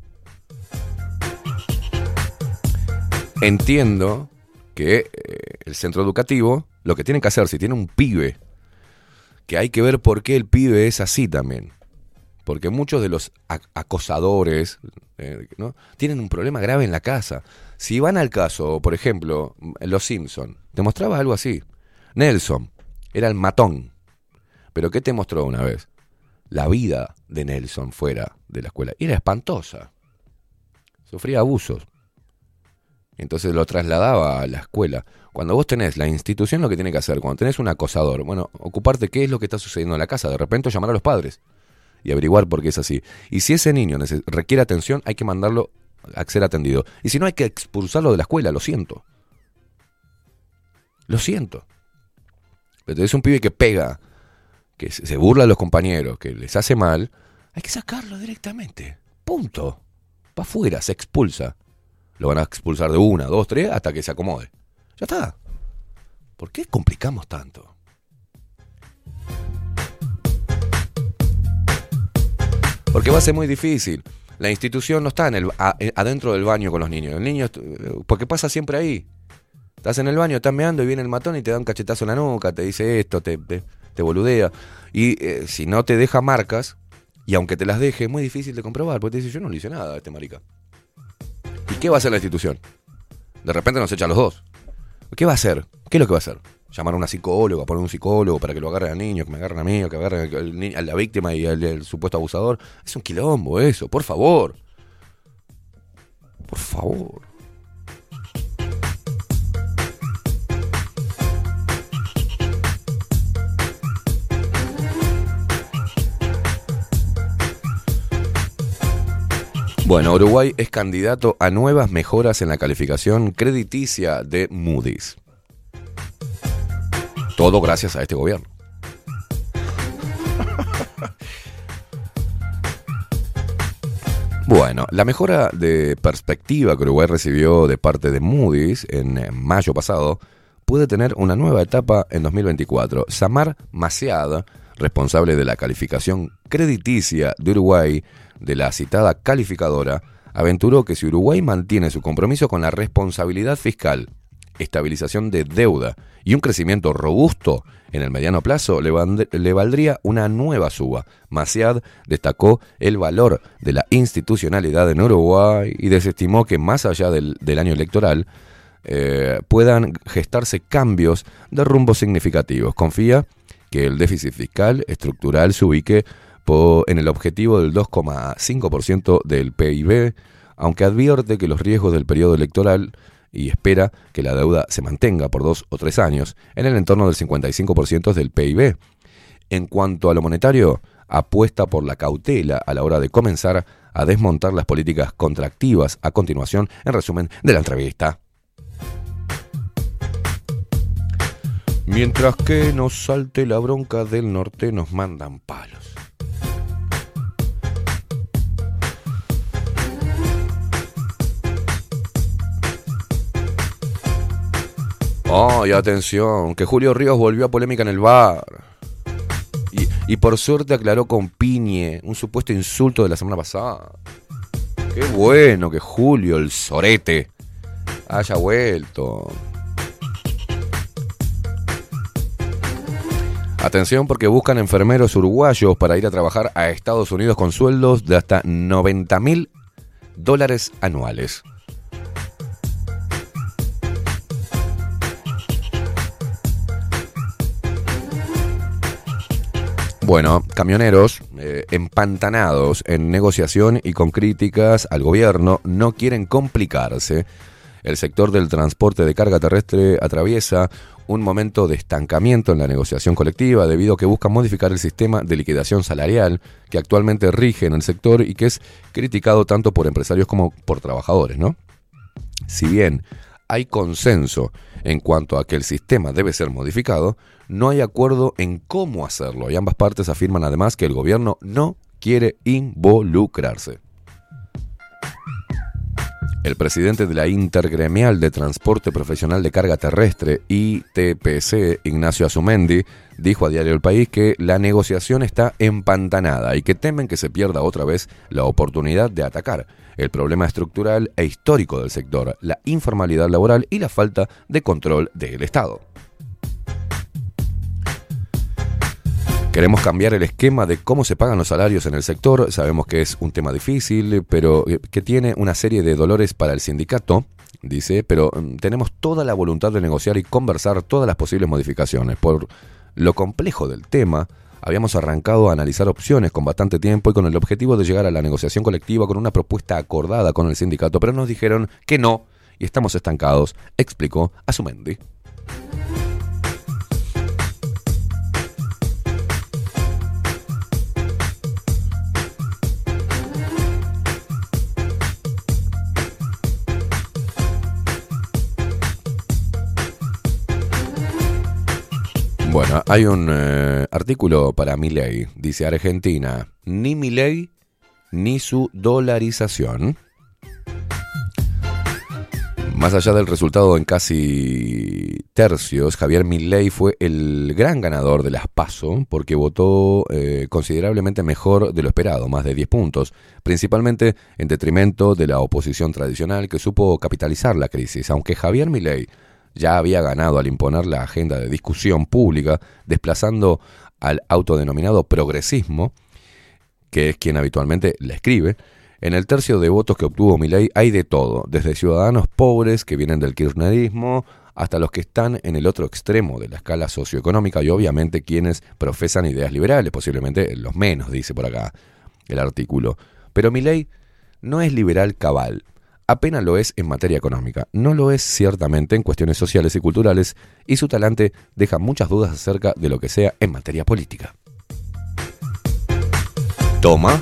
Entiendo que el centro educativo lo que tiene que hacer, si tiene un pibe, que hay que ver por qué el pibe es así también. Porque muchos de los acosadores ¿no? tienen un problema grave en la casa. Si van al caso, por ejemplo, Los Simpson, te mostraba algo así. Nelson era el matón. ¿Pero qué te mostró una vez? La vida de Nelson fuera de la escuela. Era espantosa. Sufría abusos. Entonces lo trasladaba a la escuela. Cuando vos tenés la institución, lo que tiene que hacer, cuando tenés un acosador, bueno, ocuparte qué es lo que está sucediendo en la casa. De repente llamar a los padres y averiguar por qué es así. Y si ese niño requiere atención, hay que mandarlo a ser atendido. Y si no, hay que expulsarlo de la escuela, lo siento. Lo siento. Pero es un pibe que pega, que se burla de los compañeros, que les hace mal, hay que sacarlo directamente. Punto. Va afuera, se expulsa. Lo van a expulsar de 1, 2, 3, hasta que se acomode. Ya está. ¿Por qué complicamos tanto? Porque va a ser muy difícil. La institución no está adentro del baño con los niños. El niño, porque pasa siempre ahí. Estás en el baño, estás meando y viene el matón y te da un cachetazo en la nuca, te dice esto, te boludea. Y si no te deja marcas, y aunque te las deje, es muy difícil de comprobar, porque te dice, yo no le hice nada a este marica. ¿Y qué va a hacer la institución? De repente nos echa a los dos. ¿Qué va a hacer? ¿Qué es lo que va a hacer? Llamar a una psicóloga, poner un psicólogo para que lo agarren al niño, que me agarren a mí, o que agarren a la víctima y al supuesto abusador. Es un quilombo eso, por favor. Por favor. Bueno, Uruguay es candidato a nuevas mejoras en la calificación crediticia de Moody's. Todo gracias a este gobierno. Bueno, la mejora de perspectiva que Uruguay recibió de parte de Moody's en mayo pasado puede tener una nueva etapa en 2024. Samar Maciad, responsable de la calificación crediticia de Uruguay, de la citada calificadora, aventuró que si Uruguay mantiene su compromiso con la responsabilidad fiscal, estabilización de deuda y un crecimiento robusto en el mediano plazo, le valdría una nueva suba. Maciad destacó el valor de la institucionalidad en Uruguay y desestimó que más allá del año electoral puedan gestarse cambios de rumbo significativos. Confía que el déficit fiscal estructural se ubique en el objetivo del 2,5% del PIB, aunque advierte que los riesgos del periodo electoral y espera que la deuda se mantenga por 2 o 3 años en el entorno del 55% del PIB. En cuanto a lo monetario, apuesta por la cautela a la hora de comenzar a desmontar las políticas contractivas. A continuación, en resumen de la entrevista. Mientras que nos salte la bronca del norte, nos mandan palos. Oh, y atención, que Julio Ríos volvió a polémica en el bar. Y por suerte aclaró con Piñe un supuesto insulto de la semana pasada. Qué bueno que Julio, el sorete, haya vuelto. Atención porque buscan enfermeros uruguayos para ir a trabajar a Estados Unidos con sueldos de hasta $90.000 anuales. Bueno, camioneros empantanados en negociación y con críticas al gobierno no quieren complicarse. El sector del transporte de carga terrestre atraviesa un momento de estancamiento en la negociación colectiva debido a que buscan modificar el sistema de liquidación salarial que actualmente rige en el sector y que es criticado tanto por empresarios como por trabajadores, ¿no? Si bien hay consenso en cuanto a que el sistema debe ser modificado, no hay acuerdo en cómo hacerlo y ambas partes afirman además que el gobierno no quiere involucrarse. El presidente de la Intergremial de Transporte Profesional de Carga Terrestre, ITPC, Ignacio Azumendi, dijo a Diario El País que la negociación está empantanada y que temen que se pierda otra vez la oportunidad de atacar el problema estructural e histórico del sector, la informalidad laboral y la falta de control del Estado. Queremos cambiar el esquema de cómo se pagan los salarios en el sector. Sabemos que es un tema difícil, pero que tiene una serie de dolores para el sindicato, dice, pero tenemos toda la voluntad de negociar y conversar todas las posibles modificaciones. Por lo complejo del tema, habíamos arrancado a analizar opciones con bastante tiempo y con el objetivo de llegar a la negociación colectiva con una propuesta acordada con el sindicato, pero nos dijeron que no y estamos estancados, explicó Azumendi. Bueno, hay un artículo para Milei. Dice Argentina, ni Milei ni su dolarización. Más allá del resultado en casi tercios, Javier Milei fue el gran ganador de las PASO porque votó considerablemente mejor de lo esperado, más de 10 puntos, principalmente en detrimento de la oposición tradicional que supo capitalizar la crisis, aunque Javier Milei ya había ganado al imponer la agenda de discusión pública, desplazando al autodenominado progresismo, que es quien habitualmente la escribe. En el tercio de votos que obtuvo Milei hay de todo, desde ciudadanos pobres que vienen del kirchnerismo hasta los que están en el otro extremo de la escala socioeconómica y obviamente quienes profesan ideas liberales, posiblemente los menos, dice por acá el artículo. Pero Milei no es liberal cabal. Apenas lo es en materia económica, no lo es ciertamente en cuestiones sociales y culturales, y su talante deja muchas dudas acerca de lo que sea en materia política. Toma.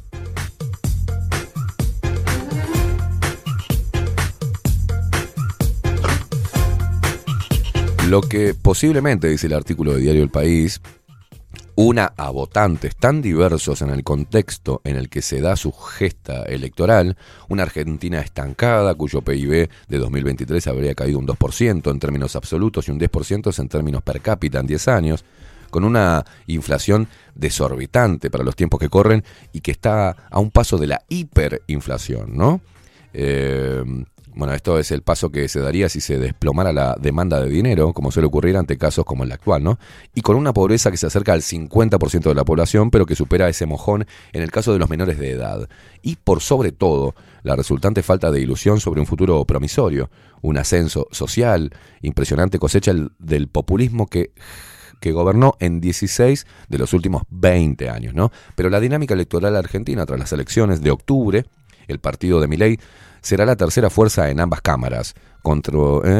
Lo que posiblemente, dice el artículo de Diario El País, una a votantes tan diversos en el contexto en el que se da su gesta electoral, una Argentina estancada cuyo PIB de 2023 habría caído un 2% en términos absolutos y un 10% en términos per cápita en 10 años, con una inflación desorbitante para los tiempos que corren y que está a un paso de la hiperinflación, ¿no? Bueno, esto es el paso que se daría si se desplomara la demanda de dinero, como suele ocurrir ante casos como el actual, ¿no? Y con una pobreza que se acerca al 50% de la población, pero que supera ese mojón en el caso de los menores de edad. Y por sobre todo, la resultante falta de ilusión sobre un futuro promisorio, un ascenso social, impresionante cosecha del populismo que gobernó en 16 de los últimos 20 años, ¿no? Pero la dinámica electoral argentina tras las elecciones de octubre, el partido de Milei será la tercera fuerza en ambas cámaras, entre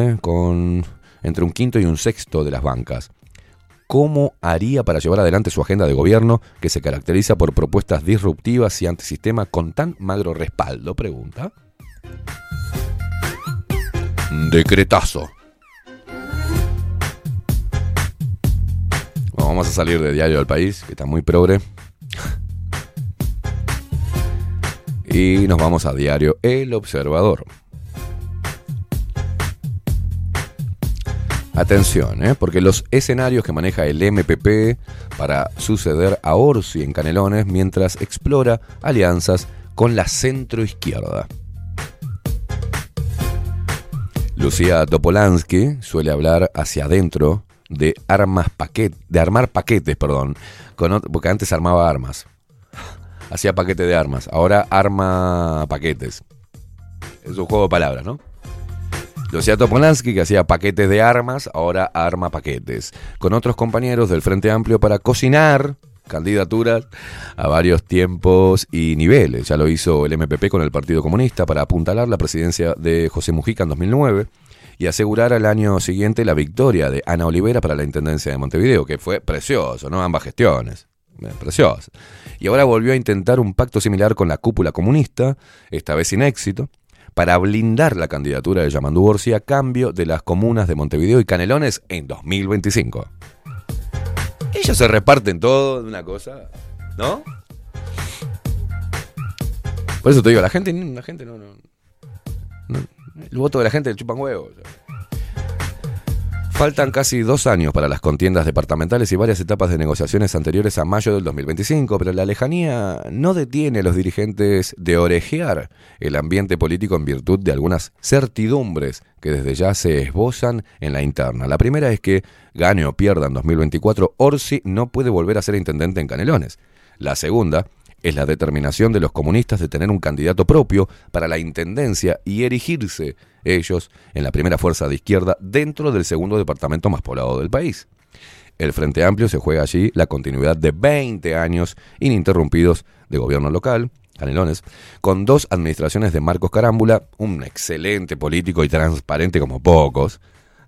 un quinto y un sexto de las bancas. ¿Cómo haría para llevar adelante su agenda de gobierno que se caracteriza por propuestas disruptivas y antisistema con tan magro respaldo? Pregunta. Decretazo. Bueno, vamos a salir de Diario del País, que está muy progre. Y nos vamos a Diario El Observador. Atención, porque los escenarios que maneja el MPP para suceder a Orsi en Canelones mientras explora alianzas con la centroizquierda. Lucía Topolansky suele hablar hacia adentro de armar paquetes, porque antes armaba armas. Hacía paquete de armas, ahora arma paquetes. Es un juego de palabras, ¿no? Lucía Topolansky, que hacía paquetes de armas, ahora arma paquetes. Con otros compañeros del Frente Amplio para cocinar candidaturas a varios tiempos y niveles. Ya lo hizo el MPP con el Partido Comunista para apuntalar la presidencia de José Mujica en 2009 y asegurar al año siguiente la victoria de Ana Olivera para la Intendencia de Montevideo, que fue precioso, ¿no? Ambas gestiones. Precioso. Y ahora volvió a intentar un pacto similar con la cúpula comunista, esta vez sin éxito, para blindar la candidatura de Yamandú Orsi a cambio de las comunas de Montevideo y Canelones en 2025. Ellos se reparten todo de una cosa, ¿no? Por eso te digo, la gente no, el voto de la gente le chupan huevos. Faltan casi 2 años para las contiendas departamentales y varias etapas de negociaciones anteriores a mayo del 2025, pero la lejanía no detiene a los dirigentes de orejear el ambiente político en virtud de algunas certidumbres que desde ya se esbozan en la interna. La primera es que, gane o pierda en 2024, Orsi no puede volver a ser intendente en Canelones. La segunda es la determinación de los comunistas de tener un candidato propio para la intendencia y erigirse ellos en la primera fuerza de izquierda dentro del segundo departamento más poblado del país. El Frente Amplio se juega allí la continuidad de 20 años ininterrumpidos de gobierno local, Canelones, con 2 administraciones de Marcos Carámbula, un excelente político y transparente como pocos.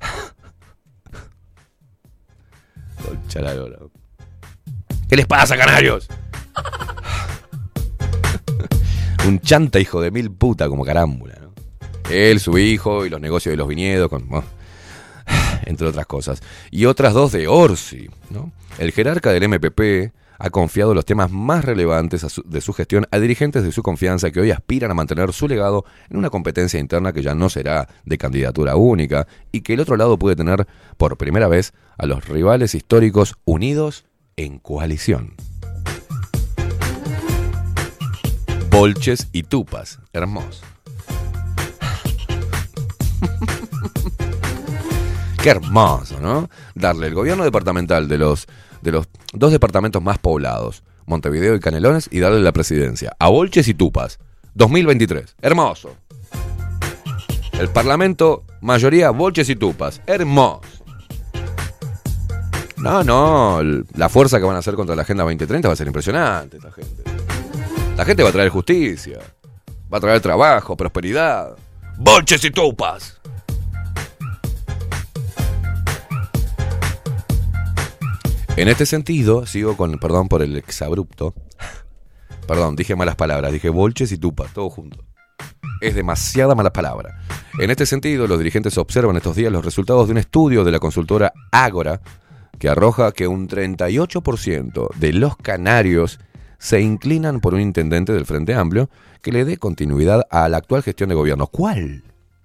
Concha la lora. ¿Qué les pasa, canarios? Un chanta hijo de mil puta como Carámbula, ¿no? Él, su hijo y los negocios de los viñedos, entre otras cosas. Y otras 2 de Orsi, ¿no? El jerarca del MPP ha confiado los temas más relevantes de su gestión a dirigentes de su confianza que hoy aspiran a mantener su legado en una competencia interna que ya no será de candidatura única y que el otro lado puede tener por primera vez a los rivales históricos unidos en coalición. Bolches y tupas, hermoso. Qué hermoso, ¿no? Darle el gobierno departamental de los 2 departamentos más poblados, Montevideo y Canelones, y darle la presidencia a Bolches y tupas, 2023. Hermoso. El Parlamento, mayoría Bolches y tupas. Hermoso. No, la fuerza que van a hacer contra la Agenda 2030 va a ser impresionante, esta gente. La gente va a traer justicia, va a traer trabajo, prosperidad. ¡Bolches y tupas! En este sentido, sigo con, perdón por el exabrupto. Perdón, dije malas palabras, dije bolches y tupas, todo junto. Es demasiada mala palabra. En este sentido, los dirigentes observan estos días los resultados de un estudio de la consultora Ágora que arroja que un 38% de los canarios se inclinan por un intendente del Frente Amplio que le dé continuidad a la actual gestión de gobierno. ¿Cuál?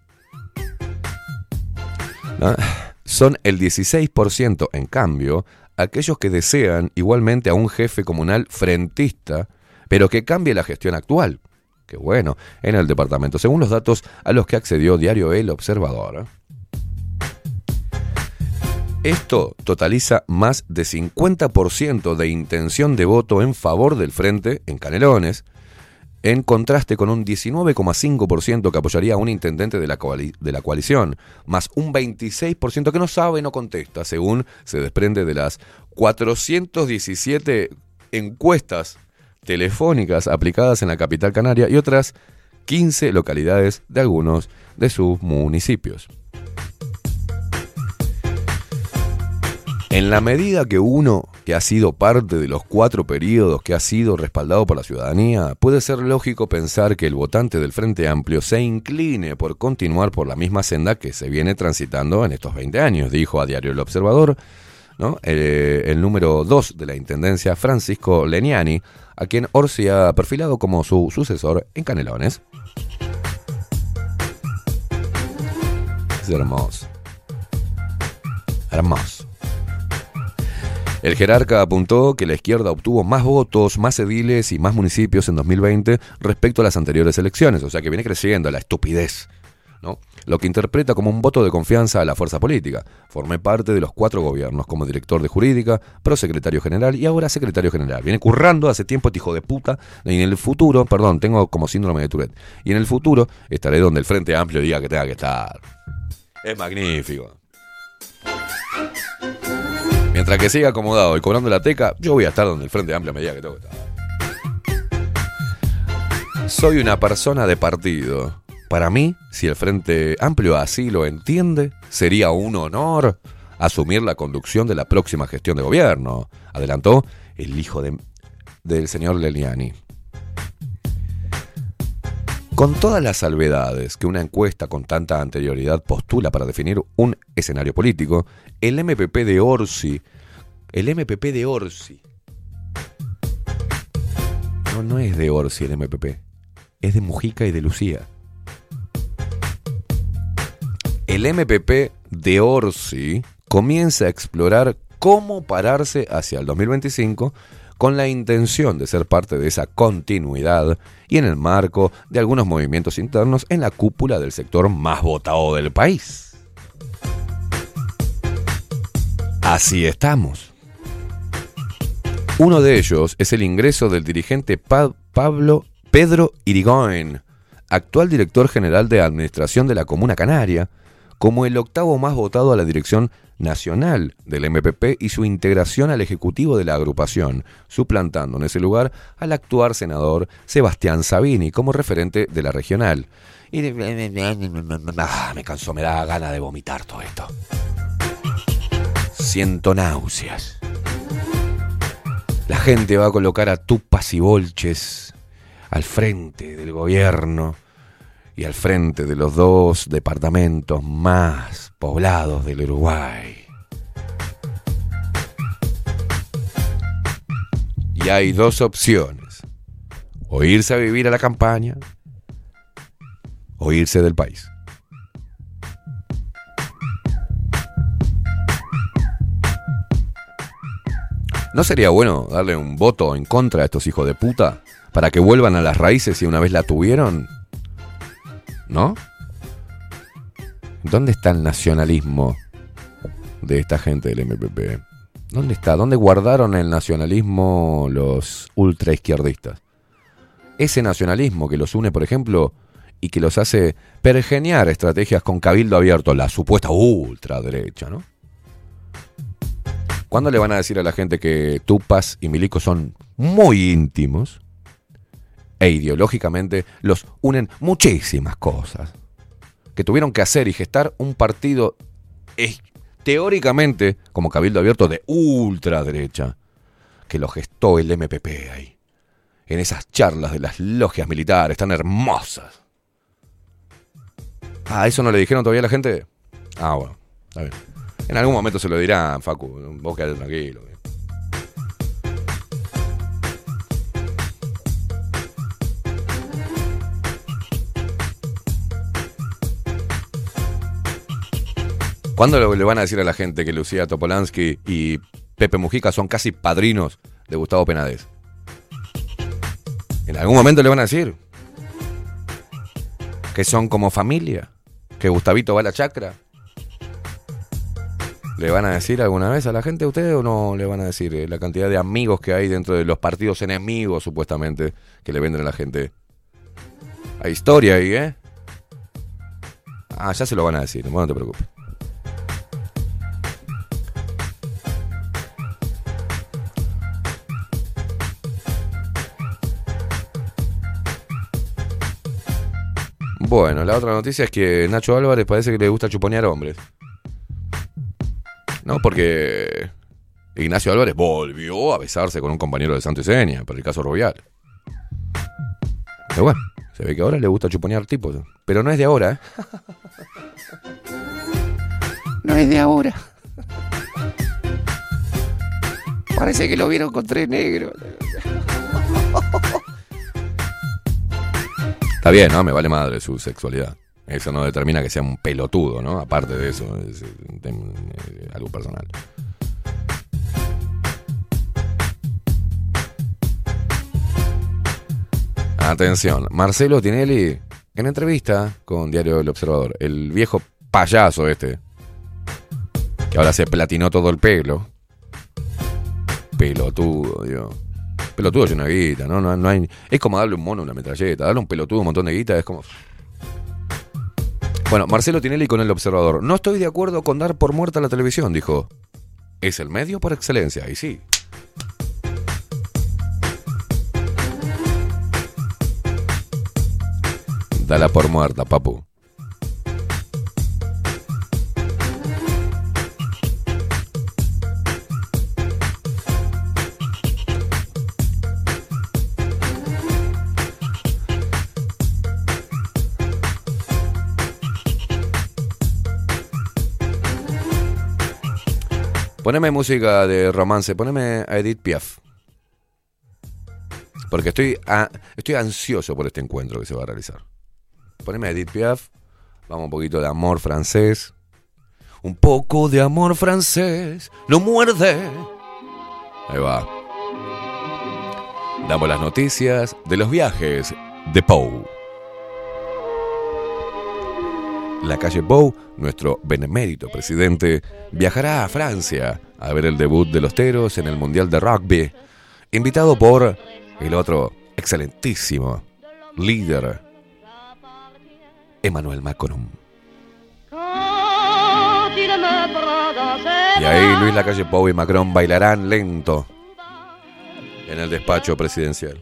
¿No? Son el 16%, en cambio, aquellos que desean igualmente a un jefe comunal frentista, pero que cambie la gestión actual. Qué bueno, en el departamento, según los datos a los que accedió Diario El Observador. Esto totaliza más de 50% de intención de voto en favor del Frente en Canelones, en contraste con un 19,5% que apoyaría a un intendente de la coalición, más un 26% que no sabe, no contesta, según se desprende de las 417 encuestas telefónicas aplicadas en la capital canaria y otras 15 localidades de algunos de sus municipios. En la medida que uno que ha sido parte de los 4 periodos que ha sido respaldado por la ciudadanía, puede ser lógico pensar que el votante del Frente Amplio se incline por continuar por la misma senda que se viene transitando en estos 20 años, dijo a Diario El Observador, ¿no? El número 2 de la Intendencia, Francisco Leniani, a quien Orsi ha perfilado como su sucesor en Canelones. Es hermoso. Hermoso. El jerarca apuntó que la izquierda obtuvo más votos, más ediles y más municipios en 2020 respecto a las anteriores elecciones, o sea que viene creciendo la estupidez, ¿no? Lo que interpreta como un voto de confianza a la fuerza política. Formé parte de los 4 gobiernos como director de jurídica, prosecretario general y ahora secretario general. Viene currando hace tiempo este hijo de puta, y en el futuro, tengo como síndrome de Tourette, y en el futuro estaré donde el Frente Amplio diga que tenga que estar. Es magnífico. Mientras que siga acomodado y cobrando la teca, yo voy a estar donde el Frente Amplio me diga que tengo que estar. Soy una persona de partido. Para mí, si el Frente Amplio así lo entiende, sería un honor asumir la conducción de la próxima gestión de gobierno, adelantó el hijo del señor Leliani. Con todas las salvedades que una encuesta con tanta anterioridad postula para definir un escenario político, el MPP de Orsi, no es de Orsi el MPP, es de Mujica y de Lucía. El MPP de Orsi comienza a explorar cómo pararse hacia el 2025 con la intención de ser parte de esa continuidad y en el marco de algunos movimientos internos en la cúpula del sector más votado del país. Así estamos. Uno de ellos es el ingreso del dirigente Pedro Irigoyen, actual director general de administración de la Comuna Canaria, como el 8º más votado a la dirección nacional del MPP y su integración al ejecutivo de la agrupación, suplantando en ese lugar al actual senador Sebastián Sabini como referente de la regional. Y me cansó, me da ganas de vomitar todo esto. Siento náuseas. La gente va a colocar a Tupas y Bolches al frente del gobierno y al frente de los 2 departamentos más poblados del Uruguay. Y hay 2 opciones: o irse a vivir a la campaña o irse del país. ¿No sería bueno darle un voto en contra a estos hijos de puta para que vuelvan a las raíces si una vez la tuvieron? ¿No? ¿Dónde está el nacionalismo de esta gente del MPP? ¿Dónde está? ¿Dónde guardaron el nacionalismo los ultraizquierdistas? Ese nacionalismo que los une, por ejemplo, y que los hace pergeñar estrategias con cabildo abierto, la supuesta ultraderecha, ¿no? ¿Cuándo le van a decir a la gente que Tupas y Milico son muy íntimos e ideológicamente los unen muchísimas cosas? Que tuvieron que hacer y gestar un partido teóricamente como cabildo abierto de ultraderecha, que lo gestó el MPP ahí, en esas charlas de las logias militares tan hermosas. ¿Eso no le dijeron todavía a la gente? Bueno, está bien. En algún momento se lo dirán, Facu, vos quedate tranquilo. ¿Cuándo le van a decir a la gente que Lucía Topolansky y Pepe Mujica son casi padrinos de Gustavo Penades? ¿En algún momento le van a decir que son como familia? ¿Que Gustavito va a la chacra? ¿Le van a decir alguna vez a la gente a ustedes o no le van a decir la cantidad de amigos que hay dentro de los partidos enemigos, supuestamente, que le venden a la gente? Hay historia ahí, ¿eh? Ya se lo van a decir, bueno, no te preocupes. Bueno, la otra noticia es que Nacho Álvarez parece que le gusta chuponear hombres. No, porque Ignacio Álvarez volvió a besarse con un compañero de Santo y Seña por el caso Rubial. Pero bueno, se ve que ahora le gusta chuponear tipos. Pero no es de ahora, ¿eh? No es de ahora. Parece que lo vieron con 3 negros. Está bien, no, me vale madre su sexualidad. Eso no determina que sea un pelotudo, ¿no? Aparte de eso, es algo personal. Atención, Marcelo Tinelli, en entrevista con Diario El Observador, el viejo payaso este, que ahora se platinó todo el pelo. Pelotudo, Dios. Pelotudo es una guita, ¿no? No hay, es como darle un mono una metralleta, darle un pelotudo un montón de guita, es como... Bueno, Marcelo Tinelli con El Observador. No estoy de acuerdo con dar por muerta la televisión, dijo. Es el medio por excelencia, y sí. Dala por muerta, papu. Poneme música de romance, poneme a Edith Piaf. Porque estoy ansioso por este encuentro que se va a realizar. Poneme a Edith Piaf, vamos un poquito de amor francés. Un poco de amor francés, no muerde. Ahí va. Damos las noticias de los viajes de Pou. La calle Pou, nuestro benemérito presidente, viajará a Francia a ver el debut de los teros en el Mundial de Rugby, invitado por el otro excelentísimo líder, Emmanuel Macron. Y ahí Luis Lacalle Pou y Macron bailarán lento en el despacho presidencial.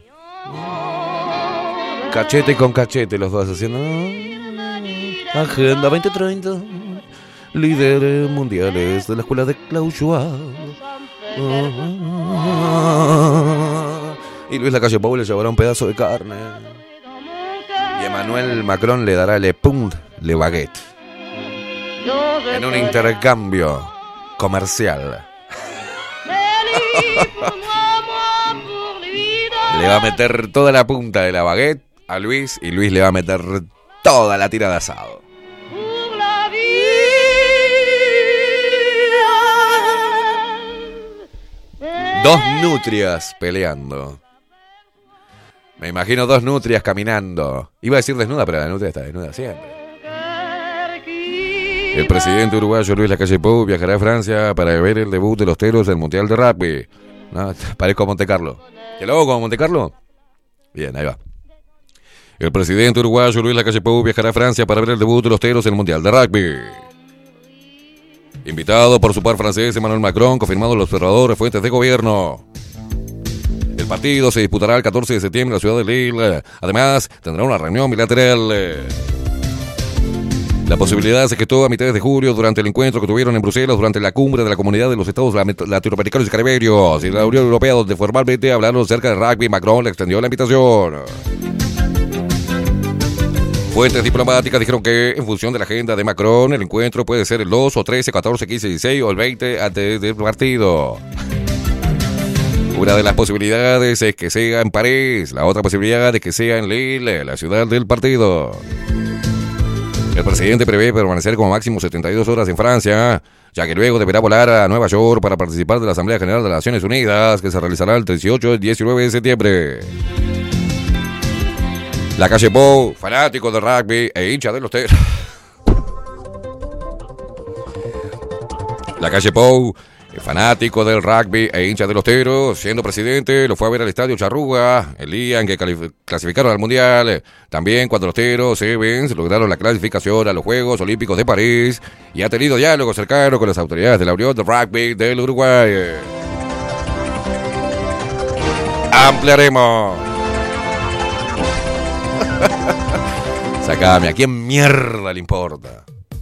Cachete con cachete los dos haciendo... Agenda 2030, líderes mundiales de la escuela de clausura. Y Luis Lacalle Pou le llevará un pedazo de carne. Y Emmanuel Macron le dará le punt le baguette. En un intercambio comercial. Le va a meter toda la punta de la baguette a Luis y Luis le va a meter toda la tira de asado. Dos nutrias peleando. Me imagino dos nutrias caminando. Iba a decir desnuda, pero la nutria está desnuda siempre. El presidente uruguayo Luis Lacalle Pou viajará a Francia para ver el debut de los teros del Mundial de Rugby. ¿No? Parezco Monte Carlo. ¿Te lo hago como Monte Carlo? Bien, ahí va. El presidente uruguayo Luis Lacalle Pou viajará a Francia para ver el debut de los teros en el Mundial de Rugby. Invitado por su par francés Emmanuel Macron, confirmado el observador de fuentes de gobierno. El partido se disputará el 14 de septiembre en la ciudad de Lille. Además, tendrá una reunión bilateral. La posibilidad se gestó a mitades de julio durante el encuentro que tuvieron en Bruselas durante la cumbre de la Comunidad de los Estados Latinoamericanos y Caribeños y la Unión Europea, donde formalmente hablaron acerca del rugby. Macron le extendió la invitación. Fuentes diplomáticas dijeron que, en función de la agenda de Macron, el encuentro puede ser el 2 o 13, 14, 15, 16 o el 20 antes del partido. Una de las posibilidades es que sea en París, la otra posibilidad es que sea en Lille, la ciudad del partido. El presidente prevé permanecer como máximo 72 horas en Francia, ya que luego deberá volar a Nueva York para participar de la Asamblea General de las Naciones Unidas, que se realizará el 18 y 19 de septiembre. Lacalle Pou, fanático del rugby e hincha de los teros. Lacalle Pou, fanático del rugby e hincha de los teros, siendo presidente, lo fue a ver al estadio Charrúa el día en que clasificaron al Mundial. También cuando los teros Evans lograron la clasificación a los Juegos Olímpicos de París y ha tenido diálogo cercano con las autoridades de la Unión de Rugby del Uruguay. Ampliaremos. Sacame, ¿a quién mierda le importa?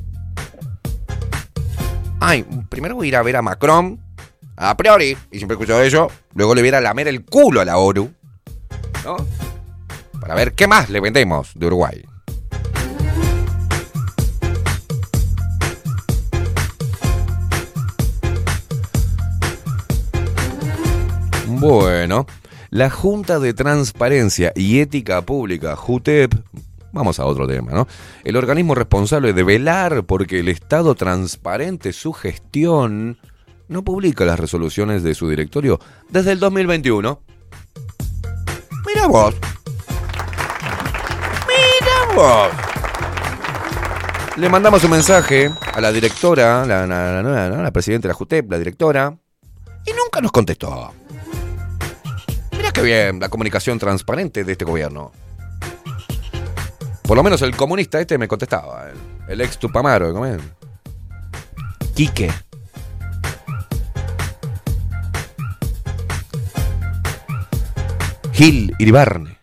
Ay, primero voy a ir a ver a Macron, a priori, y siempre escucho eso, luego le voy a ir a lamer el culo a la ONU, ¿no? Para ver qué más le vendemos de Uruguay. Bueno, la Junta de Transparencia y Ética Pública, JUTEP, vamos a otro tema, ¿no? El organismo responsable de velar porque el Estado transparente su gestión no publica las resoluciones de su directorio desde el 2021. Mira vos. Mira vos. Le mandamos un mensaje a la directora, la presidenta de la JUTEP, la directora, y nunca nos contestó. Mirá qué bien la comunicación transparente de este gobierno. Por lo menos el comunista me contestaba, el ex Tupamaro, ¿cómo es? Quique. Gil Iribarne.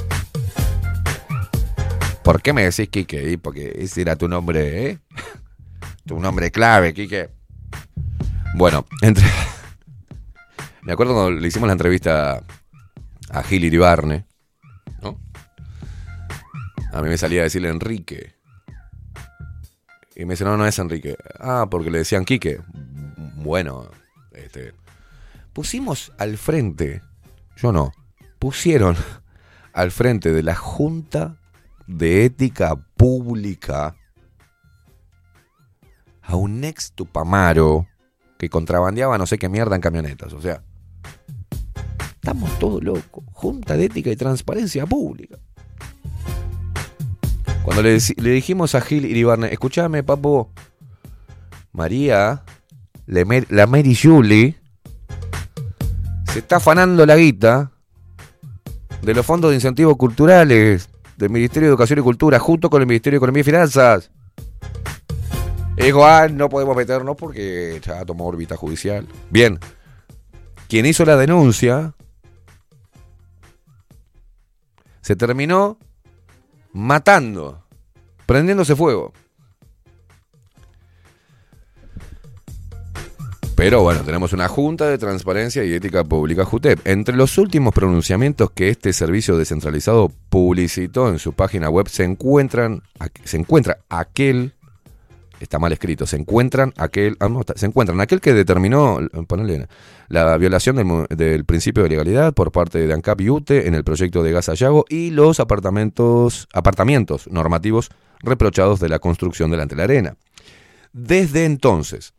¿Por qué me decís Quique? Porque ese era tu nombre, ¿eh? Tu nombre clave, Quique. Bueno, me acuerdo cuando le hicimos la entrevista a Gil Iribarne, ¿no? A mí me salía a decirle Enrique. Y me dice, no es Enrique. Ah, porque le decían Quique. Bueno, pusimos al frente, yo no, pusieron al frente de la Junta de Ética Pública a un ex Tupamaro que contrabandeaba no sé qué mierda en camionetas. O sea, estamos todos locos. Junta de Ética y Transparencia Pública. Cuando le dijimos a Gil Iribarne, escuchame, papo, María, la Mary Julie, se está afanando la guita de los fondos de incentivos culturales del Ministerio de Educación y Cultura junto con el Ministerio de Economía y Finanzas. Y dijo, no podemos meternos porque ya tomó órbita judicial. Bien, quien hizo la denuncia se terminó matando, prendiéndose fuego. Pero bueno, tenemos una Junta de Transparencia y Ética Pública, JUTEP. Entre los últimos pronunciamientos que este servicio descentralizado publicitó en su página web se encuentra aquel, está mal escrito, se encuentran aquel que determinó la violación del principio de legalidad por parte de ANCAP y UTE en el proyecto de Gas Sayago y los apartamentos normativos reprochados de la construcción delante de la arena. Desde entonces,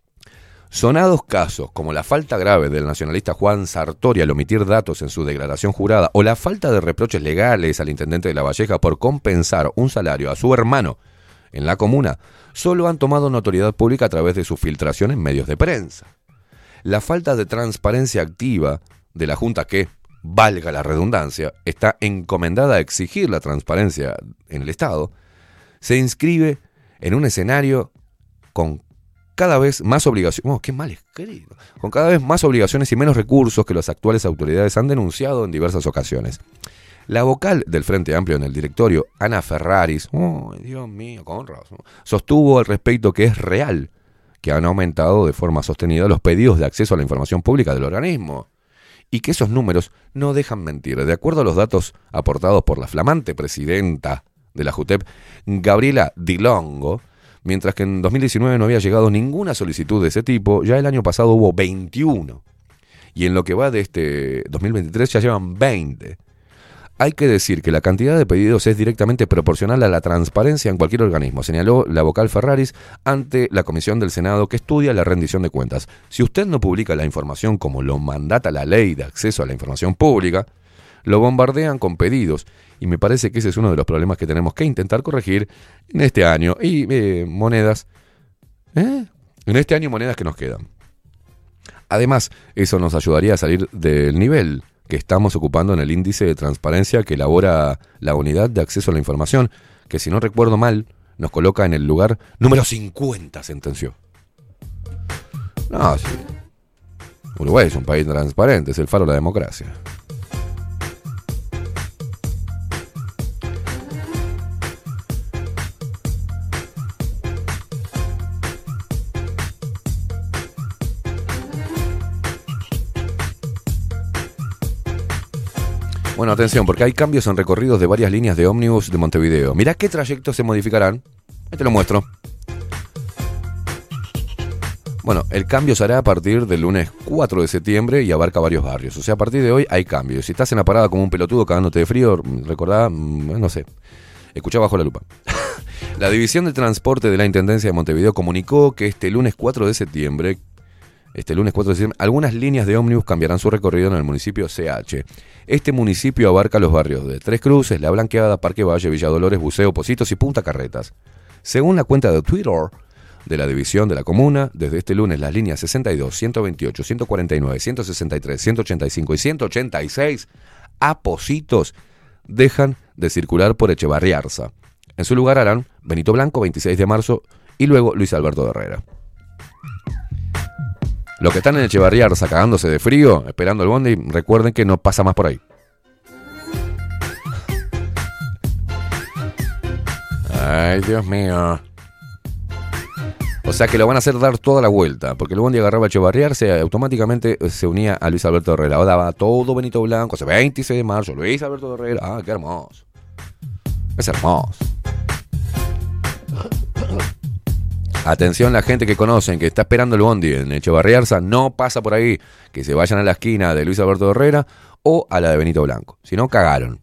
sonados casos como la falta grave del nacionalista Juan Sartori al omitir datos en su declaración jurada o la falta de reproches legales al intendente de La Valleja por compensar un salario a su hermano en la comuna, solo han tomado notoriedad pública a través de su filtración en medios de prensa. La falta de transparencia activa de la Junta que, valga la redundancia, está encomendada a exigir la transparencia en el Estado, se inscribe en un escenario con cada vez más obligaciones, qué mal escrito, con cada vez más obligaciones y menos recursos que las actuales autoridades han denunciado en diversas ocasiones. La vocal del Frente Amplio en el directorio, Ana Ferraris, Dios mío, con razón, sostuvo al respecto que es real que han aumentado de forma sostenida los pedidos de acceso a la información pública del organismo y que esos números no dejan mentir. De acuerdo a los datos aportados por la flamante presidenta de la JUTEP, Gabriela Di Longo, mientras que en 2019 no había llegado ninguna solicitud de ese tipo, ya el año pasado hubo 21. Y en lo que va de este 2023 ya llevan 20. Hay que decir que la cantidad de pedidos es directamente proporcional a la transparencia en cualquier organismo, señaló la vocal Ferraris ante la Comisión del Senado que estudia la rendición de cuentas. Si usted no publica la información como lo mandata la ley de acceso a la información pública, lo bombardean con pedidos. Y me parece que ese es uno de los problemas que tenemos que intentar corregir en este año. Y monedas. En este año monedas que nos quedan. Además, eso nos ayudaría a salir del nivel que estamos ocupando en el índice de transparencia que elabora la Unidad de Acceso a la Información, que si no recuerdo mal, nos coloca en el lugar número 50, sentenció. No, sí. Uruguay es un país transparente, es el faro de la democracia. Bueno, atención, porque hay cambios en recorridos de varias líneas de ómnibus de Montevideo. Mirá qué trayectos se modificarán. Ahí te lo muestro. Bueno, el cambio se hará a partir del lunes 4 de septiembre y abarca varios barrios. O sea, a partir de hoy hay cambios. Si estás en la parada como un pelotudo cagándote de frío, recordá, no sé. Escuchá Bajo la Lupa. La División de Transporte de la Intendencia de Montevideo comunicó que este lunes 4 de septiembre, algunas líneas de ómnibus cambiarán su recorrido en el municipio CH. Este municipio abarca los barrios de Tres Cruces, La Blanqueada, Parque Valle, Villa Dolores, Buceo, Pocitos y Punta Carretas. Según la cuenta de Twitter de la división de la comuna, desde este lunes las líneas 62, 128, 149, 163, 185 y 186 a Pocitos dejan de circular por Echevarriarza. En su lugar harán Benito Blanco, 26 de marzo y luego Luis Alberto de Herrera. Los que están en Echevarriarza cagándose de frío, esperando el bondi, recuerden que no pasa más por ahí. Ay, Dios mío. O sea que lo van a hacer dar toda la vuelta, porque el bondi agarraba a Echevarriarza, automáticamente se unía a Luis Alberto de Herrera. O daba todo Benito Blanco, 26 de marzo, Luis Alberto de Herrera. Ah, qué hermoso. Es hermoso. Atención la gente que conocen, que está esperando el bondi en Echevarriarza, no pasa por ahí, que se vayan a la esquina de Luis Alberto de Herrera o a la de Benito Blanco. Si no, cagaron.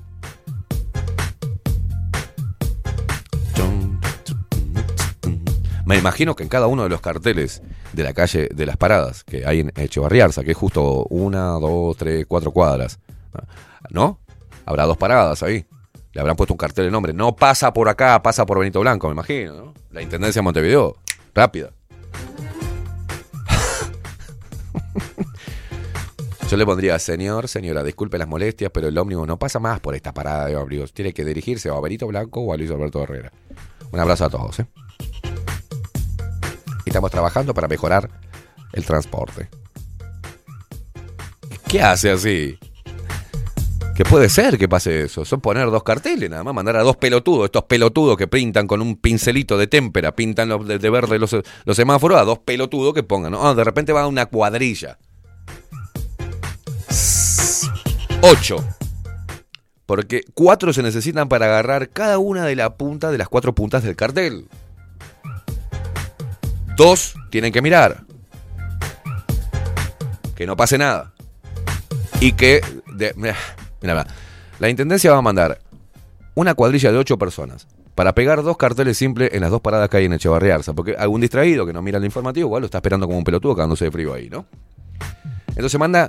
Me imagino que en cada uno de los carteles de la calle de las paradas que hay en Echevarriarza, que es justo 1, 2, 3, 4 cuadras, ¿no? Habrá 2 paradas ahí. Le habrán puesto un cartel de nombre. No pasa por acá, pasa por Benito Blanco, me imagino, ¿no? La Intendencia de Montevideo. Rápida. Yo le pondría, señora, disculpe las molestias, pero el ómnibus no pasa más por esta parada de ómnibus. Tiene que dirigirse o a Benito Blanco o a Luis Alberto Herrera. Un abrazo a todos, ¿eh? Estamos trabajando para mejorar el transporte. ¿Qué hace así? Que puede ser que pase eso. Son poner 2 carteles, nada más mandar a 2 pelotudos. Estos pelotudos que pintan con un pincelito de témpera, pintan de verde los semáforos, a 2 pelotudos que pongan, ¿no? De repente va una cuadrilla. 8. Porque 4 se necesitan para agarrar cada una de la punta de las 4 puntas del cartel. 2 tienen que mirar. Que no pase nada. Y que... Mira, la Intendencia va a mandar una cuadrilla de 8 personas para pegar 2 carteles simples en las 2 paradas que hay en Echevarriarza, porque algún distraído que no mira el informativo igual lo está esperando como un pelotudo cagándose de frío ahí, ¿no? Entonces manda...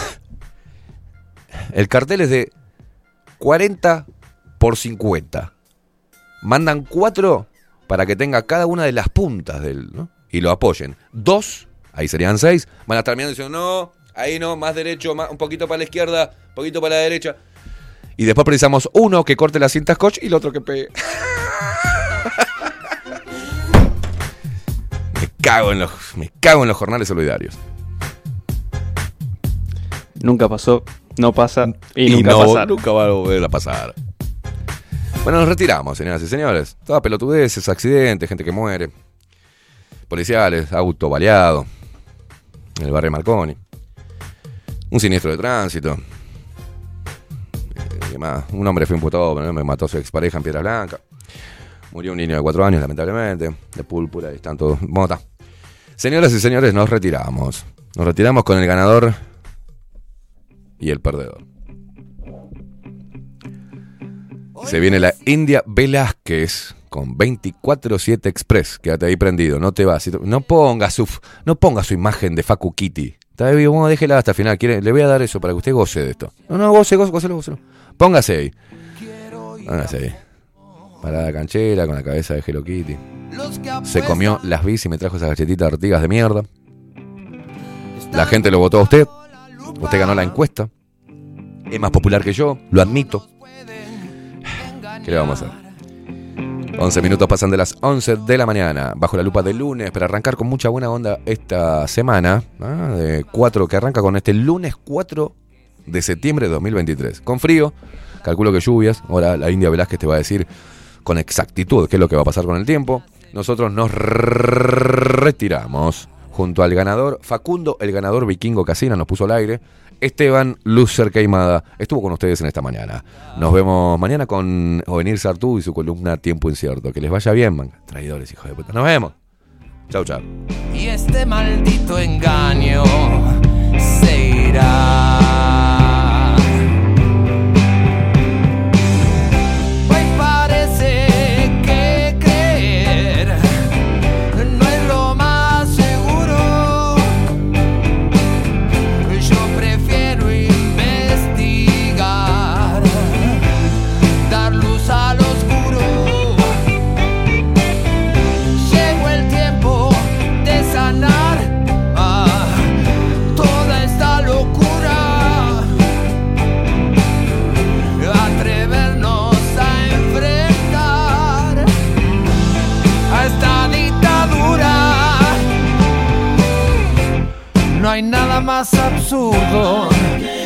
El cartel es de 40 por 50. Mandan 4 para que tenga cada una de las puntas del, ¿no? Y lo apoyen. 2, ahí serían 6, van a estar mirando y diciendo, no, ahí no, más derecho, más, un poquito para la izquierda, un poquito para la derecha. Y después precisamos uno que corte la cinta scotch y el otro que pegue. Me cago en los jornales solidarios. Nunca pasó, no pasa y nunca pasará. Nunca va a volver a pasar. Bueno, nos retiramos, señoras y señores. Todas pelotudeces, accidentes, gente que muere. Policiales, auto baleado. En el barrio Marconi. Un siniestro de tránsito. Un hombre fue imputado, me mató a su expareja en Piedra Blanca. Murió un niño de 4 años, lamentablemente. De púrpura y tanto mota. Señoras y señores, nos retiramos. Nos retiramos con el ganador y el perdedor. Se viene la India Velázquez con 24/7 Express. Quédate ahí prendido, no te vas. No ponga su imagen de Facu Kitty. Está bien, bueno, déjela hasta el final. Le voy a dar eso para que usted goce de esto. No, gócelo. Póngase ahí. Parada canchera con la cabeza de Hello Kitty. Se comió las bis y me trajo esas galletitas de Artigas de mierda. La gente lo votó a usted. Usted ganó la encuesta. Es más popular que yo, lo admito. ¿Qué le vamos a hacer? 11 minutos pasan de las 11 de la mañana. Bajo la lupa de lunes para arrancar con mucha buena onda esta semana. De 4 que arranca con este lunes 4 de septiembre de 2023. Con frío, calculo que lluvias. Ahora la India Velázquez te va a decir con exactitud qué es lo que va a pasar con el tiempo. Nosotros nos retiramos junto al ganador Facundo, el ganador Vikingo Casina, nos puso al aire. Esteban Lucer Queimada estuvo con ustedes en esta mañana. Nos vemos mañana con Ovenir Sartú y su columna Tiempo Incierto. Que les vaya bien, man. Traidores, hijos de puta. Nos vemos. Chau. Y este maldito engaño se irá. Hoy parece más absurdo.